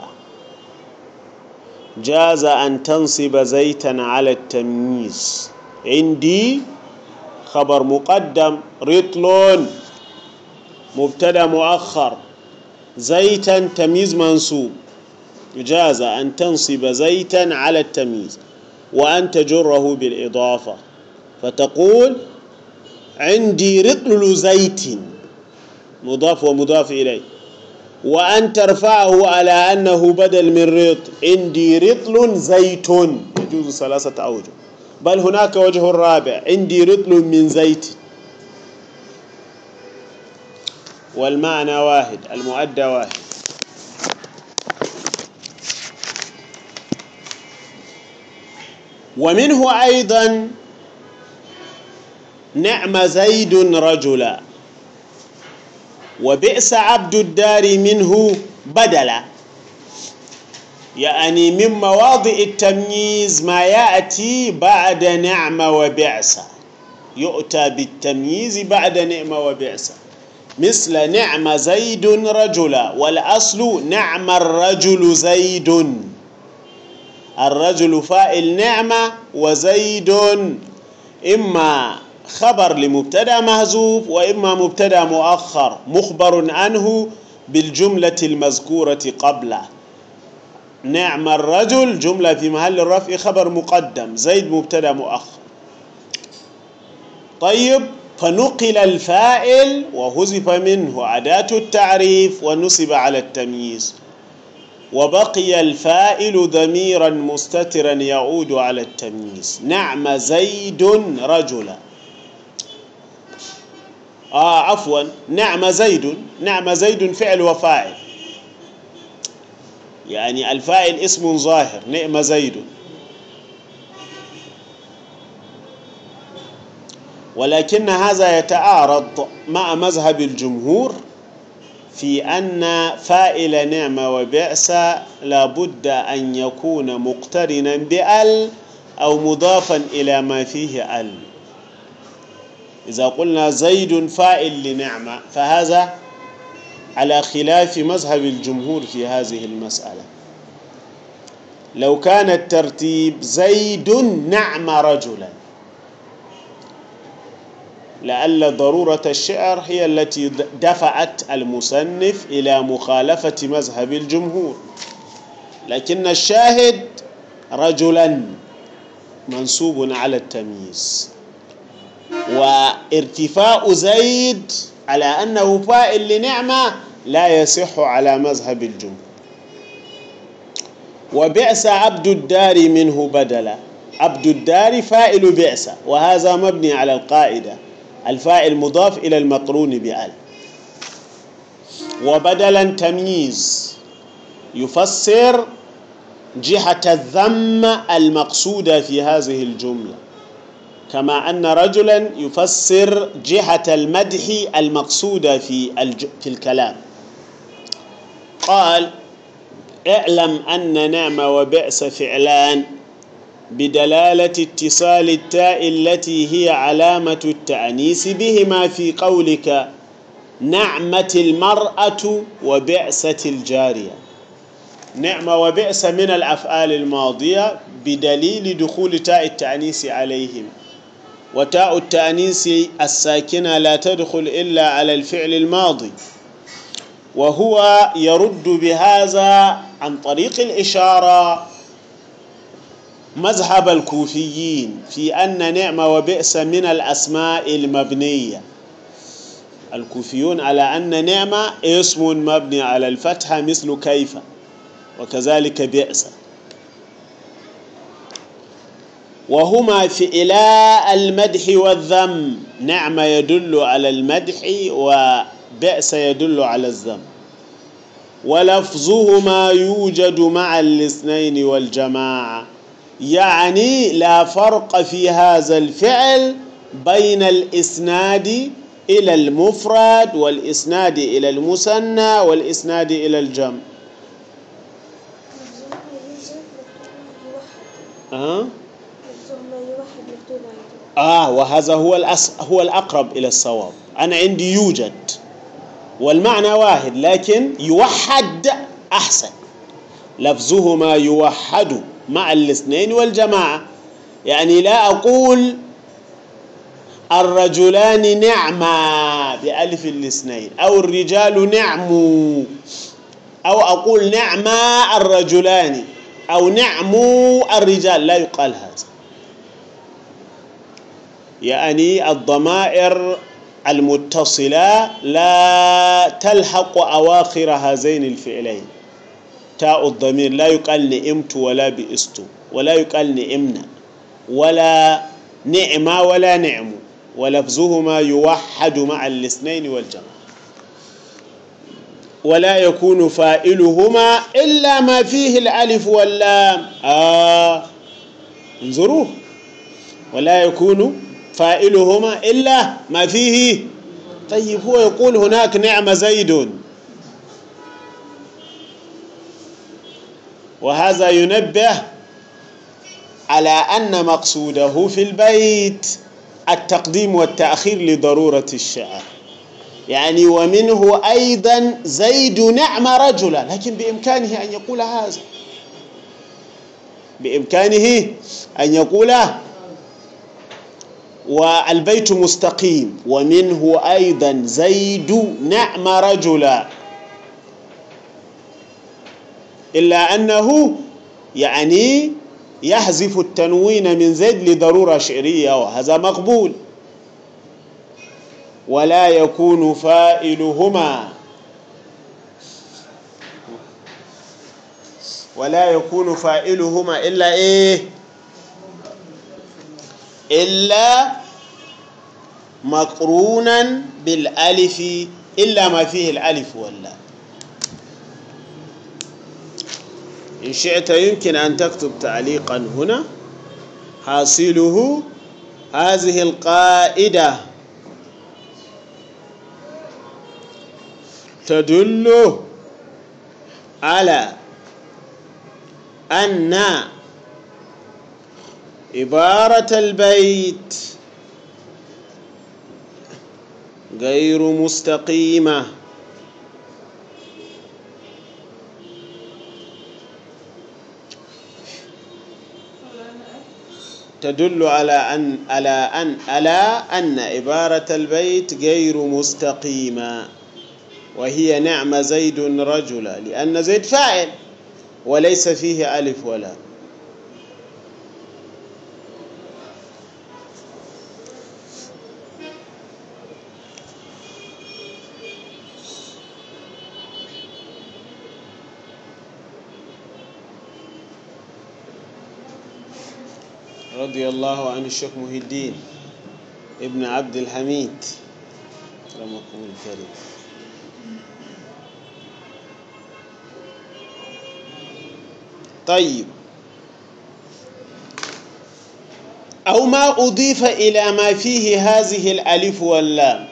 جاز أن تنصب زيتا على التمييز. عندي خبر مقدم، رطل مبتدا مؤخر، زيتا تمييز منصوب، جاز أن تنصب زيتا على التمييز وأن تجره بالإضافة، فتقول عندي رطل زيت مضاف ومضاف إليه، وأن ترفعه على أنه بدل من رطل، عندي رطل زيت، يجوز ثلاثة أوجه، بل هناك وجه رابع، عندي رطل من زيت. والمعنى واحد، المؤدى واحد. ومنه أيضا نعم زيد رجلا، وبئس عبد الدار منه بدلا. يعني من مواضع التمييز ما يأتي بعد نعم وبئس، يؤتى بالتمييز بعد نعم وبئس، مثل نعم زيد رجلا، والأصل نعم الرجل زيد. الرجل فاعل نعمة، وزيد إما خبر لمبتدا محذوف، وإما مبتدا مؤخر مخبر عنه بالجملة المذكورة قبله. نعم الرجل جملة في محل الرفع خبر مقدم، زيد مبتدا مؤخر. طيب، فنقل الفاعل وحذف منه أداة التعريف ونصب على التمييز، وبقي الفاعل ضميرا مستترا يعود على التمييز. نعم زيد رجلا، آه عفوا نعم زيد، نعم زيد فعل وفاعل، يعني الفاعل اسم ظاهر نعم زيد. ولكن هذا يتعارض مع مذهب الجمهور في أن فاعل نعم وبئس لا بد أن يكون مقترنا بأل أو مضافا إلى ما فيه أل. إذا قلنا زيد فاعل لنعمة فهذا على خلاف مذهب الجمهور في هذه المسألة. لو كان الترتيب زيد نعم رجلا، لعل ضرورة الشعر هي التي دفعت المصنف إلى مخالفة مذهب الجمهور، لكن الشاهد رجلا منصوب على التمييز، وارتفاع زيد على أنه فاعل لنعمة لا يصح على مذهب الجمهور. وبئس عبد الدار منه بدلا، عبد الدار فاعل بئس، وهذا مبني على القاعدة الفاعل مضاف إلى المقرون بأل. وبدلا تمييز يفسر جهة الذم المقصودة في هذه الجملة، كما أن رجلا يفسر جهة المدح المقصودة في في الكلام. قال: اعلم أن نعم وبئس فعلان بدلالة اتصال التاء التي هي علامة التأنيث بهما في قولك نعمة المرأة وبئست الجارية. نعم وبئس من الأفعال الماضية بدليل دخول تاء التأنيث عليهم، وتاء التأنيث الساكنة لا تدخل إلا على الفعل الماضي، وهو يرد بهذا عن طريق الإشارة مذهب الكوفيين في أن نعم وبئس من الأسماء المبنية. الكوفيون على أن نعم اسم مبني على الفتحة مثل كيف، وكذلك بئس، وهما فعلا المدح والذم. نعم يدل على المدح وبئس يدل على الذم، ولفظهما يوجد مع الاثنين والجماعة، يعني لا فرق في هذا الفعل بين الإسناد إلى المفرد والإسناد إلى المثنى والإسناد إلى الجمع. أه؟ آه وهذا هو الأص... هو الأقرب إلى الصواب. أنا عندي يوجد والمعنى واحد، لكن يوحد أحسن. لفظهما يوحد مع الاثنين والجماعة، يعني لا أقول الرجلان نعما بألف الاثنين، أو الرجال نعموا، أو أقول نعما الرجلان، أو نعموا الرجال، لا يقال هذا. يعني الضمائر المتصلة لا تلحق أواخر هذين الفعلين. تاء الضمير لا يقال نئمت ولا بئست، ولا يقال نئمنا، ولا نعمة ولا نعم، ولفظهما يوحد مع الاثنين والجمع، ولا يكون فائلهما إلا ما فيه الألف واللام. آه انظروا، ولا يكون فاعلهما إلا ما فيه. طيب هو يقول هناك نعم زيد، وهذا ينبه على أن مقصوده في البيت التقديم والتأخير لضرورة الشعر، يعني ومنه أيضا زيد نعم رجلا، لكن بإمكانه أن يقول هذا، بإمكانه أن يقول والبيت مستقيم ومنه أيضا زيد نعم رجلا، إلا أنه يعني يحذف التنوين من زيد لضرورة شعرية، وهذا مقبول. ولا يكون فاعلهما ولا يكون فاعلهما إلا إيه؟ إلا مقرونا بالألف، إلا ما فيه الألف واللام. إن شئت يمكن أن تكتب تعليقا هنا، حاصله هذه القاعدة تدل على أن عبارة البيت غير مستقيمة، تدل على أن على أن على أن عبارة البيت غير مستقيمة، وهي نعم زيد رجلا، لأن زيد فاعل وليس فيه ألف ولا. رضي الله عن الشيخ محي الدين ابن عبد الحميد رحمكم الكريم. طيب، أو ما أضيف إلى ما فيه هذه الألف واللام،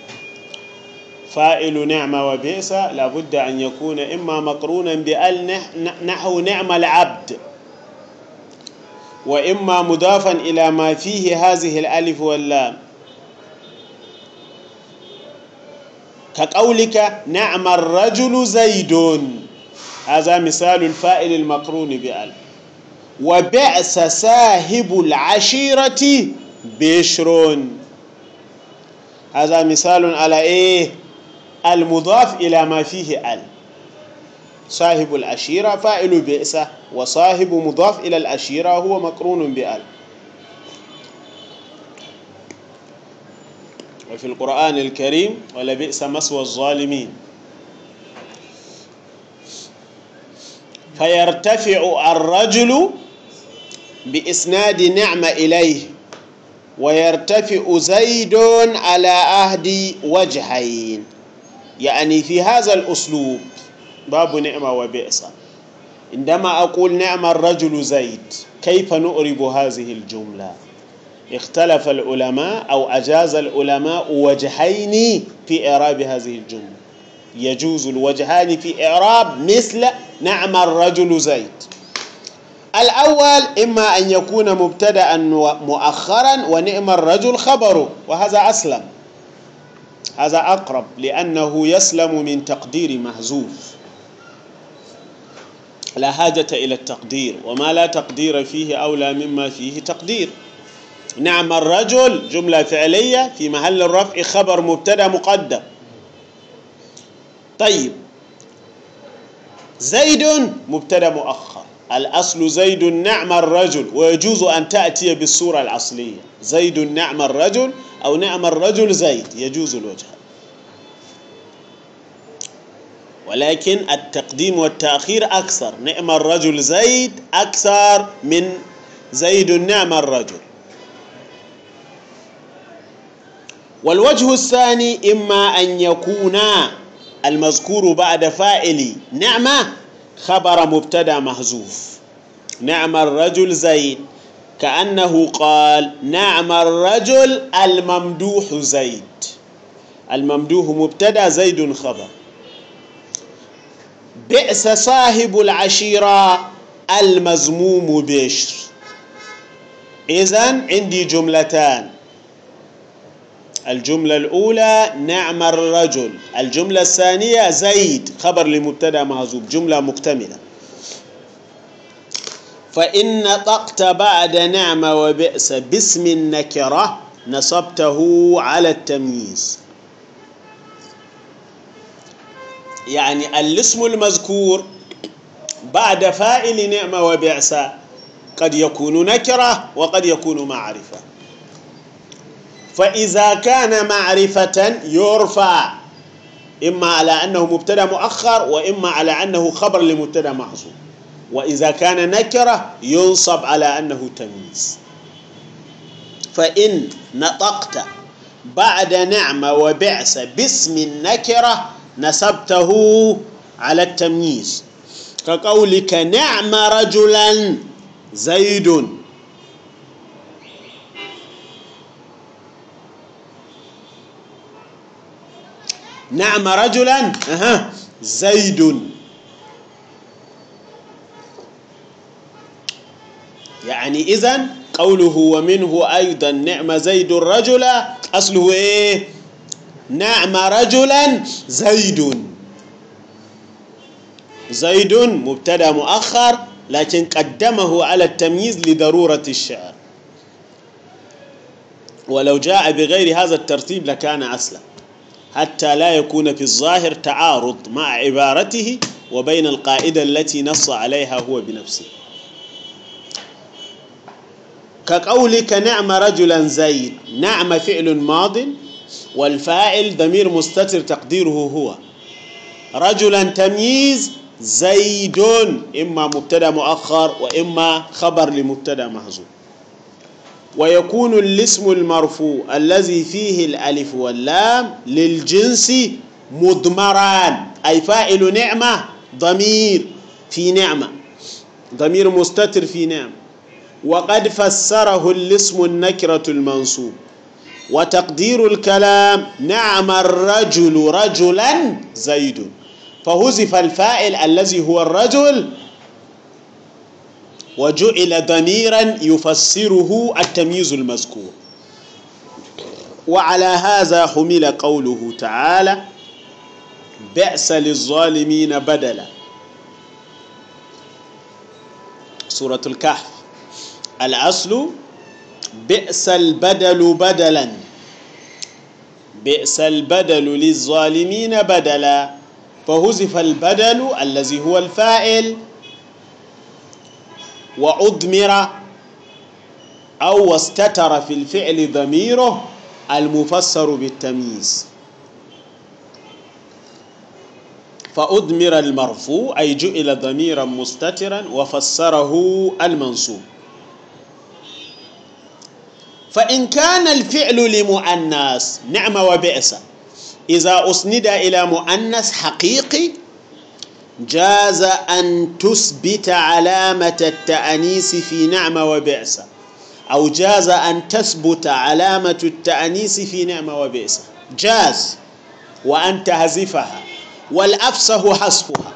فاعل نعم وبئس لابد أن يكون إما مقرونا بأل نحو نعم العبد، وإما مضافا إلى ما فيه هذه الألف واللام، كقولك نعم الرجل زيد، هذا مثال الفاعل المقرون بأل. وبئس صاحب العشيرة بشر، هذا مثال على إيه؟ المضاف إلى ما فيه أل. صاحب العشيرة فاعل بئس، وصاحب مضاف إلى العشيرة هو مقرون بأل. وفي القرآن الكريم ولبئس مثوى الظالمين. فيرتفع الرجل بإسناد نعم إليه، ويرتفع زيد على عهد وجهين، يعني في هذا الأسلوب باب نعمة وبئس. عندما أقول نعم الرجل زيد، كيف نؤرب هذه الجملة؟ اختلف العلماء أو أجاز العلماء وجهين في إعراب هذه الجملة. يجوز الوجهان في إعراب مثل نعم الرجل زيد. الأول إما أن يكون مبتدأ مؤخرا ونعم الرجل خبره، وهذا أسلم، هذا أقرب، لأنه يسلم من تقدير محذوف، لا حاجة إلى التقدير، وما لا تقدير فيه أولى مما فيه تقدير. نعم الرجل جملة فعلية في محل الرفع خبر مبتدأ مقدم. طيب، زيد مبتدأ مؤخر، الأصل زيد نعم الرجل، ويجوز أن تأتي بالصورة الأصلية زيد نعم الرجل أو نعم الرجل زيد، يجوز الوجه، ولكن التقديم والتأخير أكثر. نعم الرجل زيد أكثر من زيد نعم الرجل. والوجه الثاني إما أن يكون المذكور بعد فاعل نعمة خبر مبتدا محذوف، نعم الرجل زيد، كأنه قال نعم الرجل الممدوح زيد. الممدوح مبتدأ زيد خبر. بئس صاحب العشيرة المذموم بشر. إذن عندي جملتان. الجملة الأولى نعم الرجل، الجملة الثانية زيد خبر لمبتدأ محذوف، جملة مكتملة. فإن نطقت بعد نعم وبئس باسم النكرة نصبته على التمييز. يعني الاسم المذكور بعد فاعل نعم وبئس قد يكون نكرة وقد يكون معرفة. فإذا كان معرفة يرفع إما على أنه مبتدأ مؤخر وإما على أنه خبر لمبتدأ محذوف. وإذا كان نكرة ينصب على أنه تمييز. فإن نطقت بعد نعم وبئس باسم النكرة نسبته على التمييز، كقولك نعم رجلا زيد. نعم رجلا أه. زيد. يعني إذن قوله ومنه أيضا نعم زيد الرجل أصله إيه؟ نعم رجلا زيد. زيد مبتدأ مؤخر لكن قدمه على التمييز لضرورة الشعر، ولو جاء بغير هذا الترتيب لكان أسلم، حتى لا يكون في الظاهر تعارض مع عبارته وبين القاعدة التي نص عليها هو بنفسه. كقولك نعم رجلا زيد، نعم فعل ماض والفاعل ضمير مستتر تقديره هو، رجلا تمييز، زيد إما مبتدأ مؤخر وإما خبر لمبتدأ محذوف. ويكون الاسم المرفوع الذي فيه الألف واللام للجنس مضمران، أي فاعل نعمة ضمير في نعمة، ضمير مستتر في نعمة. وقد فسره الاسم النكرة المنصوب، وتقدير الكلام نعم الرجل رجلا زيد، فهزف الفاعل الذي هو الرجل وجعل ضميرا يفسره التمييز المذكور. وعلى هذا حمل قوله تعالى بئس للظالمين بدلا. سورة الكهف. الأصل بئس البدل بدلا، بئس البدل للظالمين بدلا، فهزف البدل الذي هو الفاعل وأضمر أو واستتر في الفعل ضميره المفسر بالتمييز. فأضمر المرفوع أي جعل ضميرا مستترا وفسره المنصوب. فإن كان الفعل لمؤنث نعم وبئس إذا أسند إلى مؤنث حقيقي جاز أن تثبت علامة التأنيث في نعم وبئس، أو جاز أن تثبت علامة التأنيث في نعم وبئس، جاز، وأن تحذفها، والأفصح حذفها.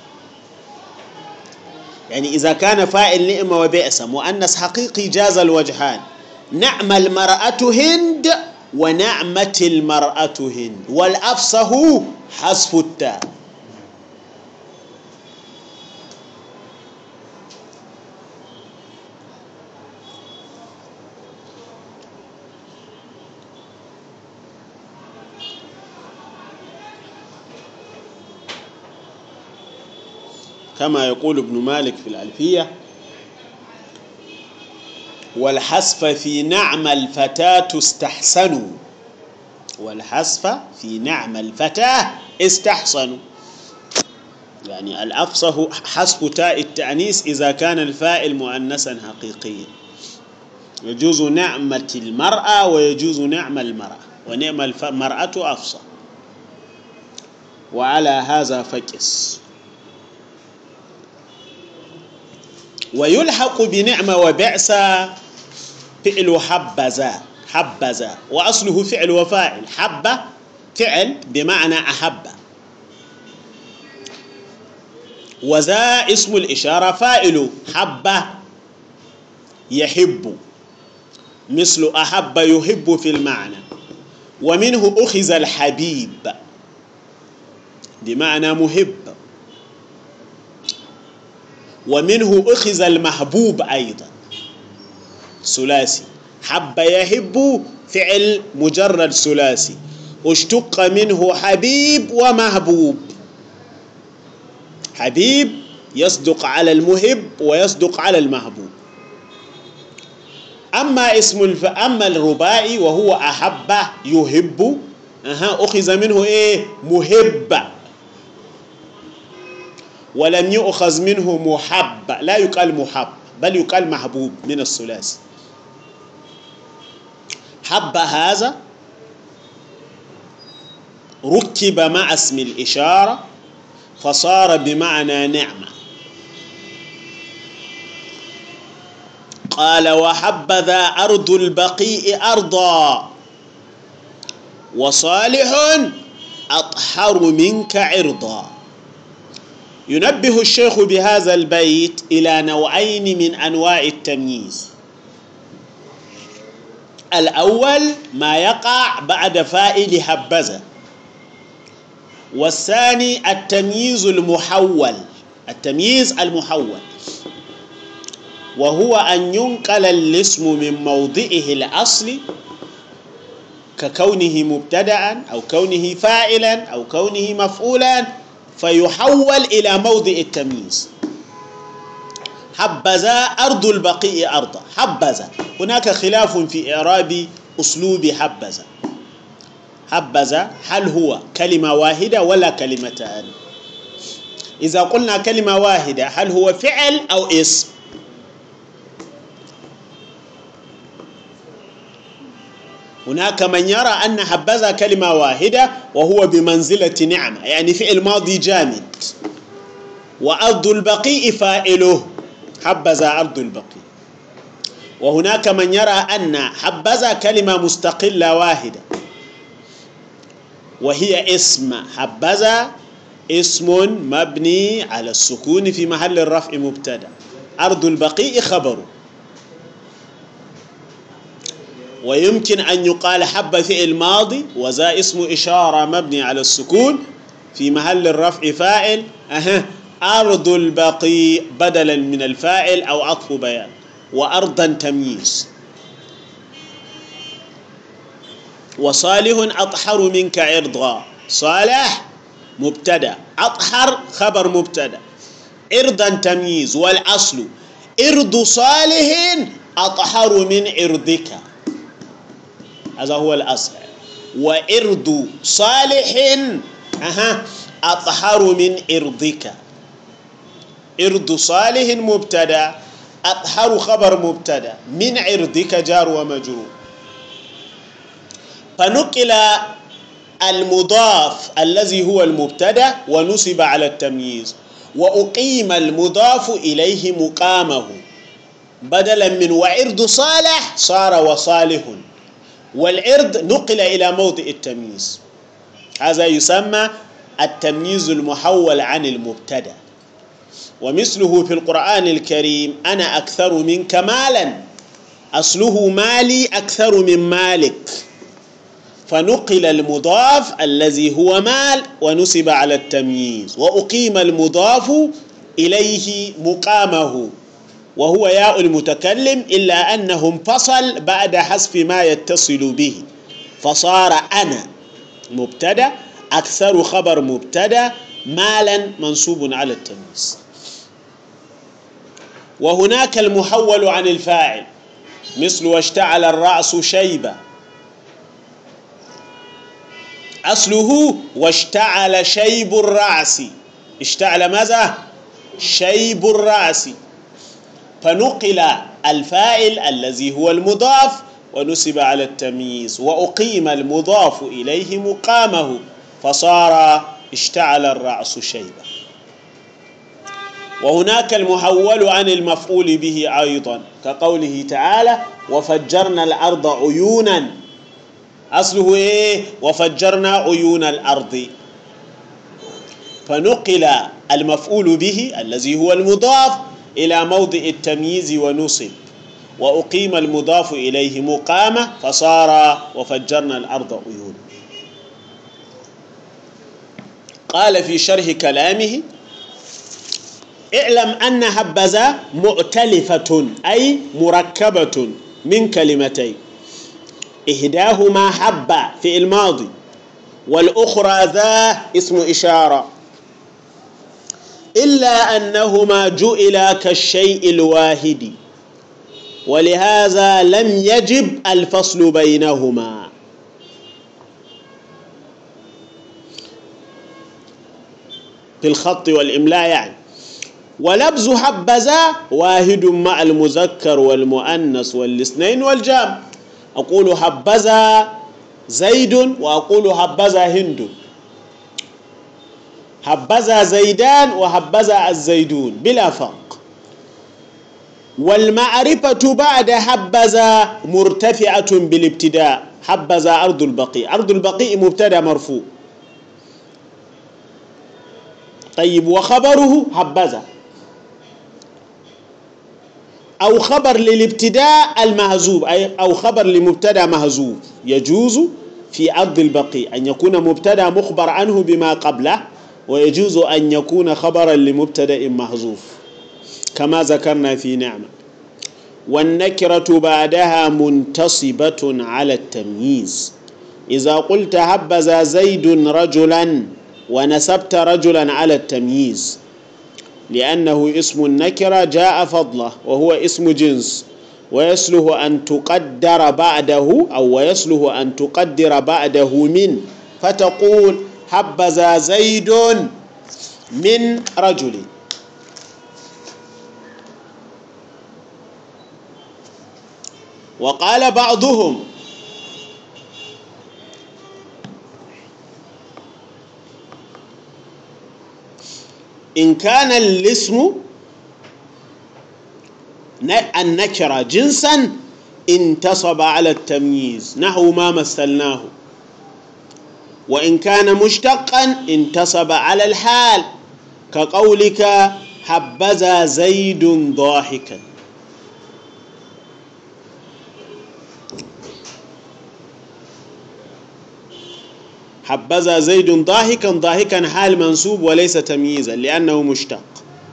يعني إذا كان فاعل نعم وبئس مؤنث حقيقي جاز الوجهان، نعم المرأة هند ونعمة المرأة هند، والأفصح حذف التاء. كما يقول ابن مالك في الألفية والحذف في نعم الفتاة استحسنوا، والحذف في نعم الفتاة استحسنوا، يعني الأفصح حذف تاء التأنيث إذا كان الفاعل مؤنثا حقيقيا. يجوز نعمة المرأة ويجوز نعم المرأة، ونعم المرأة أفصح. وعلى هذا فكس. ويلحق بنعمة وبئس فعل حبذا حبذا وأصله فعل وفاعل. حب فعل بمعنى أحب، وذا اسم الإشارة فاعل حب يحب، مثل أحب يحب في المعنى. ومنه أخذ الحبيب بمعنى محب، ومنه أخذ المحبوب أيضا ثلاثي. حب يحب فعل مجرد ثلاثي، اشتق منه حبيب ومحبوب. حبيب يصدق على المحب ويصدق على المحبوب. أما اسم الف... أما الرباعي وهو أحب يحب، أها أخذ منه إيه؟ محب، ولم يؤخذ منه محب، لا يقال محب بل يقال محبوب من الثلاثي. حب هذا ركب مع اسم الإشارة فصار بمعنى نعمة. قال وحبذا أرض البقيء أرضا وصالح أطهر منك عرضا. ينبه الشيخ بهذا البيت إلى نوعين من أنواع التمييز. الأول ما يقع بعد فاعل حبذا، والثاني التمييز المحول. التمييز المحول وهو أن ينقل الاسم من موضعه الأصلي ككونه مبتدأ أو كونه فاعلا أو كونه مفعولا فيحول إلى موضع التمييز. حبذا أرض البقيء أرضا. حبذا هناك خلاف في إعراب أسلوب حبذا. حبذا هل هو كلمة واحدة ولا كلمتان؟ إذا قلنا كلمة واحدة هل هو فعل أو اسم؟ هناك من يرى أن حبذا كلمة واحدة وهو بمنزلة نعمة، يعني فعل ماضي جامد، وأرض البقيء فاعله حبذا أرض البقيء. وهناك من يرى أن حبذا كلمة مستقلة واحدة وهي اسم. حبذا اسم مبني على السكون في محل الرفع مبتدأ، أرض البقيء خبر. ويمكن أن يقال حب فعل ماضي وذا اسم إشارة مبني على السكون في محل الرفع فاعل، أه أرض البقيء بدلا من الفاعل أو عطف بيان، وأرضا تمييز. وصالح أطهر منك عرضا. صالح مبتدأ، أطهر خبر مبتدأ، عرضا تمييز. والأصل عرض صالح أطهر من عرضك، هذا هو الأصل. وعرض صالح أها أطهر من عرضك. عرض صالح مبتدأ، أطهر خبر مبتدأ، من عرضك جار ومجرور. فنقل المضاف الذي هو المبتدأ ونسب على التمييز، وأقيم المضاف إليه مقامه، بدلا من وعرض صالح صار وصالح، والعرض نقل إلى موضع التمييز. هذا يسمى التمييز المحول عن المبتدأ. ومثله في القرآن الكريم أنا أكثر منك مالا، أصله مالي أكثر من مالك، فنقل المضاف الذي هو مال ونسب على التمييز، وأقيم المضاف إليه مقامه وهو ياء المتكلم، إلا أنه انفصل بعد حذف ما يتصل به، فصار أنا مبتدأ، أكثر خبر مبتدأ، مالا منصوب على التمييز. وهناك المحول عن الفاعل مثل واشتعل الرأس شيبة، أصله واشتعل شيب الرأس. اشتعل ماذا؟ شيب الرأس، فنقل الفاعل الذي هو المضاف ونسب على التمييز، وأقيم المضاف إليه مقامه، فصار اشتعل الرأس شيبة. وهناك المحول عن المفعول به أيضا كقوله تعالى وفجرنا الأرض عيونا، أصله إيه؟ وفجرنا عيون الأرض، فنقل المفعول به الذي هو المضاف إلى موضع التمييز ونصب، وأقيم المضاف إليه مقامة فصار وفجرنا الأرض عيونا. قال في شرح كلامه اعلم أن هبذا مؤتلفة أي مركبة من كلمتين، إحداهما حب في الماضي والأخرى ذا اسم إشارة، إلا أنهما جئلا كالشيء الواحد ولهذا لم يجب الفصل بينهما. في الخط والإملاء يعني. ولفظ حبذا واحد مع المذكر والمؤنث والاثنين والجمع، أقول حبذا زيد وأقول حبذا هند، حبذا زيدان وحبذا الزيدون بلا فرق. والمعرفة بعد حبذا مرتفعة بالابتداء، حبذا أرض البقيع، أرض البقيع مبتدأ مرفوع. طيب وخبره حبذا أو خبر للابتداء المهزوب أو خبر لمبتدأ مهزوب، يجوز في أرض البقيع أن يكون مبتدأ مخبر عنه بما قبله، ويجوز أن يكون خبرا لمبتدأ محذوف كما ذكرنا في نعمة. والنكرة بعدها منتصبة على التمييز، إذا قلت حبذا زيد رجلا ونسبت رجلا على التمييز لأنه اسم النكرة جاء فضله وهو اسم جنس، ويصله أن تقدر بعده أو ويصله أن تقدر بعده من، فتقول حبذا زيد من رجل. وقال بعضهم إن كان الاسم النكرة جنسا انتصب على التمييز نحو ما مثلناه، وإن كان مشتقا انتصب على الحال كقولك حبذا زيد ضاحكا. حبذا زيد ضاحكا، ضاحكا حال منصوب وليس تمييزا لأنه مشتق.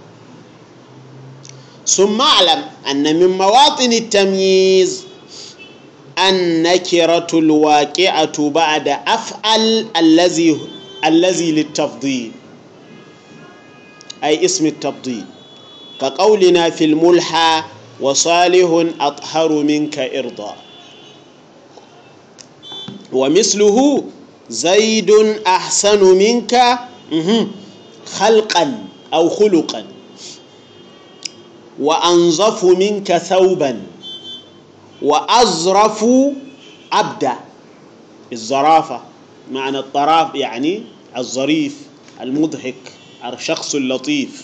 ثم اعلم أن من مواطن التمييز النكرة الواقعة بعد أفعل الذي الذي للتفضيل أي اسم التفضيل، كقولنا في الملحى وصالح أطهر منك إرضا، ومثله زيد أحسن منك خلقا أو خلقا، وأنظف منك ثوبا، وأظرف عبدا. الظرافة معنى الطراف يعني الظريف المضحك الشخص اللطيف.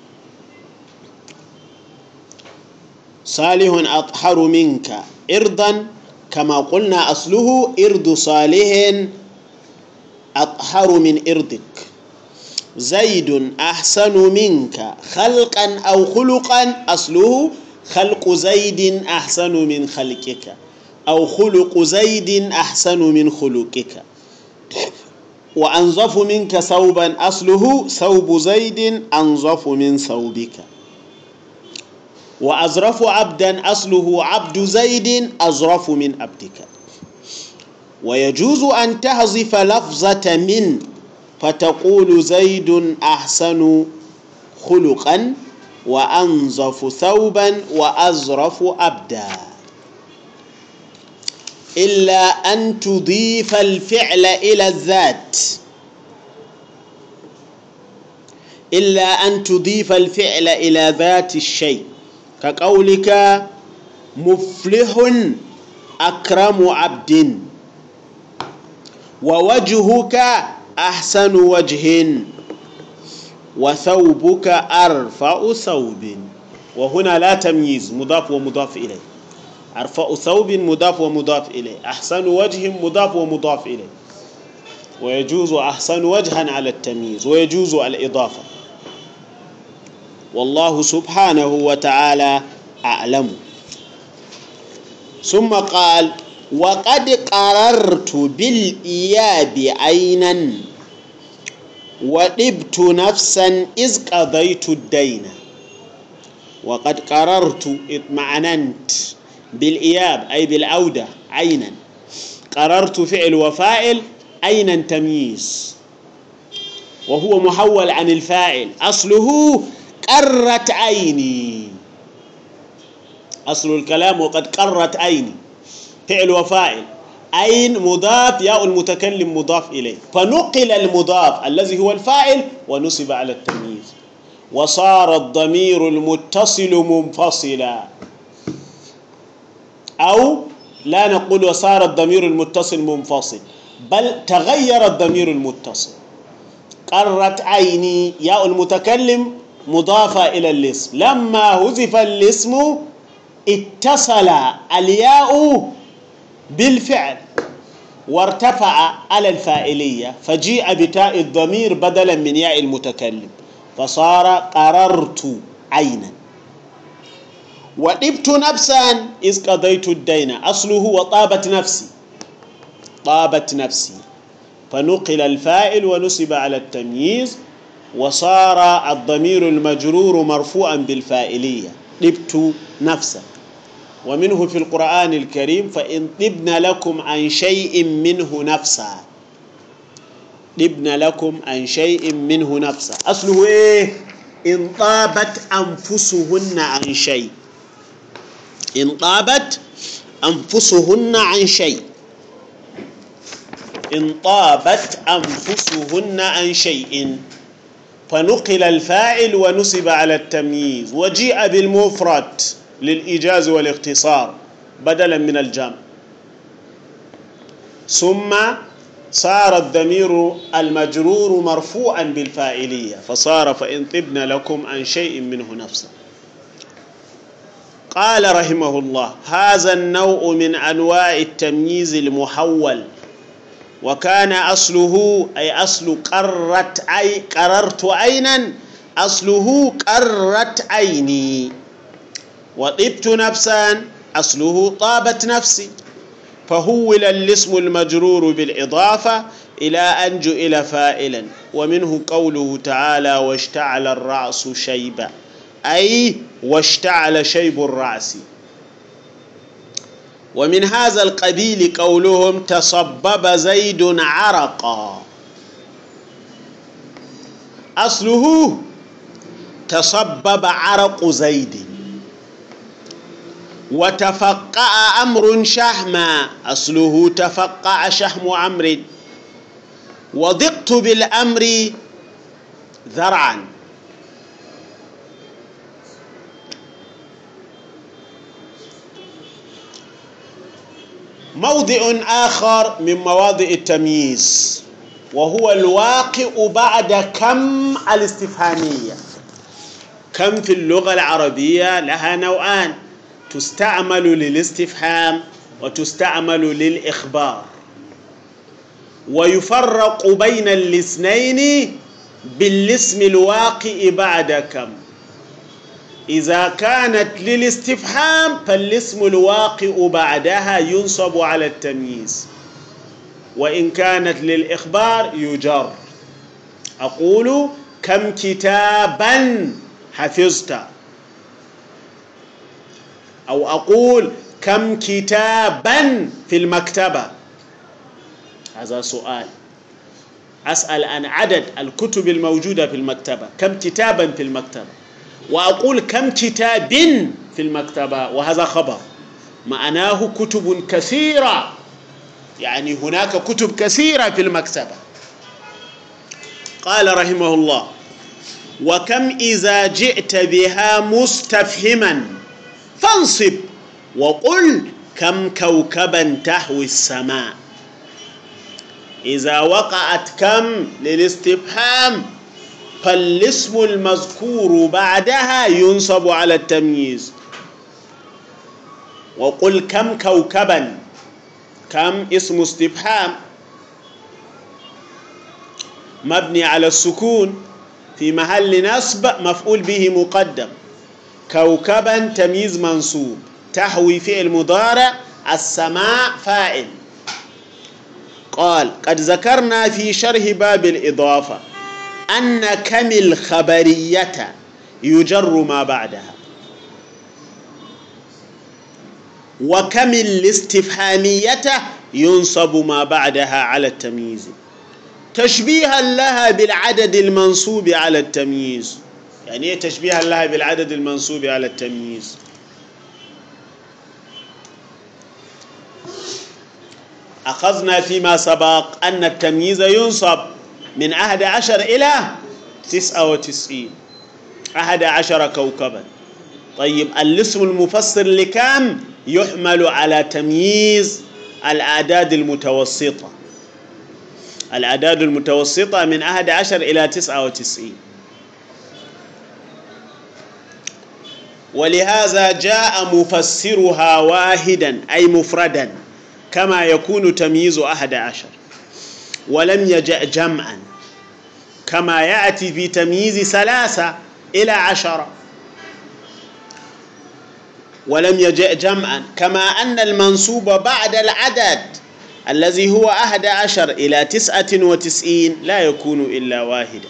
صالح أطهر منك إرضا، كما قلنا أصله إرض صالح أطهر من إرضك. زيد أحسن منك خلقا أو خلقا، أصله خلق زيد أحسن من خلقك أو خلق زيد أحسن من خلقك. وأنظف منك ثوبا، أصله ثوب زيد أنظف من ثوبك. وأظرف عبدا، أصله عبد زيد أظرف من عبدك. ويجوز أن تحذف لفظة من فتقول زيد أحسن خلقا وأنظف ثوبا وأظرف عبدا، إلا أن تضيف الفعل إلى الذات، إلا أن تضيف الفعل إلى ذات الشيء، كقولك مفلح أكرم عبد، ووجهك أحسن وجه، وثوبك أرفع ثوب، وهنا لا تمييز، مضاف ومضاف إليه. أرفع ثوب مضاف ومضاف إليه، أحسن وجه مضاف ومضاف إليه، ويجوز أحسن وجها على التمييز، ويجوز الإضافة. والله سبحانه وتعالى أعلم. ثم قال: وقد قررت بالإياب عينا وطبت نفسا إذ قضيت الدين. وقد قررت اطمعننت بالإياب أي بالعودة عينا. قررت فعل وفاعل، عينا تمييز، وهو محول عن الفاعل، أصله قرت عيني، أصل الكلام وقد قرت عيني، فعل وفاعل، عين مضاف، ياء المتكلم مضاف إليه، فنقل المضاف الذي هو الفاعل ونصب على التمييز، وصار الضمير المتصل منفصلا، أو لا نقول وصار الضمير المتصل منفصل، بل تغير الضمير المتصل. قرت عيني، ياء المتكلم مضافة إلى الاسم، لما حذف الاسم اتصل الياء بالفعل وارتفع على الفاعلية، فجيء بتاء الضمير بدلا من ياء المتكلم، فصار قررت عينا. وطبت نفسا إذ قضيت الدين، أصله وطابت نفسي، طابت نفسي، فنقل الفاعل ونصب على التمييز، وصار الضمير المجرور مرفوعا بالفاعلية، طبت نفسا. ومنه في القرآن الكريم: فإن طبن لكم عن شيء منه نفسا، طبن لكم عن شيء منه نفسا، أصله إيه؟ إن طابت أنفسهن عن شيء، إن طابت أنفسهن عن شيء، إن طابت أنفسهن عن شيء، فنقل الفاعل ونصب على التمييز، وجيء بالمفرد للإيجاز والاختصار بدلا من الجمع، ثم صار الضمير المجرور مرفوعا بالفاعلية، فصار فإن طبن لكم عن شيء منه نفسا. قال رحمه الله: هذا النوع من أنواع التمييز المحول، وكان أصله أي أصل قرت أي قررت عينا، أصله قرت عيني، وطبت نفسا أصله طابت نفسي، فهول الاسم المجرور بالإضافة إلى أن جئل فاعلا. ومنه قوله تعالى: واشتعل الرأس شيبا، أي واشتعل شيب الرأس. ومن هذا القبيل قولهم: تصبب زيد عرقا، أصله تصبب عرق زيد. وتفقع أمر شحما، أصله تفقع شحم عمرو. وضقت بالأمر ذرعا. موضع آخر من مواضع التمييز، وهو الواقع بعد كم الاستفهامية. كم في اللغة العربية لها نوعان: تستعمل للاستفهام وتستعمل للإخبار، ويفرق بين الاثنين بالاسم الواقع بعد كم. إذا كانت للاستفهام فالاسم الواقع بعدها ينصب على التمييز، وإن كانت للإخبار يجر. أقول: كم كتابا حفظت، أو أقول: كم كتابا في المكتبة. هذا سؤال، أسأل عن عدد الكتب الموجودة في المكتبة، كم كتابا في المكتبة. وأقول: كم كتاب في المكتبة، وهذا خبر، معناه كتب كثيرة، يعني هناك كتب كثيرة في المكتبة. قال رحمه الله: وكم إذا جئت بها مستفهما فانصب وقل: كم كوكبا تحوي السماء. إذا وقعت كم للاستفهام فالاسم المذكور بعدها ينصب على التمييز. وقل كم كوكبا، كم اسم استفهام مبني على السكون في محل نصب مفعول به مقدم. كوكبا تمييز منصوب، تحوي فعل مضارع، السماء فاعل. قال قد ذكرنا في شرح باب الإضافة أن كم الخبرية يجر ما بعدها، وكم الاستفهامية ينصب ما بعدها على التمييز تشبيها لها بالعدد المنصوب على التمييز. يعني ايه تشبيها لها بالعدد المنصوب على التمييز؟ أخذنا فيما سبق أن التمييز ينصب من أحد عشر إلى تسعة وتسعين، أحد عشر كوكبا. طيب الاسم المفسر لكم يحمل على تمييز الأعداد المتوسطة، الأعداد المتوسطة من أحد عشر إلى تسعة وتسعين. ولهذا جاء مفسرها واحدا أي مفردا كما يكون تمييز أحد عشر، ولم يجأ جمعا كما يأتي في تمييز ثلاثة إلى عشرة، ولم يجأ جمعا كما أن المنصوب بعد العدد الذي هو أحد عشر إلى تسعة وتسعين لا يكون إلا واحدا.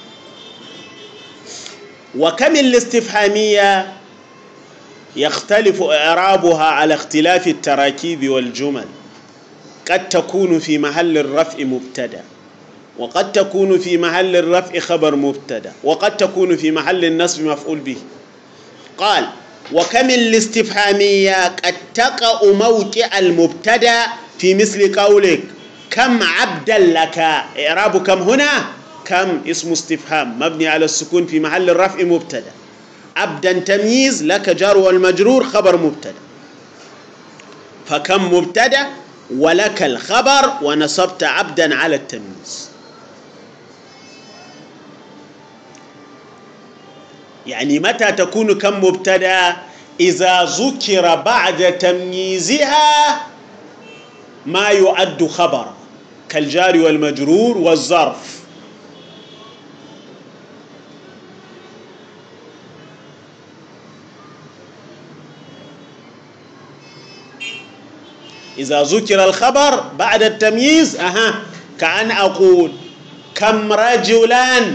وكم الاستفهامية يختلف إعرابها على اختلاف التراكيب والجمل، قد تكون في محل الرفع مبتدأ، وقد تكون في محل الرفع خبر مبتدأ، وقد تكون في محل النصب مفعول به. قال وكم الاستفهامية قد تقع موقع المبتدأ في مثل قولك كم عبدا لك. إعراب كم هنا كم اسم استفهام مبني على السكون في محل الرفع مبتدأ، عبدا تمييز، لك جار والمجرور خبر مبتدأ. فكم مبتدأ ولك الخبر ونصبت عبدا على التمييز. يعني متى تكون كم مبتدأ؟ إذا ذكر بعد تمييزها ما يعد خبرا كالجار والمجرور والظرف. إذا ذكر الخبر بعد التمييز أها كأن أقول كم رجلا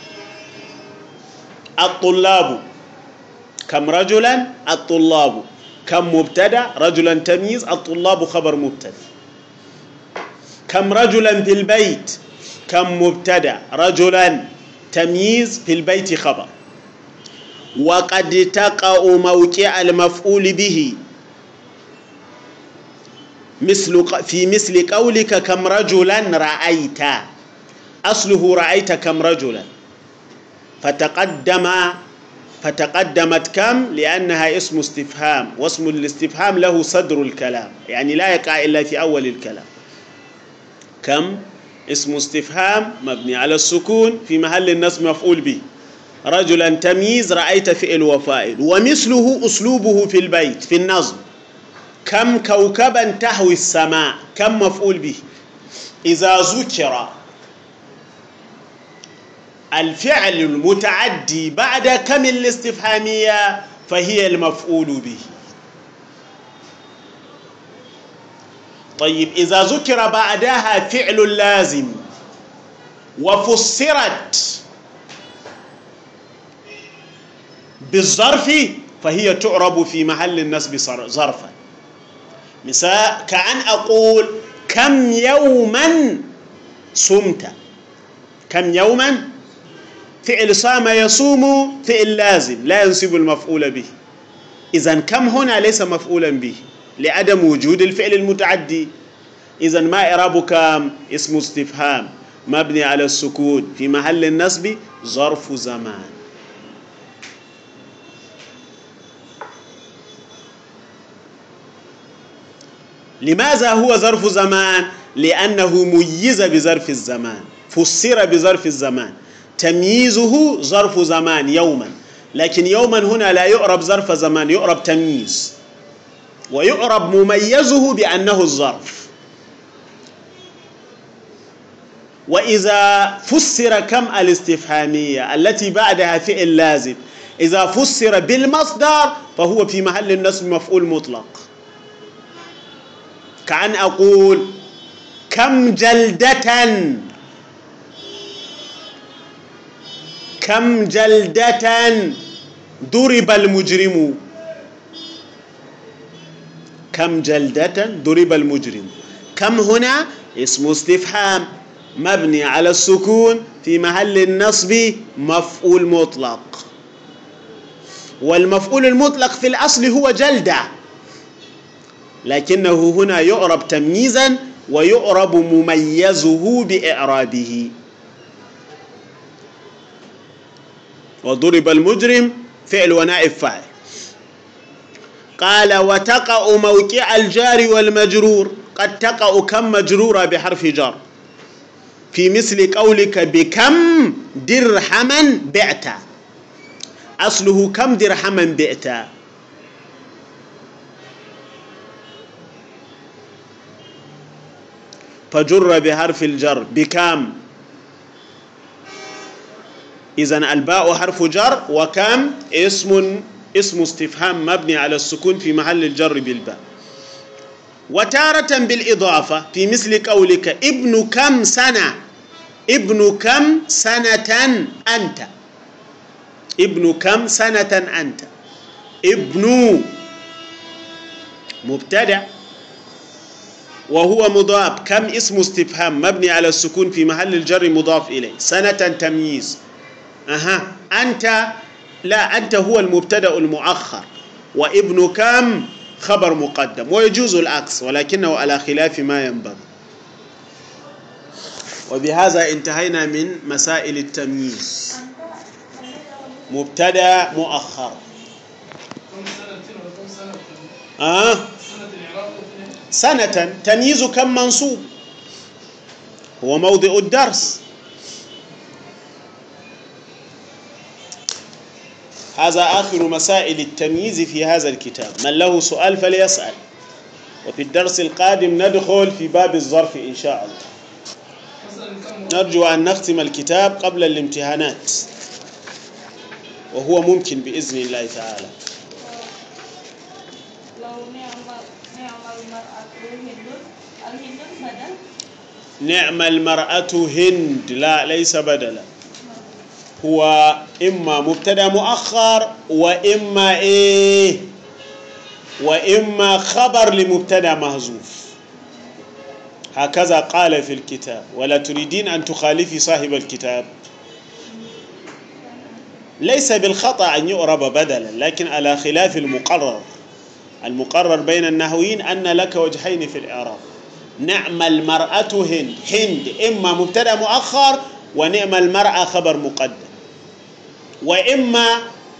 الطلاب، كم رجلا الطلاب، كم مبتدا رجلا تمييز، الطلاب خبر مبتدا. كم رجلا في البيت، كم مبتدا رجلا تمييز، في البيت خبر. وقد تقع موقع المفعول به مثل في مثل قولك كم رجلا رأيت، أصله رأيت كم رجلا، فتقدم فتقدمت كم لأنها اسم استفهام، واسم الاستفهام له صدر الكلام، يعني لا يقع إلا في أول الكلام. كم اسم استفهام مبني على السكون في محل النصب مفعول به، رجلا تمييز، رأيت فعل وفاعل. ومثله أسلوبه في البيت في النظم كم كوكبا تهوي السماء، كم مفعول به. إذا ذكر الفعل المتعدي بعد كم الاستفهامية فهي المفعول به. طيب إذا ذكر بعدها فعل لازم وفسرت بالظرف فهي تعرب في محل النصب ظرفا. مثال كأن أقول كم يوما صمت، كم يوما فعل صام يصوم فعل لازم لا ينصب المفعول به، إذن كم هنا ليس مفعولا به لعدم وجود الفعل المتعدي. إذن ما إعراب كم؟ اسم استفهام مبني على السكون في محل النصب ظرف زمان. لماذا هو ظرف زمان؟ لأنه ميز بظرف الزمان، فسر بظرف الزمان. تمييزه ظرف زمان يوما، لكن يوما هنا لا يعرب ظرف زمان، يعرب تمييز، ويعرب مميزه بأنه الظرف. وإذا فسر كم الاستفهامية التي بعدها فعل لازم، إذا فسر بالمصدر فهو في محل النصب مفعول مطلق. كأن أقول كم جلدة، كم جلدة ضرب المجرم، كم جلدة ضرب المجرم. كم هنا اسم استفهام مبني على السكون في محل النصب مفعول مطلق، والمفعول المطلق في الأصل هو جلدة، لكنه هنا يعرب تمييزا ويعرب مميزه بإعرابه. وضرب المجرم فعل ونائب فاعل. قال وتقع موقع الجار والمجرور، قد تقع كم مجرورة بحرف جر في مثل قولك بكم درهما بعت، أصله كم درهما بعت. فجر بحرف الجر بكم، إذن الباء حرف جر، وكم اسم اسم استفهام مبني على السكون في محل الجر بالباء. وتارة بالإضافة في مثل قولك ابن كم سنة، ابن كم سنة أنت، ابن كم سنة أنت. ابن مبتدأ وهو مضاف، كم اسم استفهام مبني على السكون في محل الجر مضاف إليه، سنة تمييز. أها أنت لا، أنت هو المبتدأ المؤخر، وابن كم خبر مقدم، ويجوز العكس ولكنه على خلاف ما ينبغي. وبهذا انتهينا من مسائل التمييز. مبتدأ مؤخر. آه سنة تمييز كم منصوب، هو موضع الدرس. هذا آخر مسائل التمييز في هذا الكتاب، من له سؤال فليسأل، وفي الدرس القادم ندخل في باب الظرف إن شاء الله. نرجو أن نختم الكتاب قبل الامتحانات، وهو ممكن بإذن الله تعالى. نعم المرأة هند، لا ليس بدلا، هو إما مبتدأ مؤخر وإما إيه وإما خبر لمبتدأ محذوف، هكذا قال في الكتاب. ولا تريدين أن تخالفي صاحب الكتاب، ليس بالخطأ أن يعرب بدلا، لكن على خلاف المقرر. المقرر بين النحويين أن لك وجهين في الإعراب. نعم المرأة هند، هند إما مبتدأ مؤخر ونعم المرأة خبر مقدم، وإما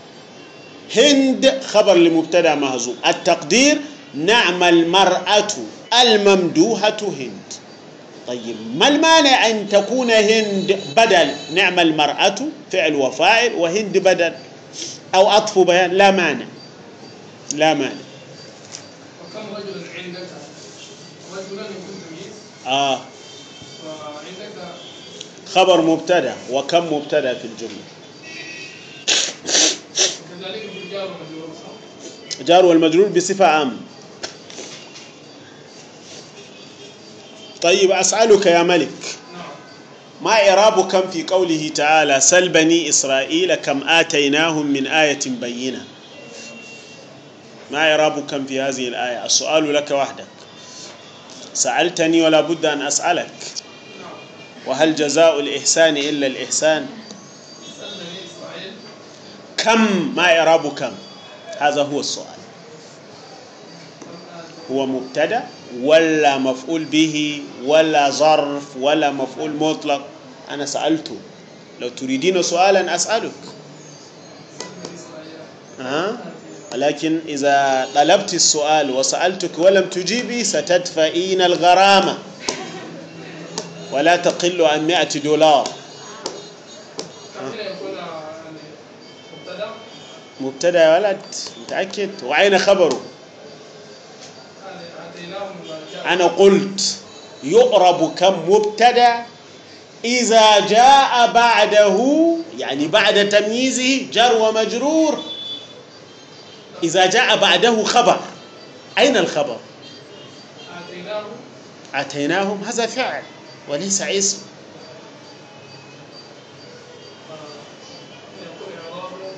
هند خبر لمبتدأ محذوف. التقدير نعم المرأة الممدوحة هند. طيب ما المانع أن تكون هند بدل نعم المرأة فعل وفاعل وهند بدل أو عطف بيان؟ لا مانع، لا مانع. وكم رجلا عندك؟ رجلا يكون تمييز. آه وعندك خبر مبتدأ، وكم مبتدأ في الجملة. كذلك في الجار والمجرور. جار والمجرور بصفة عامة. طيب أسألك يا ملك، ما إعراب كم في قوله تعالى سل بني إسرائيل كم آتيناهم من آية بينة؟ ما إعراب كم في هذه الآية؟ السؤال لك وحدك، سألتني ولا بد أن أسألك. وهل جزاء الإحسان إلا الإحسان؟ كم ما إعراب كم؟ هذا هو السؤال. هو مبتدأ ولا مفعول به ولا ظرف ولا مفعول مطلق؟ أنا سألته، لو تريدين سؤالا أسألك. أه؟ ولكن إذا طلبت السؤال وسألتك ولم تجيبي ستدفعين الغرامة ولا تقل عن مئة دولار. مبتدا يا ولد متأكد؟ وأين خبره؟ أنا قلت يعرب كم مبتدا إذا جاء بعده، يعني بعد تمييزه جر ومجرور، إذا جاء بعده خبر. أين الخبر؟ آتيناهم آتيناهم هذا فعل وليس اسم. يكون إعرابه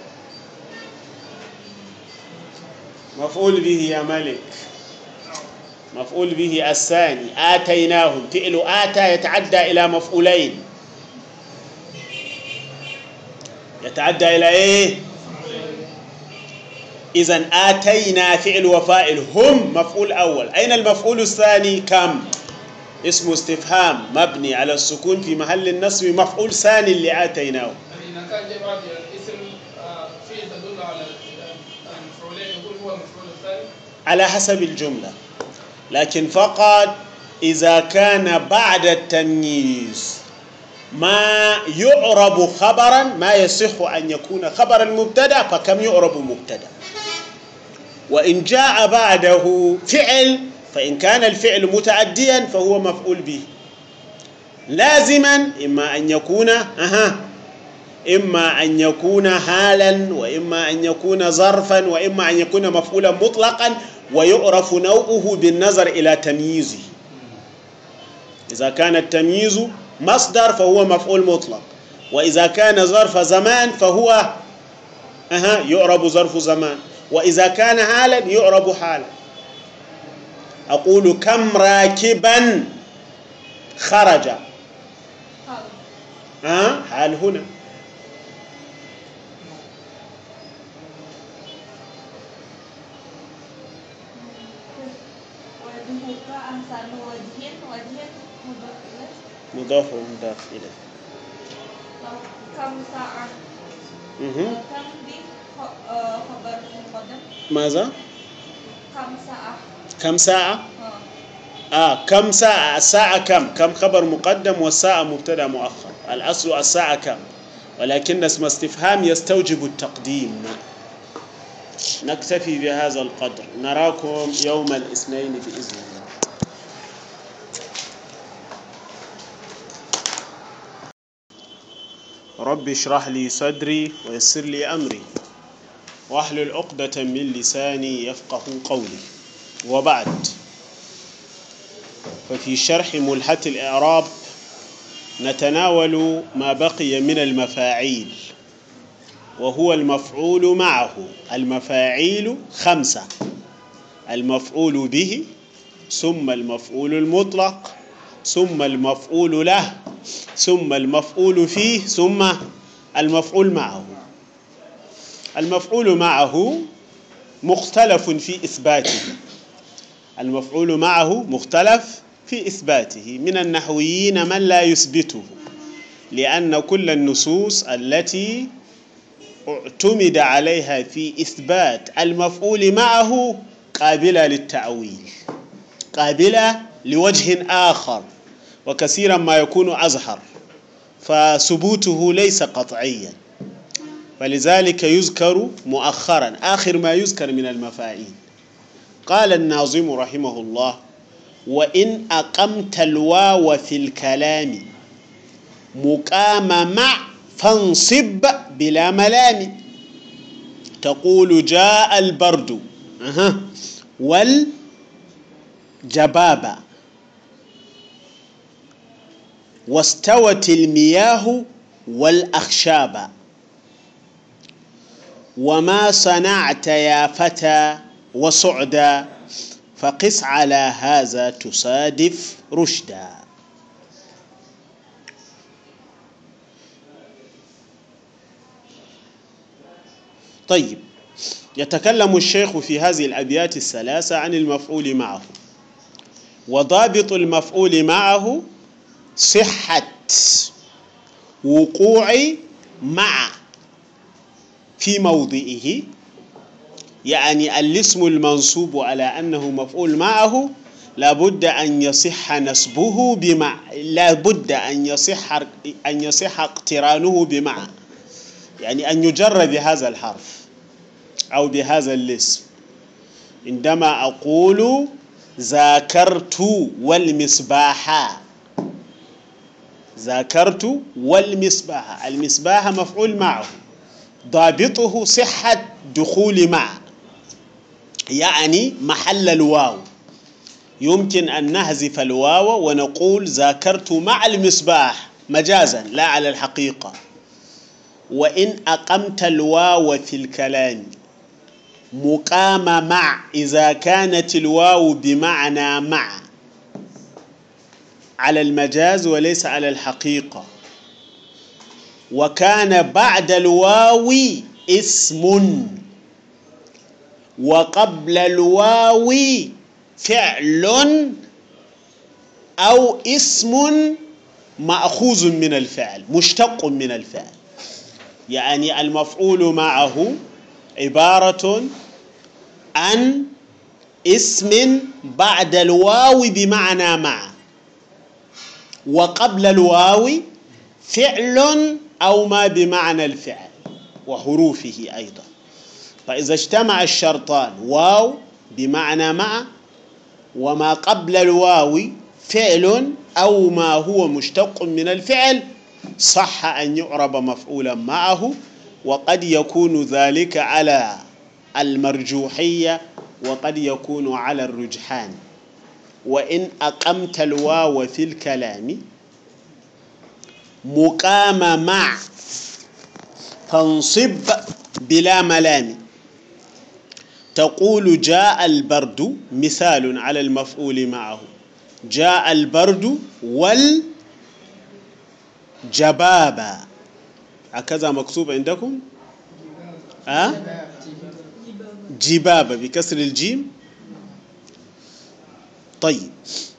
مفعول به يا ملك، مفعول به الثاني. آتيناهم فعل آتى يتعدى إلى مفعولين، يتعدى إلى إيه؟ إذن آتينا فعل وفاعل، هم مفعول أول. أين المفعول الثاني؟ كم، اسم استفهام مبني على السكون في محل النصب، مفعول ثاني لآتيناه. يعني إذا كان جاء بعد الاسم آه، فيه تدل على المفعولين يقول هو المفعول الثاني على حسب الجملة، لكن فقط إذا كان بعد التمييز ما يعرب خبرا ما يصح أن يكون خبر المبتدأ فكم يعرب مبتدأ. وإن جاء بعده فعل فإن كان الفعل متعديا فهو مفعول به لازما، إما أن يكون أها إما أن يكون حالا، وإما أن يكون ظرفا، وإما أن يكون مفعولا مطلقا، ويعرف نوعه بالنظر إلى تمييزه. إذا كان التمييز مصدر فهو مفعول مطلق، وإذا كان ظرف زمان فهو أها يعرب ظرف زمان، وإذا كان حالا يعرب حالا. أقول كم راكبا خرج، أه؟ حال هنا. مضاف ومضاف إليه. كم ساعة؟ مهم. كم دي خبر مقدم؟ ماذا؟ كم ساعة؟ كم ساعة؟ اه آه كم ساعة؟ الساعة كم؟ كم خبر مقدم والساعة مبتدأ مؤخر. الأصل الساعة كم، ولكن اسم استفهام يستوجب التقديم. نكتفي بهذا القدر، نراكم يوم الاثنين بإذن الله. رب اشرح لي صدري ويسر لي أمري واحلل عقدة من لساني يفقه قولي. وبعد، ففي شرح ملحة الإعراب نتناول ما بقي من المفاعيل، وهو المفعول معه. المفاعيل خمسة: المفعول به، ثم المفعول المطلق، ثم المفعول له، ثم المفعول فيه، ثم المفعول معه. المفعول معه مختلف في إثباته، المفعول معه مختلف في إثباته. من النحويين من لا يثبته، لأن كل النصوص التي اعتمد عليها في إثبات المفعول معه قابلة للتأويل، قابلة لوجه آخر، وكثيرا ما يكون أظهر، فثبوته ليس قطعيا، فلذلك يذكر مؤخرا آخر ما يذكر من المفاعيل. قال الناظم رحمه الله: وإن أقمت الواو في الكلام مقام مع فانصب بلا ملام. تقول جاء البرد أه. والجبابة، واستوت المياه والأخشاب، وما صنعت يا فتى وصعدا، فقس على هذا تصادف رشدا. طيب، يتكلم الشيخ في هذه الأبيات الثلاثة عن المفعول معه. وضابط المفعول معه صحة وقوع مع في موضعه، يعني الاسم المنصوب على أنه مفعول معه لابد أن يصح نسبه بمع، لابد أن يصح أن يصح اقترانه بمع، يعني أن يجر بهذا الحرف. أو بهذا الاسم. عندما أقول ذاكرت والمصباح، ذاكرت والمصباح، المصباح مفعول معه، ضابطه صحة دخول مع، يعني محل الواو. يمكن أن نحذف الواو ونقول ذاكرت مع المصباح مجازا لا على الحقيقة. وإن أقمت الواو في الكلام مقام مع، إذا كانت الواو بمعنى مع على المجاز وليس على الحقيقة، وكان بعد الواو اسم وقبل الواو فعل أو اسم مأخوذ من الفعل مشتق من الفعل، يعني المفعول معه عبارة عن اسم بعد الواو بمعنى مع، وقبل الواو فعل أو ما بمعنى الفعل وحروفه أيضا. فإذا اجتمع الشرطان واو بمعنى مع وما قبل الواو فعل أو ما هو مشتق من الفعل صح أن يعرب مفعولا معه، وقد يكون ذلك على المرجوحية وقد يكون على الرجحان. وإن أقمت الواو في الكلام مقام مع فانصب بلا ملام. تقول جاء البرد، مثال على المفعول معه، جاء البرد والجبابة، هكذا مكتوب عندكم؟ أه؟ جبابة بكسر الجيم. طيب،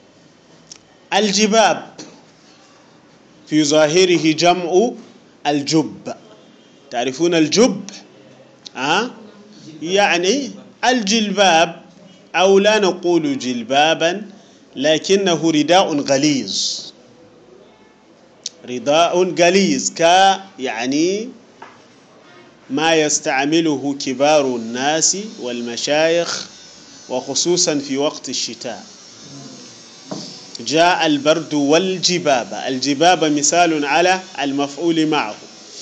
الجباب في ظاهره جمع الجب، تعرفون الجب؟ أه؟ يعني الجلباب، أو لا نقول جلبابا لكنه رداء غليظ، رداء غليظ ك يعني ما يستعمله كبار الناس والمشايخ وخصوصا في وقت الشتاء. جاء البرد والجبابة، الجبابة مثال على المفعول معه.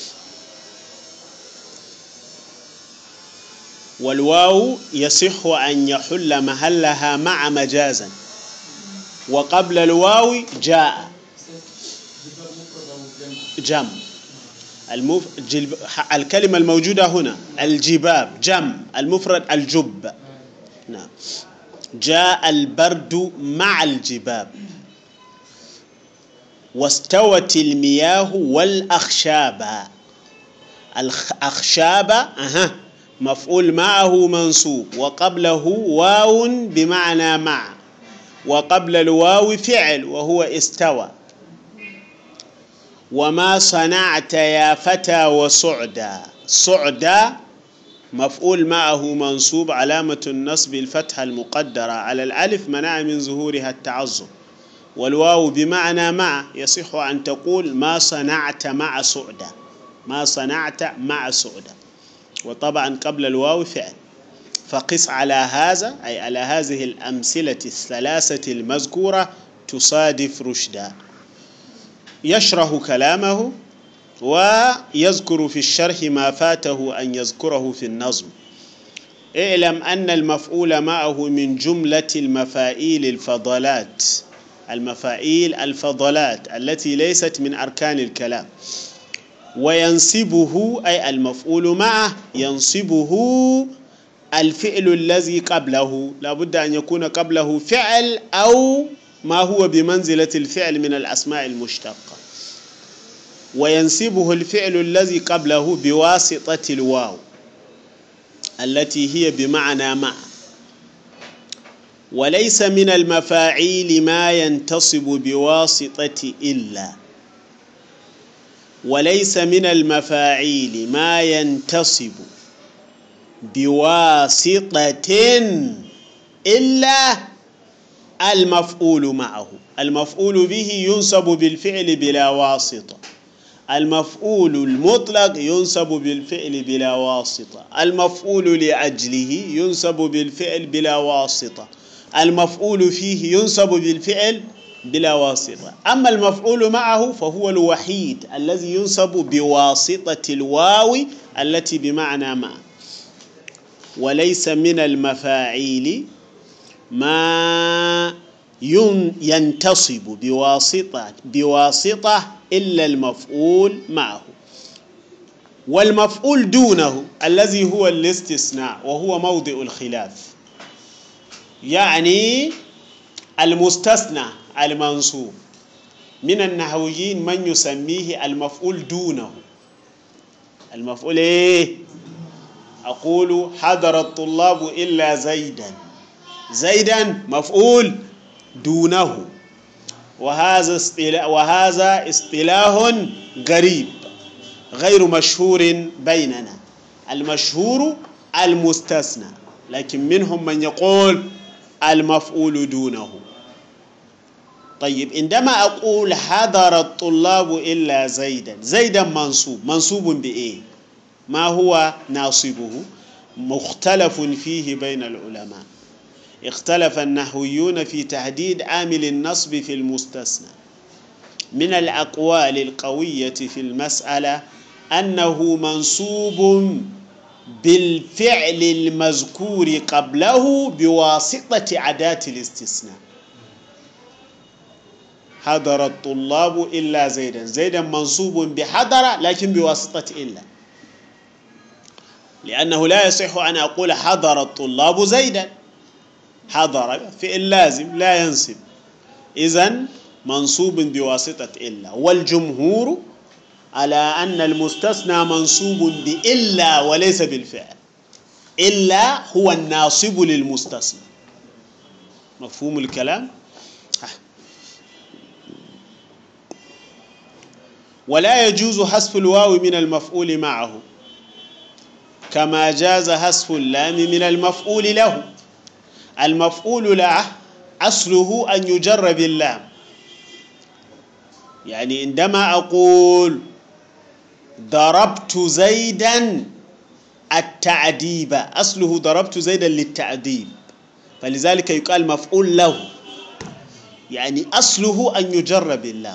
والواو يصح أن يحل محلها مع مجازا، وقبل الواو جاء جم. المف... جلب... الكلمة الموجودة هنا الجباب جم، المفرد الجب. نعم. جاء البرد مع الجباب. واستوت المياه والأخشاب، الأخشاب أها مفعول معه منصوب وقبله واو بمعنى مع، وقبل الواو فعل وهو استوى. وما صنعت يا فتى وصعدا، صعدا مفعول معه منصوب علامة النصب الفتحة المقدرة على الألف منع من ظهورها التعظم، والواو بمعنى مع يصح أن تقول ما صنعت مع صعدا، ما صنعت مع صعدا، وطبعا قبل الواو فعل. فقس على هذا أي على هذه الأمثلة الثلاثة المذكورة تصادف رشدا. يشرح كلامه ويذكر في الشرح ما فاته أن يذكره في النظم. اعلم أن المفعول معه من جملة المفاعيل الفضلات، المفاعيل الفضلات التي ليست من أركان الكلام. وينصبه أي المفعول معه ينصبه الفعل الذي قبله، لا بد أن يكون قبله فعل أو ما هو بمنزلة الفعل من الأسماء المشتقة. وينصبه الفعل الذي قبله بواسطة الواو التي هي بمعنى مع. وليس من المفاعيل ما ينتصب بواسطة إلا، وليس من المفاعيل ما ينتصب بواسطة إلا المفعول معه. المفعول به ينصب بالفعل بلا واسطة، المفعول المطلق ينصب بالفعل بلا واسطة، المفعول لأجله ينصب بالفعل بلا واسطة، المفعول فيه ينصب بالفعل بلا واسطة. أما المفعول معه فهو الوحيد الذي ينصب بواسطة الواو التي بمعنى مع. وليس من المفاعيل ما ينتصب بواسطة بواسطة إلا المفعول معه، والمفعول دونه الذي هو الاستثناء وهو موضع الخلاف. يعني المستثنى المنصوب من النحويين من يسميه المفعول دونه. المفعول ايه؟ أقول حضر الطلاب إلا زيدا، زيدا مفعول دونه، وهذا اصطلاح وهذا اصطلاح غريب غير مشهور بيننا. المشهور المستثنى، لكن منهم من يقول المفعول دونه. طيب عندما أقول حضر الطلاب إلا زيدا، زيدا منصوب، منصوب بإيه؟ ما هو ناصبه؟ مختلف فيه بين العلماء. اختلف النحويون في تحديد عامل النصب في المستثنى. من الأقوال القوية في المسألة أنه منصوب بالفعل المذكور قبله بواسطة أداة الاستثناء. حضر الطلاب إلا زيدا، زيدا منصوب بحضر لكن بواسطة إلا، لأنه لا يصح أن أقول حضر الطلاب زيدا، حضر فعل لازم لا ينصب، إذن منصوب بواسطة إلا. والجمهور على أن المستثنى منصوب بإلا وليس بالفعل، إلا هو الناصب للمستثنى. مفهوم الكلام؟ ولا يجوز حذف الواو من المفعول معه كما جاز حذف اللام من المفعول له. المفعول له أصله أن يجر باللام، يعني عندما أقول ضربت زيدا التعذيب، أصله ضربت زيدا للتعذيب، فلذلك يقال مفعول له، يعني أصله أن يجر باللام.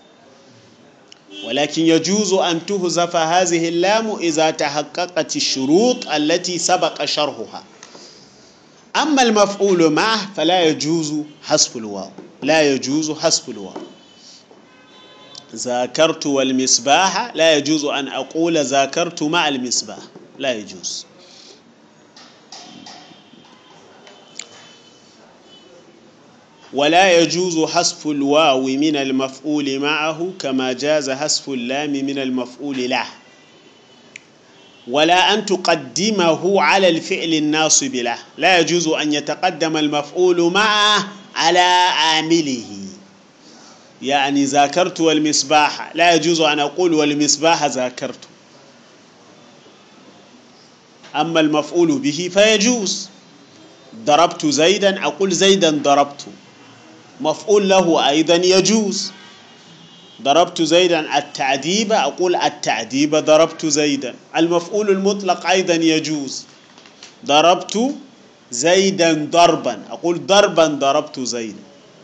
ولكن يجوز أن تحذف هذه اللام إذا تحققت الشروط التي سبق شرحها. أما المفعول معه فلا يجوز حذف الواو، لا يجوز حذف الواو. ذاكرت والمصباح لا يجوز أن أقول ذاكرت مع المصباح، لا يجوز. ولا يجوز حذف الواو من المفعول معه كما جاز حذف اللام من المفعول له، ولا أن تقدمه على الفعل الناصب له. لا يجوز أن يتقدم المفعول معه على عامله، يعني ذاكرت والمصباح لا يجوز أن أقول والمصباح ذاكرت. أما المفعول به فيجوز. ضربت زيدا أقول زيدا ضربت، مفعول له أيضا يجوز. ضربت زيدا التعذيب أقول التعذيب ضربت زيدا. المفعول المطلق أيضا يجوز. ضربت زيدا ضربا أقول ضربا ضربت زيدا.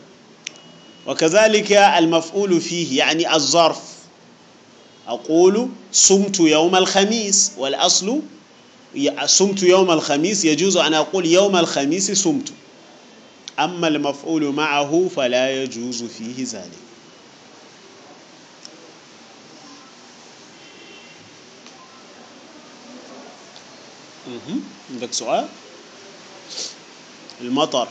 وكذلك المفعول فيه يعني الظرف، أقول صمت يوم الخميس، والأصل صمت يوم الخميس، يجوز أن أقول يوم الخميس صمت. أما المفعول معه فلا يجوز فيه ذلك. عندك سؤال؟ المطر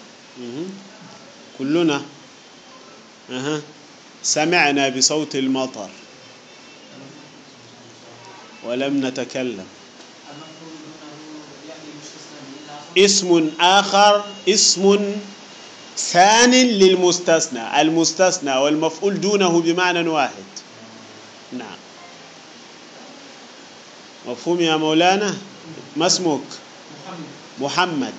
كلنا أه. سمعنا بصوت المطر ولم نتكلم. اسم آخر، اسم ثان للمستثنى، المستثنى والمفعول دونه بمعنى واحد. نعم، مفهوم يا مولانا؟ ما اسمك؟ محمد. محمد.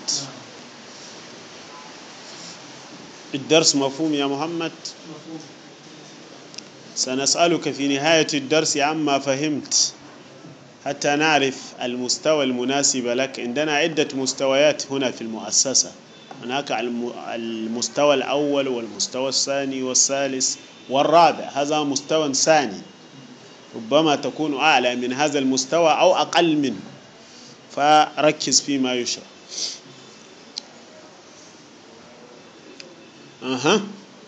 الدرس مفهوم يا محمد؟ مفهوم. سنسألك في نهاية الدرس عما فهمت حتى نعرف المستوى المناسب لك. عندنا عدة مستويات هنا في المؤسسة، هناك المستوى الأول والمستوى الثاني والثالث والرابع، هذا مستوى ثاني، ربما تكون أعلى من هذا المستوى أو أقل منه، فركز فيما يشرح. أها.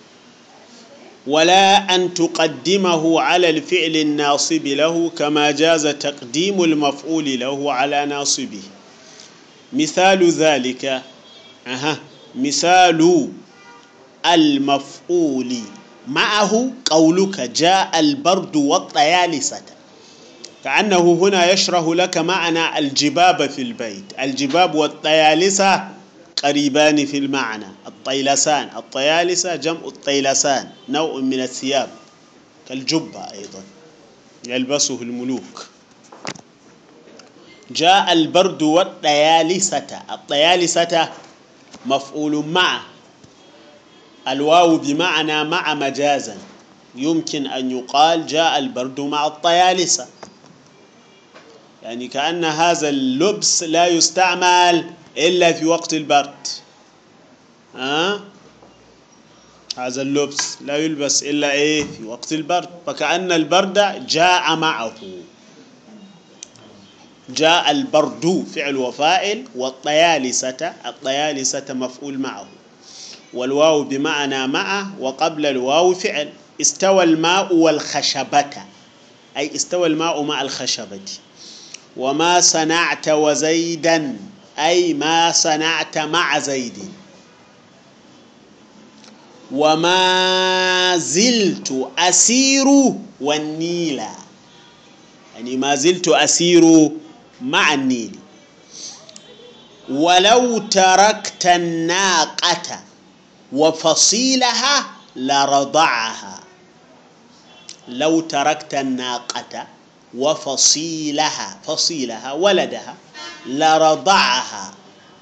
ولا أن تقدمه على الفعل الناصب له كما جاز تقديم المفعول له على ناصبه. مثال ذلك أها مثال المفعول معه قولك جاء البرد والطيالسة، كأنه هنا يشرح لك معنى الجباب في البيت. الجباب والطيالسة قريبان في المعنى. الطيلسان الطيالسة جمع الطيلسان، نوع من الثياب كالجبة أيضا يلبسه الملوك. جاء البرد والطيالسة، الطيالسة مفعول مع، الواو بمعنى مع مجازا، يمكن أن يقال جاء البرد مع الطيالسة، يعني كأن هذا اللبس لا يستعمل إلا في وقت البرد. ها؟ هذا اللبس لا يلبس إلا إيه في وقت البرد، فكأن البرد جاء معه. جاء البرد فعل وفاعل، والطيالسة الطيالسة مفعول معه، والواو بمعنى مع، وقبل الواو فعل. استوى الماء والخشبة، أي استوى الماء مع الخشبة. وما صنعت وزيدا، أي ما صنعت مع زيد. وما زلت أسير والنيل، يعني ما زلت أسير مع النيل. ولو تركت الناقة وفصيلها لرضعها. لو تركت الناقة وفصيلها، فصيلها ولدها، لرضعها.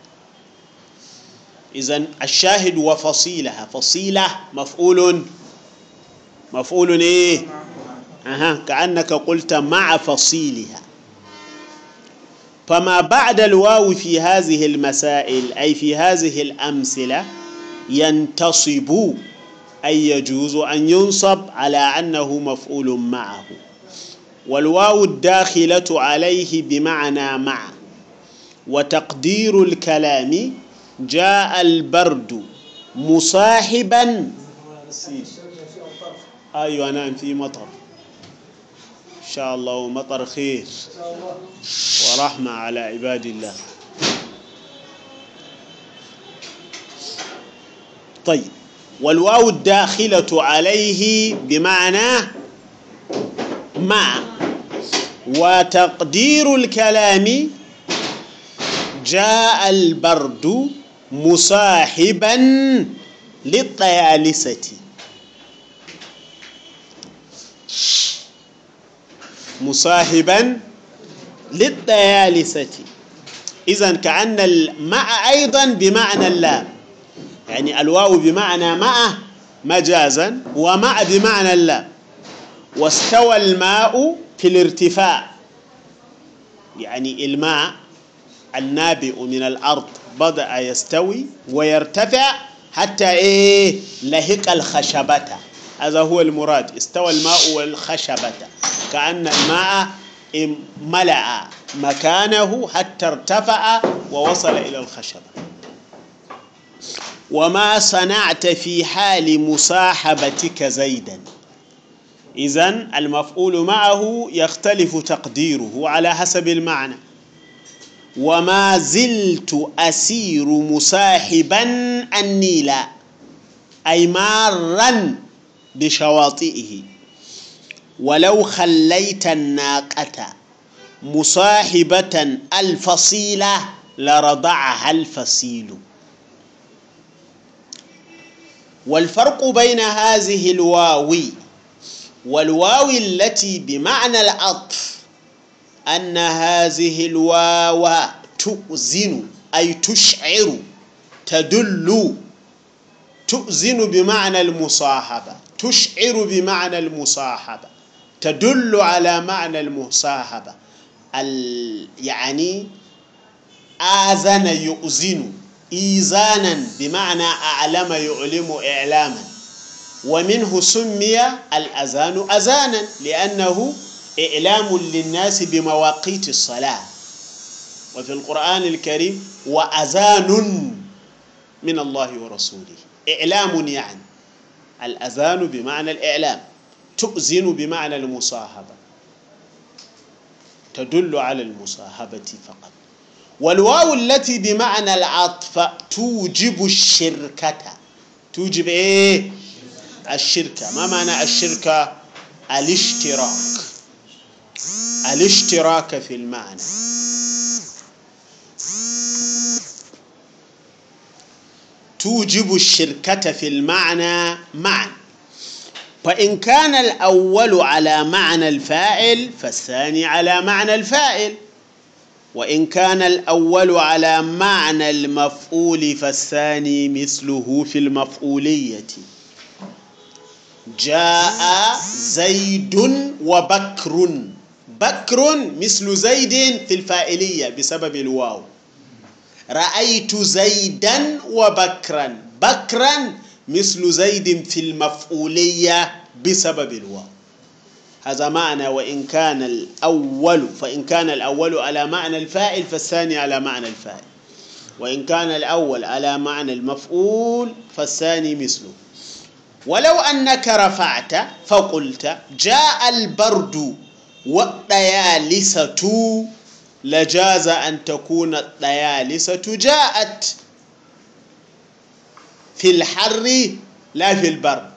إذن الشاهد وفصيلها، فصيلة مفعول مفعول إيه؟ أها كأنك قلت مع فصيلها. فما بعد الواو في هذه المسائل أي في هذه الأمثلة ينتصب، أي يجوز أن ينصب على أنه مفعول معه. والواو الداخلة عليه بمعنى مع. وتقدير الكلام جاء البرد مصاحبا. أيوة نعم في مطر إن شاء الله، ومطر خير ورحمة على عباد الله. طيب، والواو الداخلة عليه بمعنى مع. وتقدير الكلام جاء البرد مصاحبا للطيالسة. مصاحبا للطيالسة. إذن كأن المع أيضا بمعنى اللام، يعني الواو بمعنى مع مجازا، ومع بمعنى اللام. واستوى الماء في الارتفاع، يعني الماء النابئ من الأرض بدأ يستوي ويرتفع حتى إيه لهق الخشبة. هذا هو المراد، استوى الماء والخشبة، كأن الماء ملأ مكانه حتى ارتفع ووصل إلى الخشبة. وما صنعت في حال مصاحبتك زيدا. إذن المفعول معه يختلف تقديره على حسب المعنى. وما زلت أسير مصاحبا النيل، أي مارا بشواطئه. ولو خليت الناقة مصاحبة الفصيلة لرضعها الفصيل. والفرق بين هذه الواو والواو التي بمعنى العطف أن هذه الواو تؤذن، أي تشعر، تدل، تؤذن بمعنى المصاحبة، تشعر بمعنى المصاحبة، تدل على معنى المصاحبة. يعني آذن يؤذن إيذانا بمعنى أعلم يعلم إعلاما، ومنه سمي الأذان أذانا لأنه إعلام للناس بمواقيت الصلاة. وفي القرآن الكريم وأذان من الله ورسوله، إعلام يعني الأذان بمعنى الإعلام، تؤذن بمعنى المصاحبة، تدل على المصاحبة فقط. والواو التي بمعنى العطف توجب الشركة، توجب إيه؟ الشركة. ما معنى الشركة؟ الاشتراك، الاشتراك في المعنى. توجب الشركة في المعنى معا. فإن كان الأول على معنى الفاعل فالثاني على معنى الفاعل، وإن كان الأول على معنى المفعول فالثاني مثله في المفعولية. جاء زيد وبكر، بكر مثل زيد في الفاعلية بسبب الواو. رأيت زيدا وبكرا، بكرا مثل زيد في المفعولية بسبب الواو. هذا معنى وإن كان الأول، فإن كان الأول على معنى الفاعل فالثاني على معنى الفاعل، وإن كان الأول على معنى المفعول فالثاني مثله. ولو أنك رفعت فقلت جاء البرد والطيالسة لجاز أن تكون الطيالسة جاءت في الحر لا في البرد.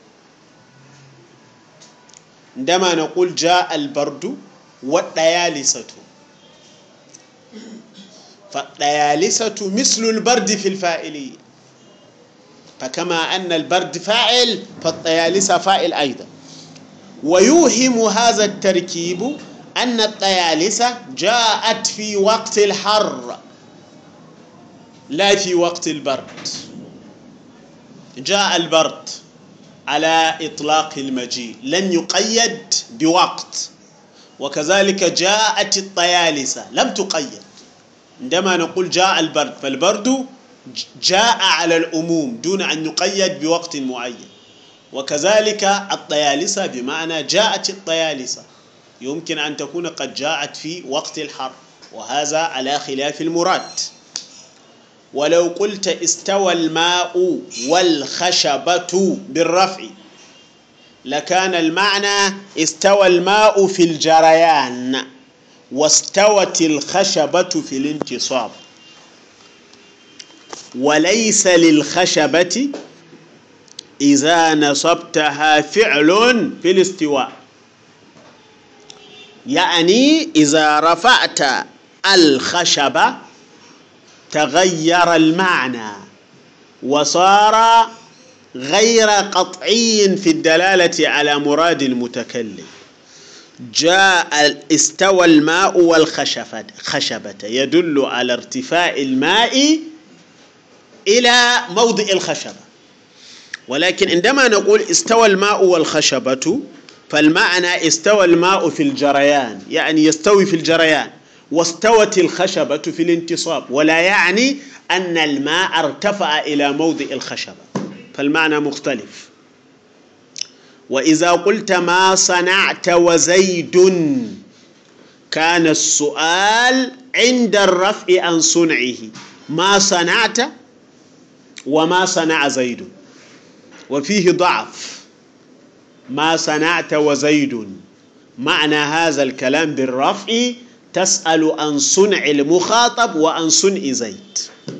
عندما نقول جاء البرد والطيالسة، فالطيالسة مثل البرد في الفاعلية، فكما أن البرد فاعل فالطيالسة فاعل أيضا. ويوهم هذا التركيب أن الطيالسة جاءت في وقت الحر لا في وقت البرد. جاء البرد على إطلاق المجيء لم يقيد بوقت، وكذلك جاءت الطيالسة لم تقيد. عندما نقول جاء البرد فالبرد جاء على العموم دون أن يقيد بوقت معين، وكذلك الطيالسة بمعنى جاءت الطيالسة يمكن أن تكون قد جاءت في وقت الحر، وهذا على خلاف المراد. ولو قلت استوى الماء والخشبة بالرفع لكان المعنى استوى الماء في الجريان واستوت الخشبة في الانتصاب. وليس للخشبة إذا نصبتها فعل في الاستواء، يعني إذا رفعت الخشبة تغير المعنى وصار غير قطعي في الدلالة على مراد المتكلم. جاء استوى الماء والخشبة خشبة يدل على ارتفاع الماء إلى موضع الخشبة، ولكن عندما نقول استوى الماء والخشبة فالمعنى استوى الماء في الجريان، يعني يستوي في الجريان، واستوت الخشبة في الانتصاب، ولا يعني أن الماء ارتفع إلى موضع الخشبة، فالمعنى مختلف. وإذا قلت ما صنعت وزيد كان السؤال عند الرفع عن صنعه، ما صنعت وما صنع زيد، وفيه ضعف. ما صنعت وزيد معنى هذا الكلام بالرفع تسأل عن صنع المخاطب وعن صنع زيد،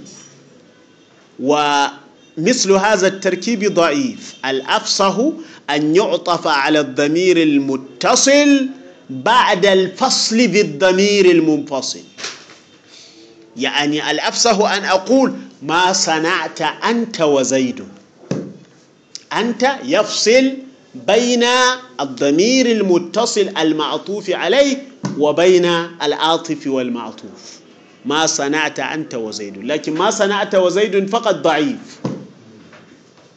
ومثل هذا التركيب ضعيف. الأفصح أن يعطف على الضمير المتصل بعد الفصل بالضمير المنفصل، يعني الأفصح أن أقول ما صنعت أنت وزيد، أنت يفصل بين الضمير المتصل المعطوف عليه وبين العاطف والمعطوف. ما صنعت أنت وزيد، لكن ما صنعت وزيد فقط ضعيف.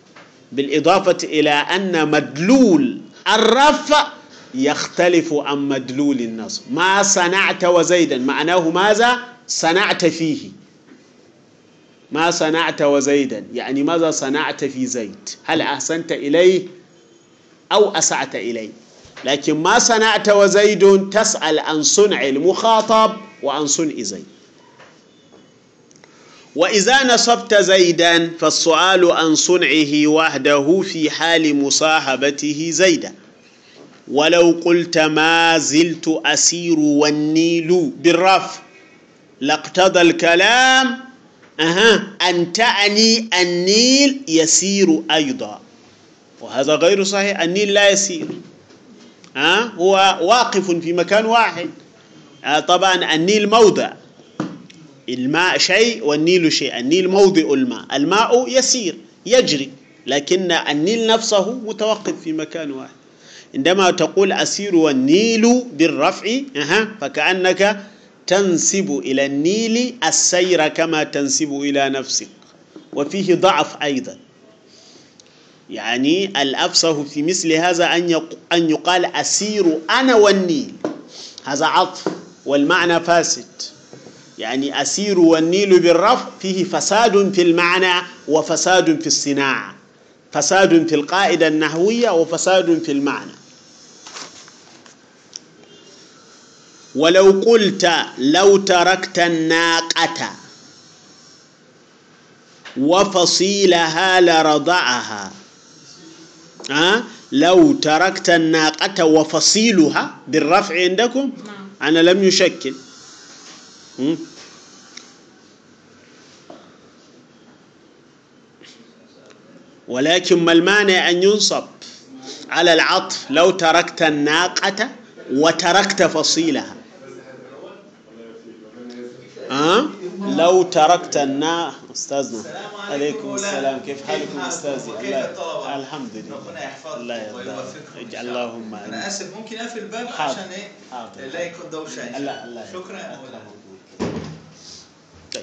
بالإضافة إلى أن مدلول الرفع يختلف عن مدلول النصب. ما صنعت وزيدا معناه ماذا صنعت فيه، ما صنعت وزيدا يعني ماذا صنعت في زيد، هل أحسنت إليه أو أسعت إليه. لكن ما صنعت وزيد تسأل عن صنع المخاطب وعن صنع زيد. وإذا نصبت زيدا فالسؤال عن صنعه وحده في حال مصاحبته زيدا. ولو قلت ما زلت أسير والنيل بالرفع لاقتضى الكلام أها أن تعني النيل يسير أيضا، وهذا غير صحيح. النيل لا يسير، ها هو واقف في مكان واحد. طبعا النيل موضع، الماء شيء والنيل شيء. النيل موضع الماء، الماء يسير يجري، لكن النيل نفسه متوقف في مكان واحد. عندما تقول أسير والنيل بالرفع أها فكأنك تنسب إلى النيل السير كما تنسب إلى نفسك، وفيه ضعف أيضا. يعني الأفصح في مثل هذا أن يقال أسير أنا والنيل، هذا عطف والمعنى فاسد. يعني أسير والنيل بالرفع فيه فساد في المعنى وفساد في الصناعة، فساد في القاعدة النحوية وفساد في المعنى. ولو قلت لو تركت الناقة وفصيلها لرضعها، أه؟ لو تركت الناقة وفصيلها بالرفع عندكم أنا لم يشكل. ولكن ما المانع أن ينصب على العطف لو تركت الناقة وتركت فصيلها؟ أه؟ لو تركت النا أستاذنا عليكم السلام، كيف حالكم أستاذي؟ الله الحمد لله، ربنا يحفظك الله يرضى اجعل اللهم. أنا آسف ممكن أقفل الباب حاضر. عشان إيه؟ حاضر. لا يكون دوشة. لا لا شكرا يا مولانا. طيب.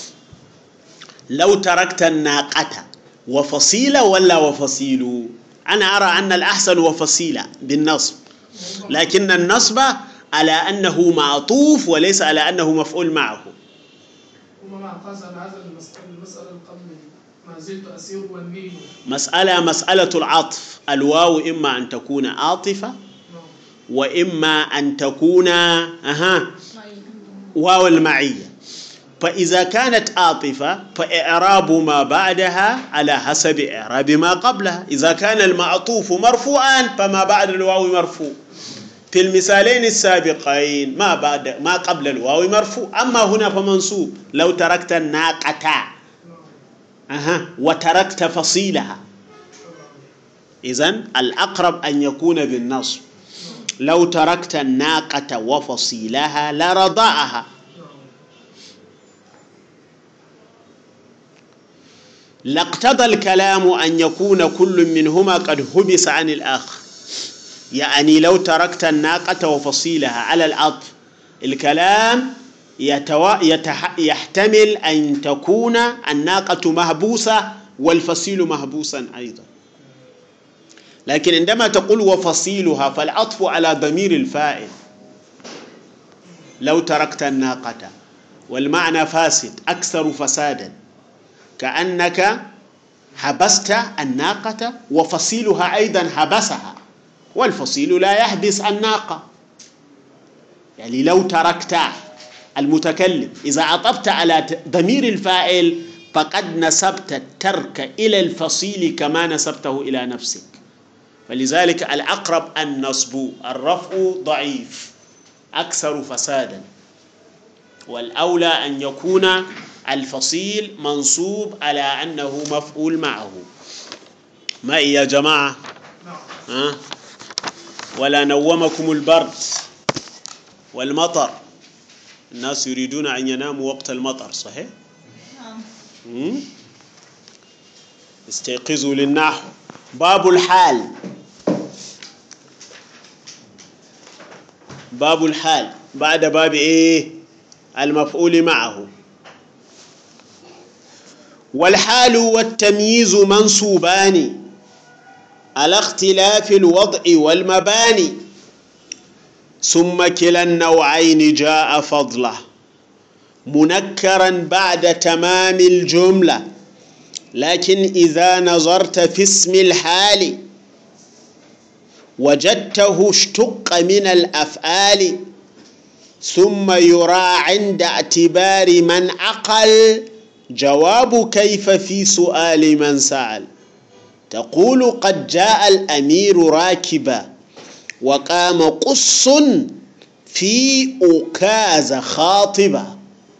لو تركت الناقة وفصيلة ولا وفصيل؟ أنا أرى أن الأحسن وفصيلة بالنصب، لكن النصب على أنه معطوف وليس على أنه مفعول معه. وما مع قاس على هذا المسألة قبل ما زلت أسير والنيل. مسألة مسألة العطف، الواو إما أن تكون عاطفة وإما أن تكون أها واو المعية. فإذا كانت عاطفة فإعراب ما بعدها على حسب إعراب ما قبلها. إذا كان المعطوف مرفوعا فما بعد الواو مرفوع. في المثالين السابقين ما بعد ما قبل الواو مرفوع، أما هنا فمنصوب. لو تركت الناقة أها وتركت فصيلها، إذن الأقرب أن يكون بالنصب. لو تركت الناقة وفصيلها لرضعها. لاقتضى الكلام أن يكون كل منهما قد حبس عن الآخر. يعني لو تركت الناقة وفصيلها على العطف، الكلام يتو... يتح... يحتمل أن تكون الناقة محبوسة والفصيل محبوسا أيضا. لكن عندما تقول وفصيلها فالعطف على ضمير الفاعل. لو تركت الناقة والمعنى فاسد أكثر فسادا، كأنك حبست الناقة وفصيلها أيضا حبسها، والفصيل لا يحبس الناقة. يعني لو تركت المتكلم إذا عطفت على ضمير الفاعل فقد نسبت الترك إلى الفصيل كما نسبته إلى نفسك. فلذلك الأقرب النصب، الرفع ضعيف أكثر فسادا، والأولى أن يكون الفصيل منصوب على أنه مفعول معه. ما يا جماعة؟ ها؟ ولا نومكم البرد والمطر. الناس يريدون أن يناموا وقت المطر، صحيح؟ نعم. استيقظوا للنحو. باب الحال. باب الحال بعد باب إيه؟ المفعول معه. والحال والتمييز منصوبان على اختلاف الوضع والمباني، ثم كلا النوعين جاء فضله منكرا بعد تمام الجملة، لكن إذا نظرت في اسم الحال وجدته اشتق من الأفعال، ثم يرى عند اعتبار من عقل جواب كيف في سؤال من سأل. تقول قد جاء الأمير راكبا وقام قص في أكاز خاطبا.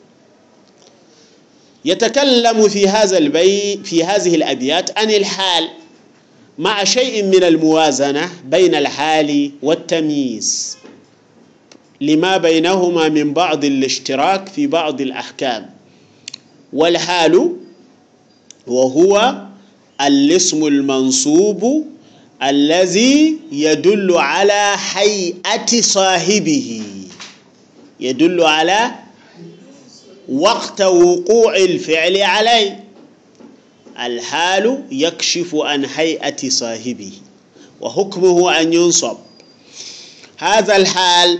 يتكلم في هذا البيت في هذه الأبيات عن الحال مع شيء من الموازنة بين الحال والتمييز لما بينهما من بعض الاشتراك في بعض الأحكام. والحال وهو الاسم المنصوب الذي يدل على هيئة صاحبه، يدل على وقت وقوع الفعل عليه. الحال يكشف عن هيئة صاحبه وحكمه أن ينصب. هذا الحال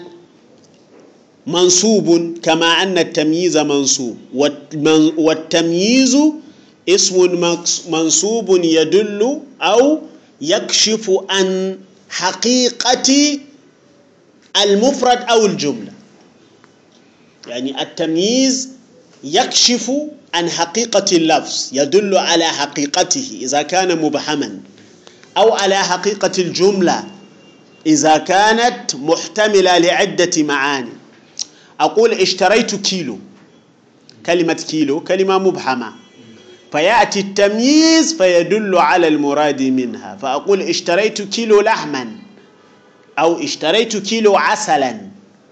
منصوب كما أن التمييز منصوب، والتمييز اسم منصوب يدل أو يكشف عن حقيقة المفرد أو الجملة. يعني التمييز يكشف عن حقيقة اللفظ، يدل على حقيقته إذا كان مبهما، أو على حقيقة الجملة إذا كانت محتملة لعدة معاني. أقول اشتريت كيلو، كلمة كيلو كلمة مبهمة، فيأتي التمييز فيدل على المراد منها، فأقول اشتريت كيلو لحما، أو اشتريت كيلو عسلا،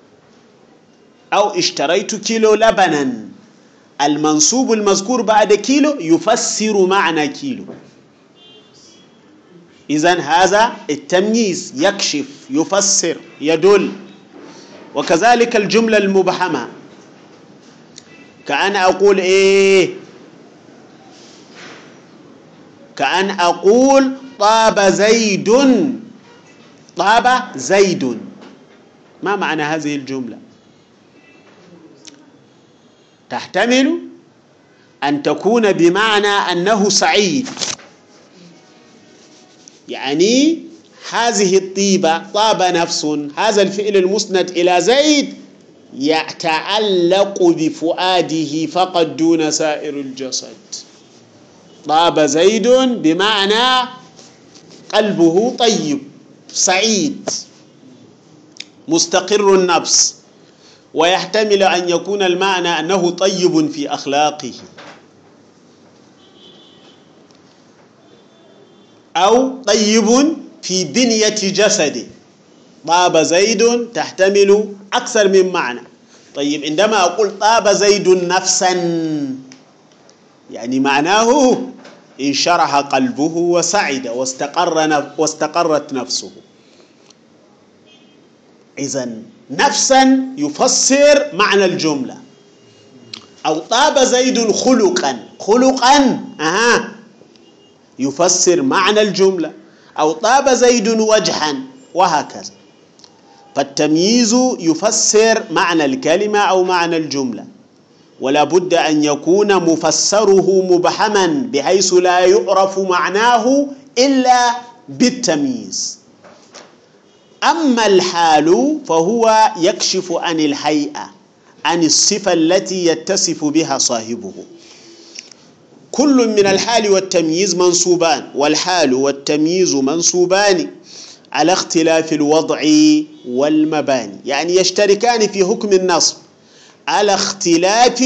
أو اشتريت كيلو لبنا. المنصوب المذكور بعد كيلو يفسر معنى كيلو. إذن هذا التمييز يكشف، يفسر، يدل. وكذلك الجملة المبهمة، كأن أقول إيه؟ كأن أقول طاب زيد، طاب زيد. ما معنى هذه الجملة؟ تحتمل أن تكون بمعنى أنه سعيد، يعني هذه الطيبة طاب نفس، هذا الفعل المسند إلى زيد يتعلق بفؤاده فقط دون سائر الجسد. طاب زيد بمعنى قلبه طيب سعيد مستقر النفس، ويحتمل أن يكون المعنى أنه طيب في أخلاقه، أو طيب في بنية جسده. طاب زيد تحتمل أكثر من معنى. طيب عندما أقول طاب زيد نفسا، يعني معناه انشرح قلبه وسعد واستقر واستقرت نفسه. إذن نفسا يفسر معنى الجملة. أو طاب زيد خلقا، خلقا أها يفسر معنى الجملة. أو طاب زيد وجها، وهكذا. فالتمييز يفسر معنى الكلمة أو معنى الجملة، ولا بد أن يكون مفسره مبهما بحيث لا يعرف معناه إلا بالتمييز. أما الحال فهو يكشف عن الهيئة، عن الصفة التي يتصف بها صاحبه. كل من الحال والتمييز منصوبان، والحال والتمييز منصوبان على اختلاف الوضع والمباني، يعني يشتركان في حكم النصب على اختلاف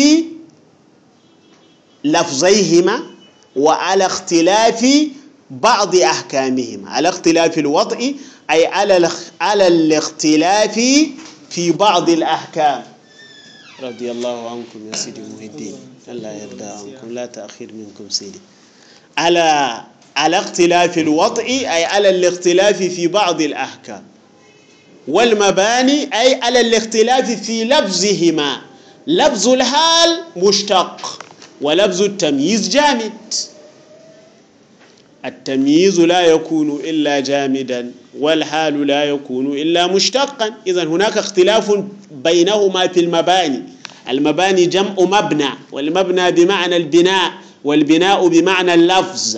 لفظيهما وعلى اختلاف بعض أحكامهما. على اختلاف الوضع أي على على الاختلاف في بعض الأحكام. رضي الله عنكم يا سيدي محي الدين، الله يرضى عنكم، لا تأخير منكم سيدي. على على اختلاف الوضع أي على الاختلاف في بعض الأحكام، والمباني أي على الاختلاف في لفظهما. لفظ الحال مشتق ولفظ التمييز جامد. التمييز لا يكون إلا جامدا والحال لا يكون إلا مشتقا. إذن هناك اختلاف بينهما في المباني. المباني جمع مبنى، والمبنى بمعنى البناء، والبناء بمعنى اللفظ.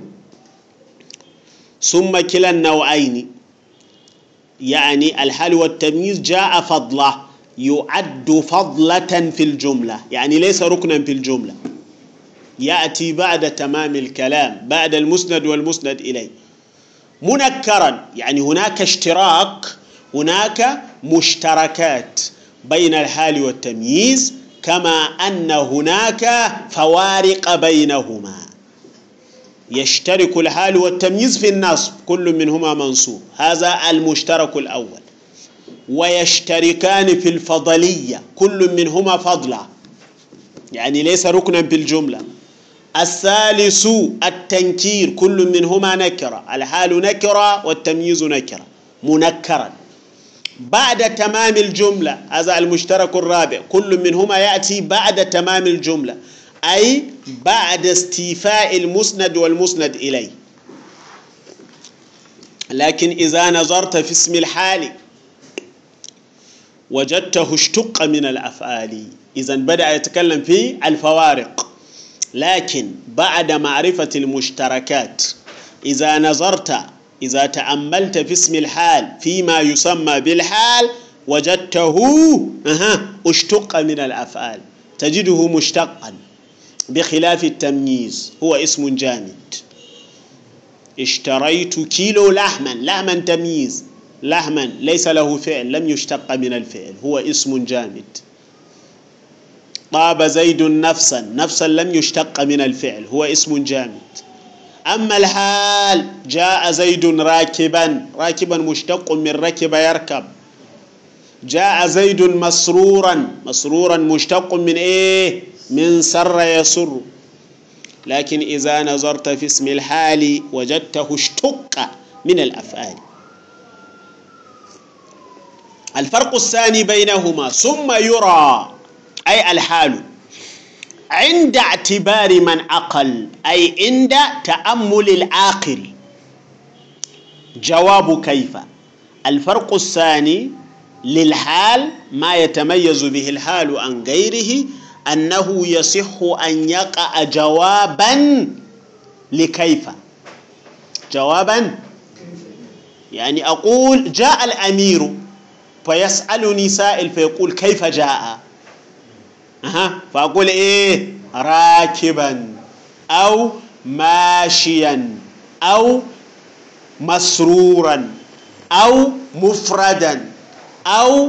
ثم كلا النوعين يعني الحال والتمييز جاء فضله، يعد فضلة في الجملة، يعني ليس ركنا في الجملة، يأتي بعد تمام الكلام، بعد المسند والمسند إليه. منكرا يعني هناك اشتراك، هناك مشتركات بين الحال والتمييز، كما أن هناك فوارق بينهما. يشترك الحال والتمييز في النصب، كل منهما منصوب، هذا المشترك الأول. ويشتركان في الفضلية، كل منهما فضلة، يعني ليس ركنا في الجملة. الثالث التنكير، كل منهما نكرة، الحال نكرة والتمييز نكرة، منكرا. بعد تمام الجملة، هذا المشترك الرابع، كل منهما يأتي بعد تمام الجملة، أي بعد استيفاء المسند والمسند إليه. لكن إذا نظرت في اسم الحال وجدته اشتق من الأفعال، إذن بدأ يتكلم في الفوارق. لكن بعد معرفة المشتركات، إذا نظرت، إذا تأملت في اسم الحال فيما يسمى بالحال، وجدته أها اشتق من الأفعال، تجده مشتقا، بخلاف التمييز هو اسم جامد. اشتريت كيلو لحما، لحما تمييز، لحما ليس له فعل، لم يشتق من الفعل، هو اسم جامد. طاب زيد نفسا، نفسا لم يشتق من الفعل، هو اسم جامد. أما الحال جاء زيد راكبا، راكبا مشتق من ركب يركب. جاء زيد مسرورا، مسرورا مشتق من إيه؟ من سر يسر. لكن إذا نظرت في اسم الحال وجدته اشتق من الأفعال. الفرق الثاني بينهما، ثم يرى أي الحال عند اعتبار من عقل، أي عند تأمل العاقل. جواب كيف. الفرق الثاني للحال، ما يتميز به الحال عن غيره، أنه يصح أن يقع جوابا لكيف. جوابا يعني أقول جاء الأمير، فيسألني سائل فيقول كيف جاء؟ أها، فأقول إيه؟ راكبا أو ماشيا أو مسرورا أو مفردا أو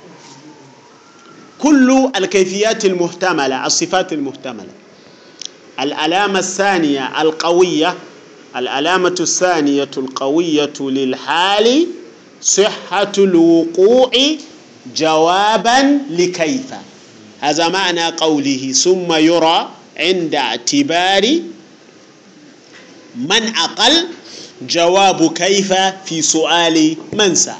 كل الكيفيات المحتملة، الصفات المحتملة. العلامة الثانية القوية، العلامة الثانية القوية للحال صحة الوقوع جوابا لكيف. هذا معنى قوله ثم يرى عند اعتبار من عقل جواب كيف في سؤال من سأل.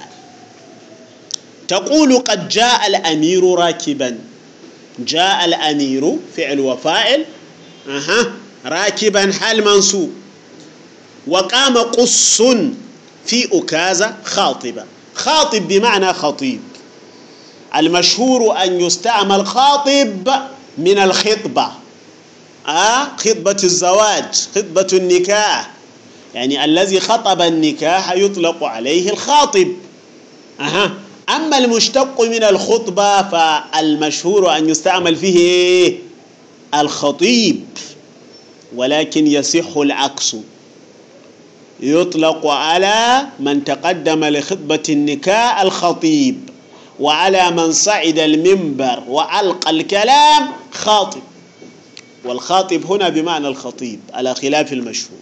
تقول قد جاء الأمير راكبا، جاء الأمير فعل وفاعل، أها، راكبا حال منصوب. وقام قص في أكازة خاطبة، خاطب بمعنى خطيب. المشهور أن يستعمل خاطب من الخطبة، آه خطبة الزواج، خطبة النكاح، يعني الذي خطب النكاح يطلق عليه الخاطب. أها. أما المشتق من الخطبة فالمشهور أن يستعمل فيه الخطيب، ولكن يصح العكس، يطلق على من تقدم لخطبة النكاح الخطيب، وعلى من صعد المنبر وألقى الكلام خاطب. والخاطب هنا بمعنى الخطيب على خلاف المشهور.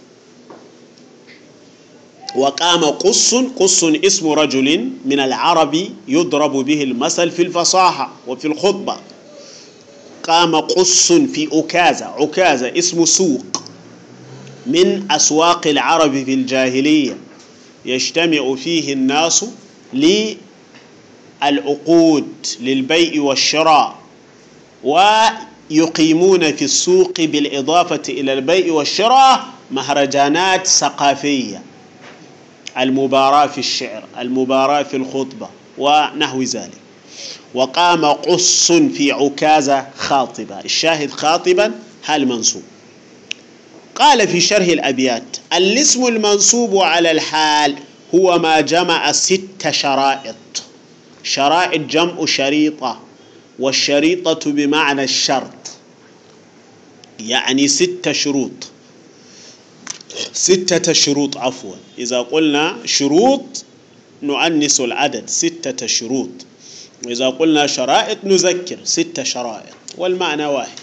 وقام قص، قص اسم رجل من العرب يضرب به المثل في الفصاحة وفي الخطبة. قام قص في أكازة، أكازة اسم سوق من أسواق العرب في الجاهلية، يجتمع فيه الناس للعقود للبيع والشراء، ويقيمون في السوق بالإضافة إلى البيع والشراء مهرجانات ثقافية، المباراة في الشعر، المباراة في الخطبة ونحو ذلك. وقام قص في عكازة خاطبة، الشاهد خاطبا حال منصوب. قال في شرح الأبيات: الاسم المنصوب على الحال هو ما جمع ست شرائط. شرائط جمع شريطة، والشريطة بمعنى الشرط، يعني ست شروط، ستة شروط عفوا. إذا قلنا شروط نؤنس العدد، ستة شروط، وإذا قلنا شرائط نذكر ست شرائط، والمعنى واحد.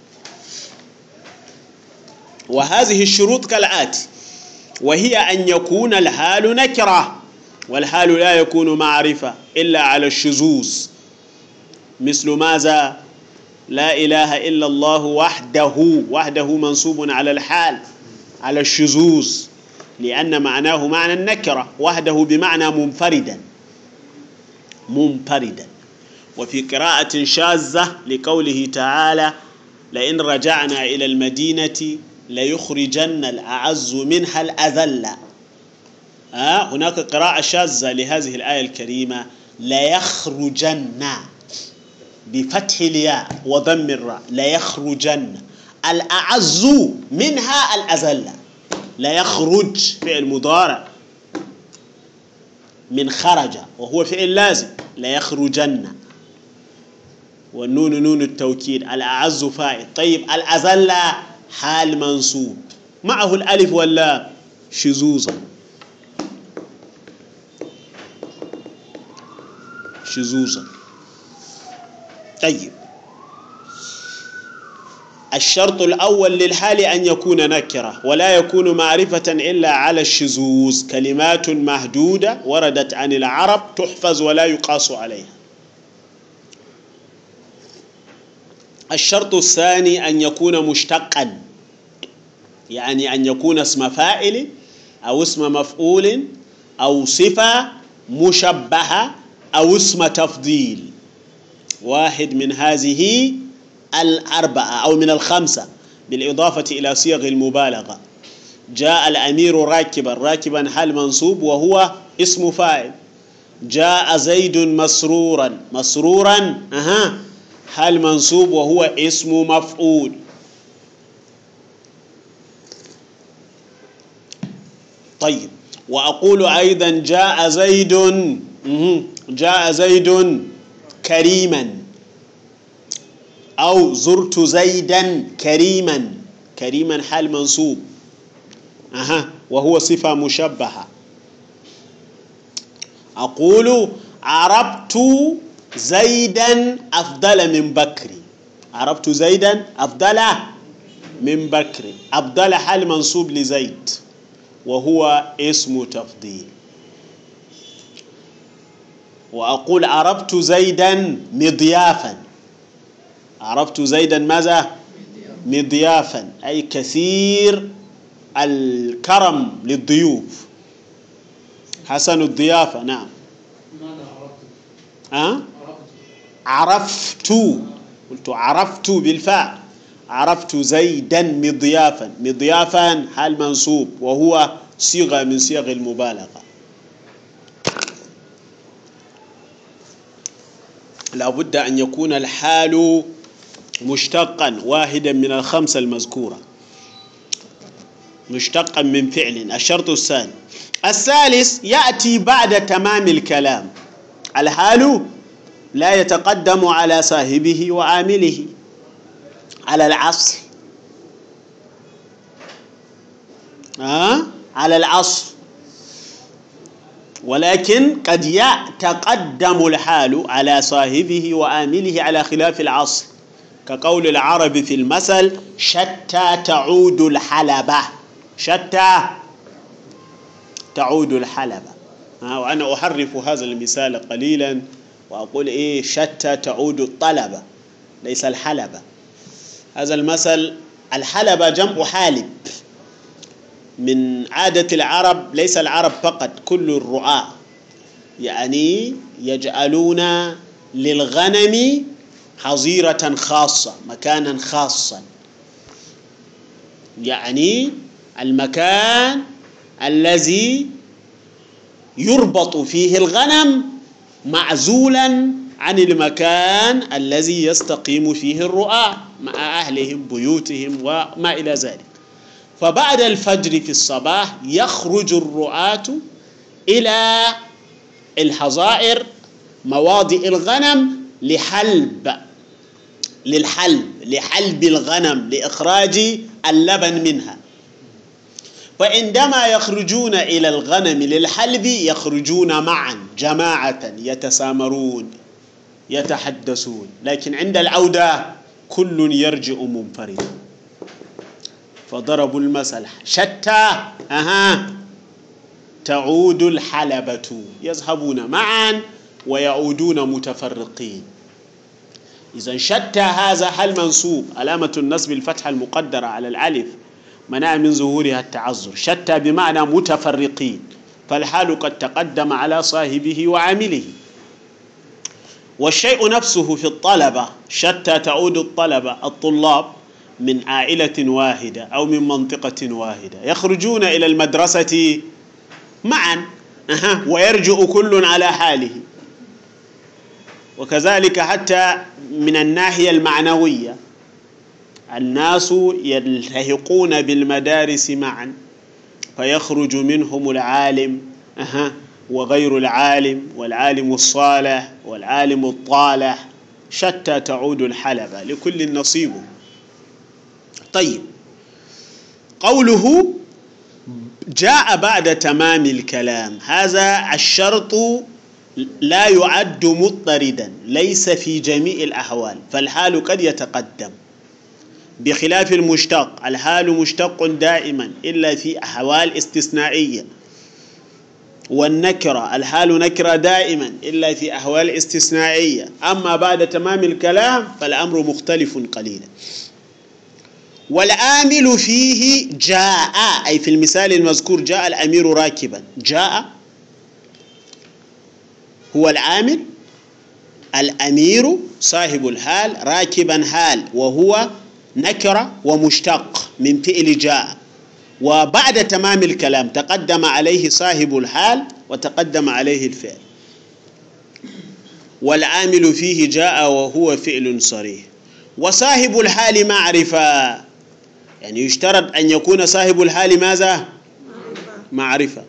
وهذه الشروط كالآتي: وهي أن يكون الحال نكرة، والحال لا يكون معرفة إلا على الشذوذ، مثل ماذا؟ لا إله إلا الله وحده، وحده منصوب على الحال على الشذوذ، لأن معناه معنى النكرة، وحده بمعنى منفردا منفردا. وفي قراءة شاذة لقوله تعالى: لئن رجعنا إلى المدينة ليخرجن الأعز منها الأذل. آه هناك قراءة شاذة لهذه الآية الكريمة: ليخرجن بفتح الياء وضم الراء، ليخرجن الأعز منها الأذل. ليخرج فعل مضارع من خرج وهو فعل لازم، ليخرجن، والنون نون التوكيد، الأعز فاعل. طيب الأذل حال منصوب معه الألف واللام شذوذا شذوذا. طيب الشرط الأول للحال أن يكون نكرة، ولا يكون معرفة إلا على الشذوذ. كلمات محدودة وردت عن العرب تحفظ ولا يقاس عليها. الشرط الثاني أن يكون مشتقا، يعني أن يكون اسم فاعل أو اسم مفعول أو صفة مشبهة أو اسم تفضيل، واحد من هذه الأربعة أو من الخمسة، بالإضافة إلى صيغ المبالغة. جاء الأمير راكبا، راكبا حال منصوب وهو اسم فاعل. جاء زيد مسرورا، مسرورا أها حال منصوب وهو اسم مفعول. طيب وأقول أيضا جاء زيد، جاء زيد كريما، أو زرت زيدا كريما، كريما حال منصوب أها وهو صفة مشبهة. أقول عرفت زيدا أفضل من بكر، عرفت زيدا أفضل من بكر، أفضل حال منصوب لزيد وهو اسم تفضيل. وأقول عرفت زيدا مضيافا، عرفت زيدا ماذا؟ مضيافا، أي كثير الكرم للضيوف، حسن الضيافة. نعم. ماذا عرفت؟ أه؟ عرفت، قلت عرفت بالفاء، عرفت زيدا مضيافا، مضيافا حال منصوب وهو صيغة من صيغ المبالغة. لا بد أن يكون الحال مشتقا واحدا من الخمسة المذكورة، مشتقا من فعل. الشرط الثاني. الثالث يأتي بعد تمام الكلام. الحال لا يتقدم على صاحبه وعامله على العصر، أه؟ على العصر، ولكن قد يتقدم الحال على صاحبه وعامله على خلاف العصر، كقول العرب في المثل: شتى تعود الحلبة، شتى تعود الحلبة. أه؟ وأنا أحرف هذا المثال قليلا وأقول إيه شتى تعود الطلبة ليس الحلبة. هذا المثل، الحلبة جمع حالب، من عادة العرب، ليس العرب فقط، كل الرعاة يعني يجعلون للغنم حظيرة خاصة، مكانا خاصا، يعني المكان الذي يربط فيه الغنم معزولا عن المكان الذي يستقيم فيه الرعاة مع أهلهم بيوتهم وما إلى ذلك. فبعد الفجر في الصباح يخرج الرعاة إلى الحظائر مواضع الغنم لحلب للحلب لحلب الغنم لإخراج اللبن منها. فعندما يخرجون إلى الغنم للحلب يخرجون معا جماعة يتسامرون يتحدثون، لكن عند العودة كل يرجع منفردا. فضربوا المثل شتى أها تعود الحلبة، يذهبون معا ويعودون متفرقين. إذا شتى هذا هل منصوب علامة النصب الفتحة المقدرة على الألف منع من ظهورها التعذر. شتى بمعنى متفرقين، فالحال قد تقدم على صاحبه وعامله. والشيء نفسه في الطلبة شتى تعود الطلبة الطلاب من عائلة واحدة أو من منطقة واحدة يخرجون إلى المدرسة معا أه. ويرجع كل على حاله. وكذلك حتى من الناحية المعنوية الناس يلتحقون بالمدارس معا فيخرج منهم العالم أه. وغير العالم والعالم الصالح والعالم الطالح. شتى تعود الحلبة لكل نصيب. طيب، قوله جاء بعد تمام الكلام، هذا الشرط لا يعد مضطردا، ليس في جميع الأحوال، فالحال قد يتقدم بخلاف المشتق. الحال مشتق دائما إلا في أحوال استثنائية، والنكرة الحال نكرة دائما إلا في أحوال استثنائية. أما بعد تمام الكلام فالأمر مختلف قليلا. والعامل فيه جاء، أي في المثال المذكور جاء الأمير راكبا، جاء هو العامل، الأمير صاحب الحال، راكبا حال وهو نكرة ومشتق من فعل جاء. وبعد تمام الكلام تقدم عليه صاحب الحال وتقدم عليه الفعل. والعامل فيه جاء وهو فعل صريح. وصاحب الحال معرفة، يعني يشترط أن يكون صاحب الحال ماذا؟ معرفة.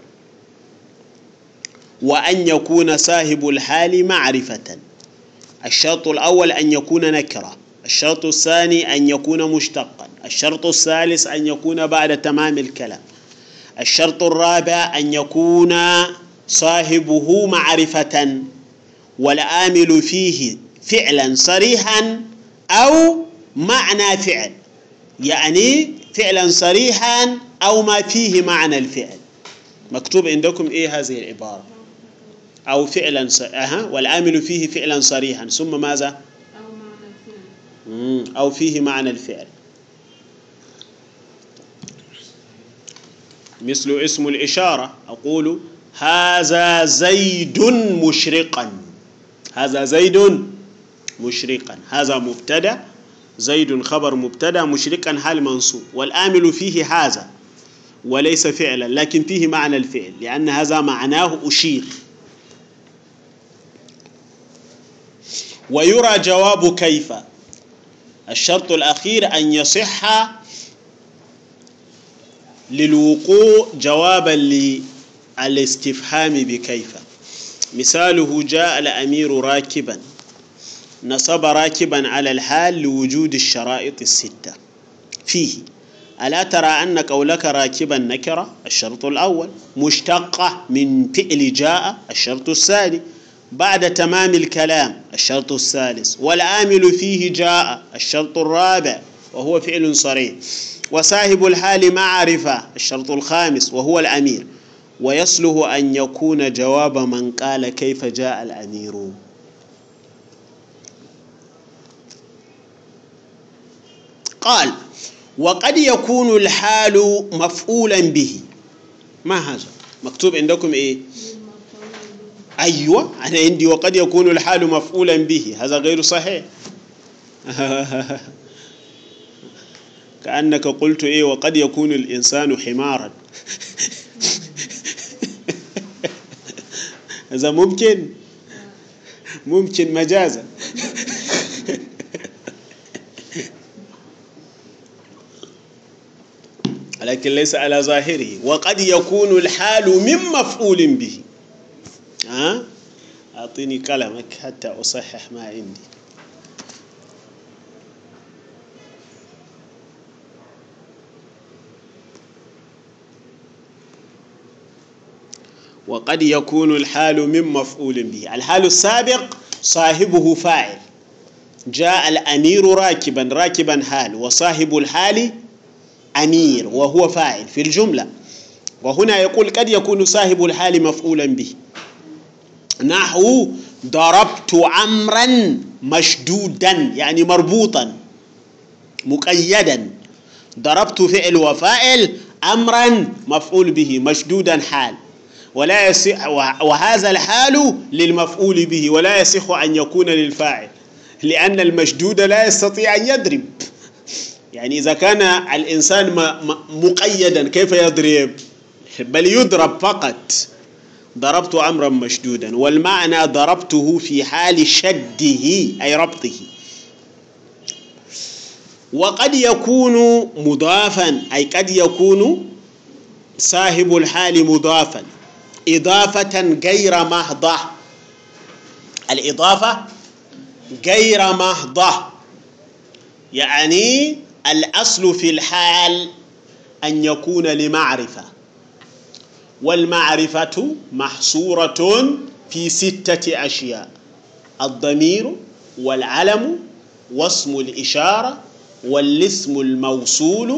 وأن يكون صاحب الحال معرفة. الشرط الأول أن يكون نكرة، الشرط الثاني أن يكون مشتقا، الشرط الثالث أن يكون بعد تمام الكلام، الشرط الرابع أن يكون صاحبه معرفة. والعامل فيه فعلا صريحا أو معنى فعل، يعني فعلا صريحا أو ما فيه معنى الفعل. مكتوب عندكم إيه هذه العبارة؟ أو فعلا ص... أه. والعامل فيه فعلا صريحا ثم ماذا؟ أو معنى الفعل. أو فيه معنى الفعل. مثل اسم الإشارة، أقول هذا زيد مشرقا، هذا زيد مشرقا، هذا مبتدأ، زيد خبر مبتدأ، مشرقا حال منصوب. والعامل فيه هذا وليس فعلا، لكن فيه معنى الفعل لأن هذا معناه أشير. ويرى جواب كيف. الشرط الأخير أن يصح للوقوع جوابا للاستفهام بكيف. مثاله جاء الأمير راكبا، نصب راكبا على الحال لوجود الشرائط الستة فيه. ألا ترى أن قولك راكبا نكرة؟ الشرط الأول. مشتقة من فعل جاء؟ الشرط الثاني. بعد تمام الكلام؟ الشرط الثالث. والعامل فيه جاء؟ الشرط الرابع وهو فعل صريح. وصاحب الحال معرفة؟ الشرط الخامس وهو الأمير. ويصلح أن يكون جواب من قال كيف جاء الأمير. قال وقد يكون الحال مفعولا به. ما هذا؟ مكتوب عندكم إيه؟ أيوة، أنا عندي وقد يكون الحال مفعولا به، هذا غير صحيح. كأنك قلت إيه وقد يكون الإنسان حمارا. هذا ممكن ممكن مجازا. لكن ليس على ظاهره. وقد يكون الحال من مفعول به. ها أعطيني قلمك حتى أصحح ما عندي. وقد يكون الحال من مفعول به. الحال السابق صاحبه فاعل، جاء الأمير راكبا، راكبا حال، وصاحب الحال أمير وهو فاعل في الجملة. وهنا يقول قد يكون صاحب الحال مفعولا به، نحو ضربت عمرا مشدودا يعني مربوطا مقيدا. ضربت فعل وفاعل، أمرا مفعول به مشدودا حال، ولا يصح، وهذا الحال للمفعول به ولا يصح أن يكون للفاعل، لأن المشدود لا يستطيع أن يضرب. يعني إذا كان الإنسان مقيدا كيف يضرب؟ بل يضرب فقط. ضربت أمرا مشدودا، والمعنى ضربته في حال شده أي ربطه. وقد يكون مضافا، أي قد يكون صاحب الحال مضافا إضافة غير محضة. الإضافة غير محضة يعني الأصل في الحال أن يكون لمعرفة، والمعرفة محصورة في ستة أشياء: الضمير والعلم واسم الإشارة والاسم الموصول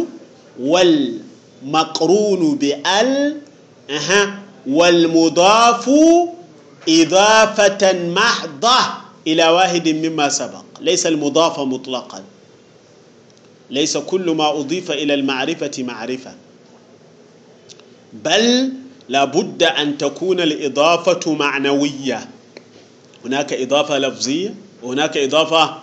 والمقرون بأل أه والمضاف إضافة محضة إلى واحد مما سبق. ليس المضاف مطلقا، ليس كل ما أضيف إلى المعرفة معرفة، بل لابد أن تكون الإضافة معنوية. هناك إضافة لفظية وهناك إضافة،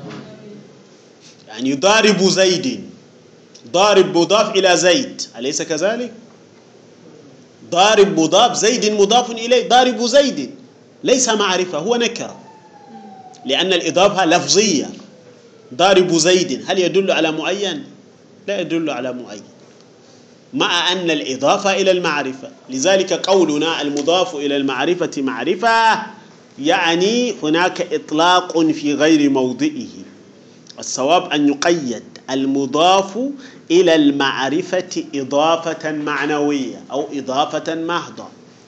يعني ضارب زيد، ضارب مضاف إلى زيد، أليس كذلك؟ ضارب مضاف، زيد مضاف إليه، ضارب زيد ليس معرفة، هو نكرة، لأن الإضافة لفظية. ضارب زيد هل يدل على معين؟ لا يدل على معين، مع أن الإضافة إلى المعرفة. لذلك قولنا المضاف إلى المعرفة معرفة يعني هناك إطلاق في غير موضعه. الصواب أن يقيد المضاف إلى المعرفة إضافة معنوية أو إضافة محضة.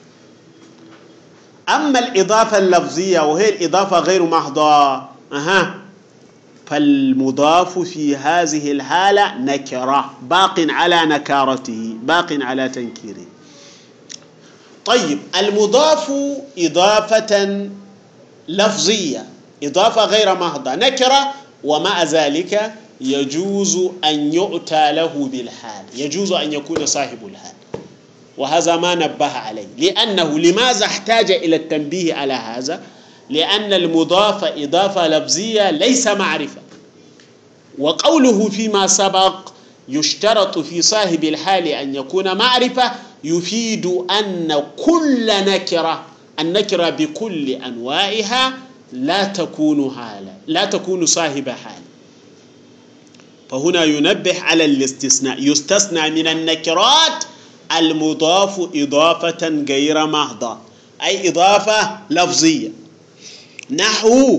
أما الإضافة اللفظية وهي الإضافة غير محضة أها فالمضاف في هذه الحالة نكرة، باق على نكارته، باق على تنكيره. طيب المضاف إضافة لفظية، إضافة غير محضة، نكرة، ومع ذلك يجوز أن يؤتى له بالحال، يجوز أن يكون صاحب الحال، وهذا ما نبه عليه. لأنه لماذا احتاج إلى التنبيه على هذا؟ لأن المضاف إضافة لفظية ليس معرفة، وقوله فيما سبق يشترط في صاحب الحال أن يكون معرفة يفيد أن كل نكرة، النكرة بكل أنواعها لا تكون حالا، لا تكون صاحب حال. فهنا ينبه على الاستثناء، يستثنى من النكرات المضاف إضافة غير محضة أي إضافة لفظية، نحو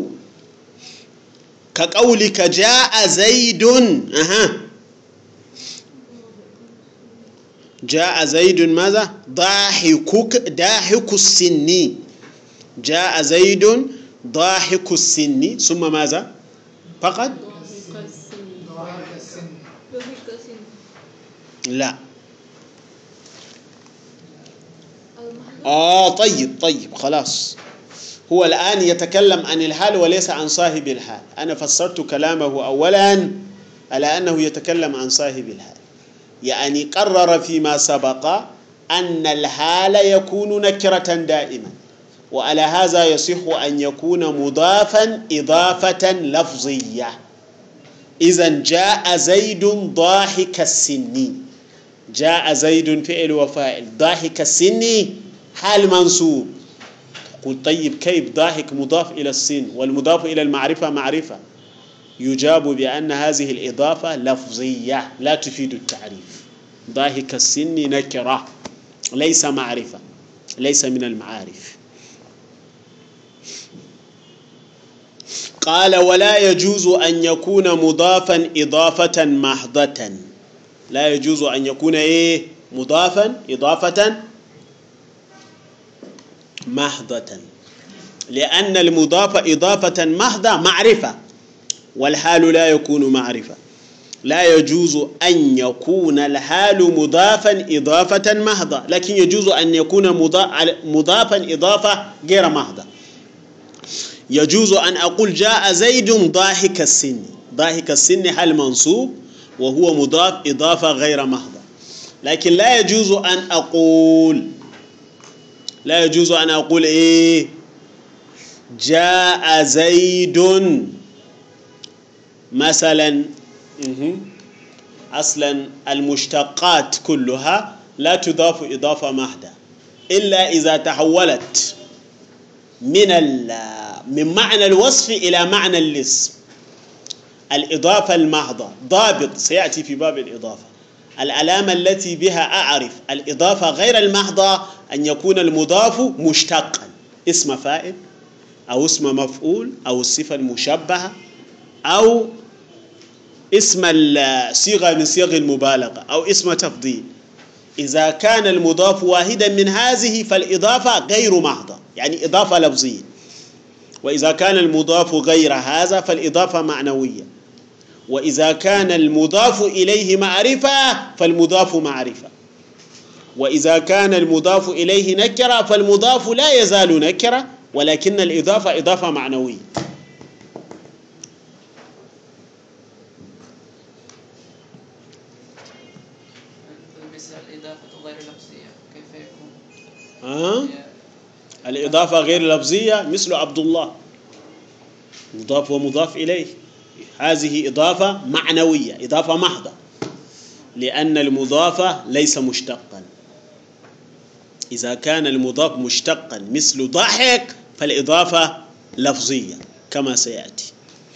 كقولك جاء زيد أها جاء زيد ماذا؟ ضاحكك، ضاحك السن، جاء زيد ضاحك السن، ثم ماذا؟ فقط؟ لا. آه طيب طيب خلاص، هو الآن يتكلم عن الحال وليس عن صاحب الحال. أنا فسرت كلامه أولا على أنه يتكلم عن صاحب الحال، يعني قرر فيما سبق أن الحال يكون نكرة دائما، وعلى هذا يصح أن يكون مضافا إضافة لفظية. إذن جاء زيد ضاحك السن، جاء زيد فعل وفاعل، ضاحك السن حال منصوب. قل طيب كيف ضاحك مضاف إلى السن والمضاف إلى المعرفة معرفة؟ يجاب بأن هذه الإضافة لفظية لا تفيد التعريف. ضاحك السن نكرة ليس معرفة، ليس من المعارف. قال ولا يجوز أن يكون مضافا إضافة محضة. لا يجوز أن يكون إيه مضافا إضافة محضة، لأن المضاف إضافة محضة معرفة، والحال لا يكون معرفة. لا يجوز أن يكون الحال مضافا إضافة محضة، لكن يجوز أن يكون مضافا إضافة غير محضة. يجوز أن أقول جاء زيد ضاحك السن، ضاحك السن حال منصوب وهو مضاف إضافة غير محضة. لكن لا يجوز أن أقول لا يجوز أن أقول إيه جاء زيد مثلا. أصلا المشتقات كلها لا تضاف إضافة محضة إلا إذا تحولت من من معنى الوصف إلى معنى الاسم. الإضافة المحضة ضابط سيأتي في باب الإضافة. العلامة التي بها أعرف الإضافة غير المحضة أن يكون المضاف مشتقا، اسم فاعل أو اسم مفعول أو الصفة المشبهة أو اسم الصيغة من صيغ المبالغة أو اسم تفضيل. إذا كان المضاف واحدا من هذه فالإضافة غير محضة، يعني إضافة لفظية. وإذا كان المضاف غير هذا فالإضافة معنوية. وإذا كان المضاف إليه معرفة فالمضاف معرفة. وإذا كان المضاف إليه نكرة فالمضاف لا يزال نكرة، ولكن الإضافة إضافة معنوية. الإضافة غير لفظية كيف يكون؟ آه؟ الإضافة غير لفظية مثل عبد الله، مضاف ومضاف إليه، هذه إضافة معنوية إضافة محضة، لأن المضاف ليس مشتقا. إذا كان المضاف مشتقا مثل ضاحك فالإضافة لفظية كما سيأتي.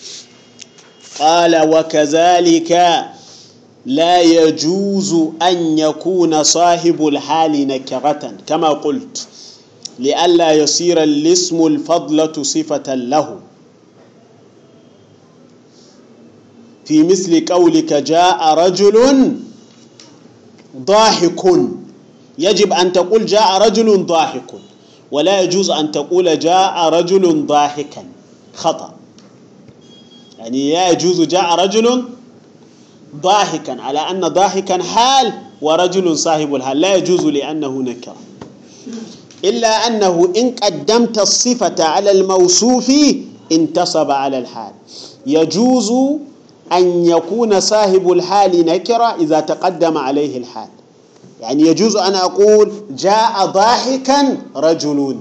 قال وكذلك لا يجوز أن يكون صاحب الحال نكرة كما قلت، لئلا يصير الاسم الفضلة صفة له، في مثل قولك جاء رجل ضاحك، يجب أن تقول جاء رجل ضاحك، ولا يجوز أن تقول جاء رجل ضاحكا، خطأ. يعني لا يجوز جاء رجل ضاحكا على أن ضاحكا حال ورجل صاحب الحال، لا يجوز لأنه نكر. إلا أنه إن قدمت الصفة على الموصوف انتصب على الحال. يجوز أن يكون صاحب الحال نكرة إذا تقدم عليه الحال. يعني يجوز أن أقول جاء ضاحكا رجل،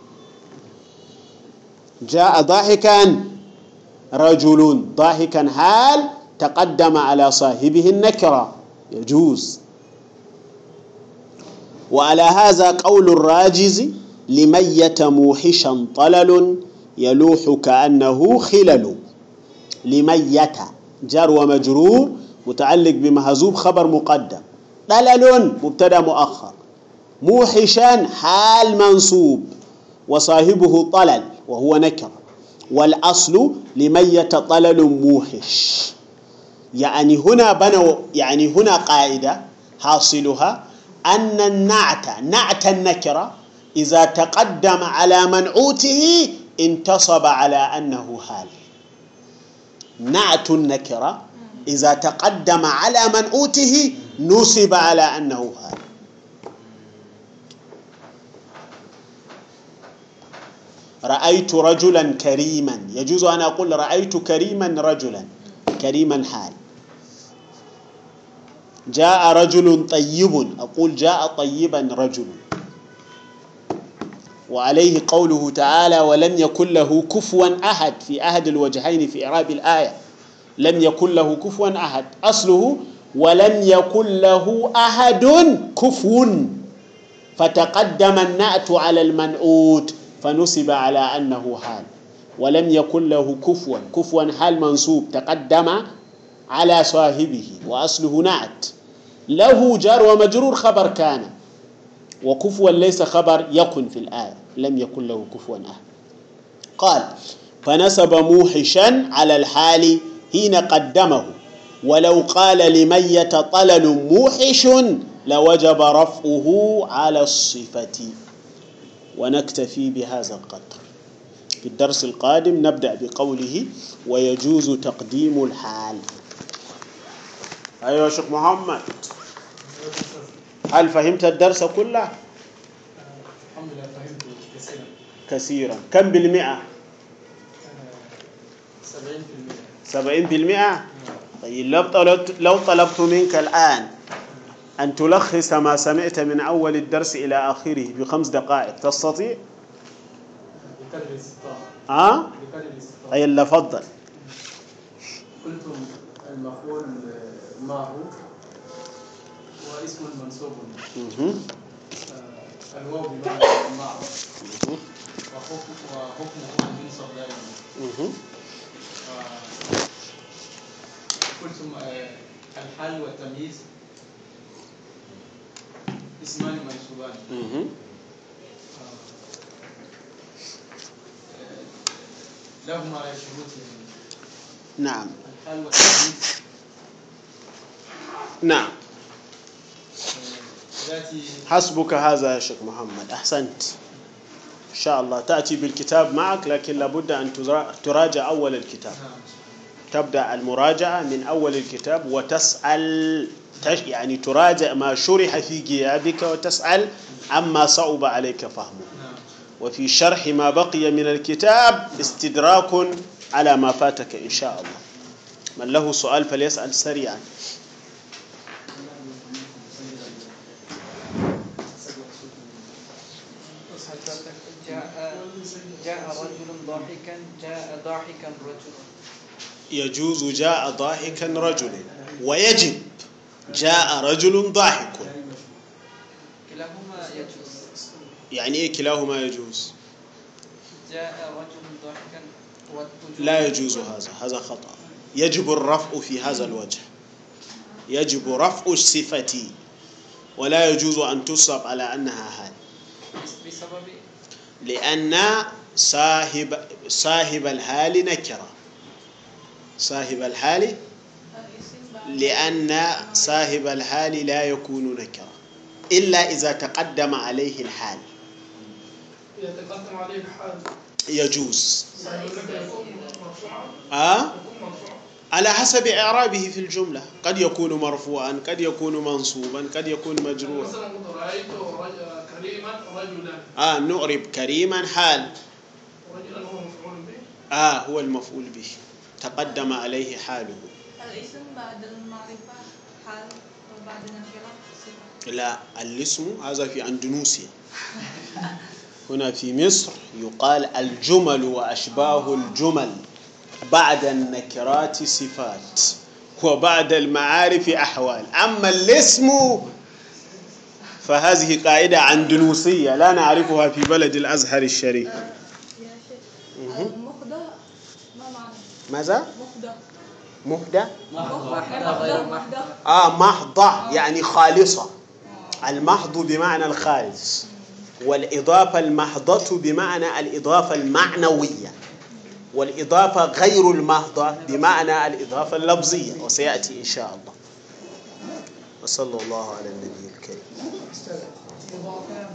جاء ضاحكا رجل، ضاحكا حال تقدم على صاحبه النكرة، يجوز. وعلى هذا قول الراجز لميت موحشا طلل يلوح كأنه خلل. لميت جار ومجرور متعلق بمحذوف خبر مقدم، طلل مبتدا مؤخر، موحشا حال منصوب وصاحبه طلل وهو نكر، والأصل لميت طلل موحش. يعني هنا بنوا يعني هنا قاعدة حاصلها أن النعت نعت النكرة إذا تقدم على منعوته انتصب على أنه حال. نعت النكرة إذا تقدم على منعوته نصب على أنه حال. رأيت رجلا كريما، يجوز أن أقول رأيت كريما رجلا، كريما حال. جاء رجل طيب، أقول جاء طيبا رجل. وعليه قوله تعالى ولم يكن له كفوا أحد في أحد الوجهين في إعراب الآية. لم يكن له كفوا أحد. أصله ولم يكن له أحد كفو، فتقدم النعت على المنعوت فنسب على أنه حال. ولم يكن له كفوا، كفوا حال منصوب تقدم على صاحبه وأصله نعت. له جار ومجرور خبر كان، وكفوا ليس خبر يكن في الآية، لم يكن له كفوا أحد. قال فنسب موحشا على الحال حين قدمه، ولو قال لمن يتطلل موحش لوجب رفعه على الصفة. ونكتفي بهذا القدر. في الدرس القادم نبدأ بقوله ويجوز تقديم الحال. أيها شيخ محمد، هل فهمت الدرس كله؟ الحمد لله فهمت كثيرا. كثيرا. كم بالمئة؟ سبعين بالمئة. سبعين بالمئة؟ طيب لو طلبت, لو طلبت منك الآن أن تلخص ما سمعت من أول الدرس إلى آخره بخمس دقائق تستطيع؟ بقدر الاستطاعة. ها؟ بقدر الاستطاعة. أي اللي فضل. قلتم المفعول ما هو واسم منصوب، الواو بمعنى مع، وحكم وحكمه ينصب دائما. قلتم الحال والتمييز اسمان منصوبان. لهما شروطهم. نعم. الحال والتمييز. نعم. ذاتي. حسبك هذا يا شيخ محمد، أحسنت. إن شاء الله تأتي بالكتاب معك، لكن لابد أن تراجع أول الكتاب. تبدأ المراجعة من أول الكتاب وتسأل، يعني تراجع ما شرح في غيابك وتسأل عما صعب عليك فهمه. وفي شرح ما بقي من الكتاب استدراك على ما فاتك إن شاء الله. من له سؤال فليسأل سريعا. جاء جاء رجل ضاحكا، جاء ضاحكا رجل. يجوز جاء ضاحكا رجل، ويجب جاء رجل ضاحك. كلاهما يجوز. يعني ايه كلاهما يجوز؟ جاء رجل ضاحكا. لا يجوز هذا، هذا خطأ. يجب الرفع في هذا الوجه، يجب رفع الصفة، ولا يجوز أن تصب على أنها حال. بسبب لأن صاحب صاحب الحال نكرة. صاحب الحال، لأن صاحب الحال لا يكون نكرة إلا إذا تقدم عليه الحال. إذا تقدم عليه الحال يجوز. آه؟ على حسب إعرابه في الجملة، قد يكون مرفوعا، قد يكون منصوبا، قد يكون مجرورا. مثلا رأيت كريما رجلا. آه نعرب كريما حال. رجلا هو مفعول به. آه هو المفعول به، تقدم عليه حاله. الاسم بعد المعرفة حال وبعد النكرة صفة. لا، الاسم هذا في أندونيسيا. هنا في مصر يقال الجمل وأشباه الجمل بعد النكرات صفات وبعد المعارف أحوال. أما الاسم فهذه قاعدة أندونيسية لا نعرفها في بلد الأزهر الشريف. يا شيخ المخدة ما معنى؟ ماذا؟ مخدة. مهدى؟ محضة. محضة. آه محضة يعني خالصة. المحض بمعنى الخالص، والإضافة المحضة بمعنى الإضافة المعنوية، والإضافة غير المحضة بمعنى الإضافة اللفظية، وسيأتي إن شاء الله. وصلى الله على النبي الكريم.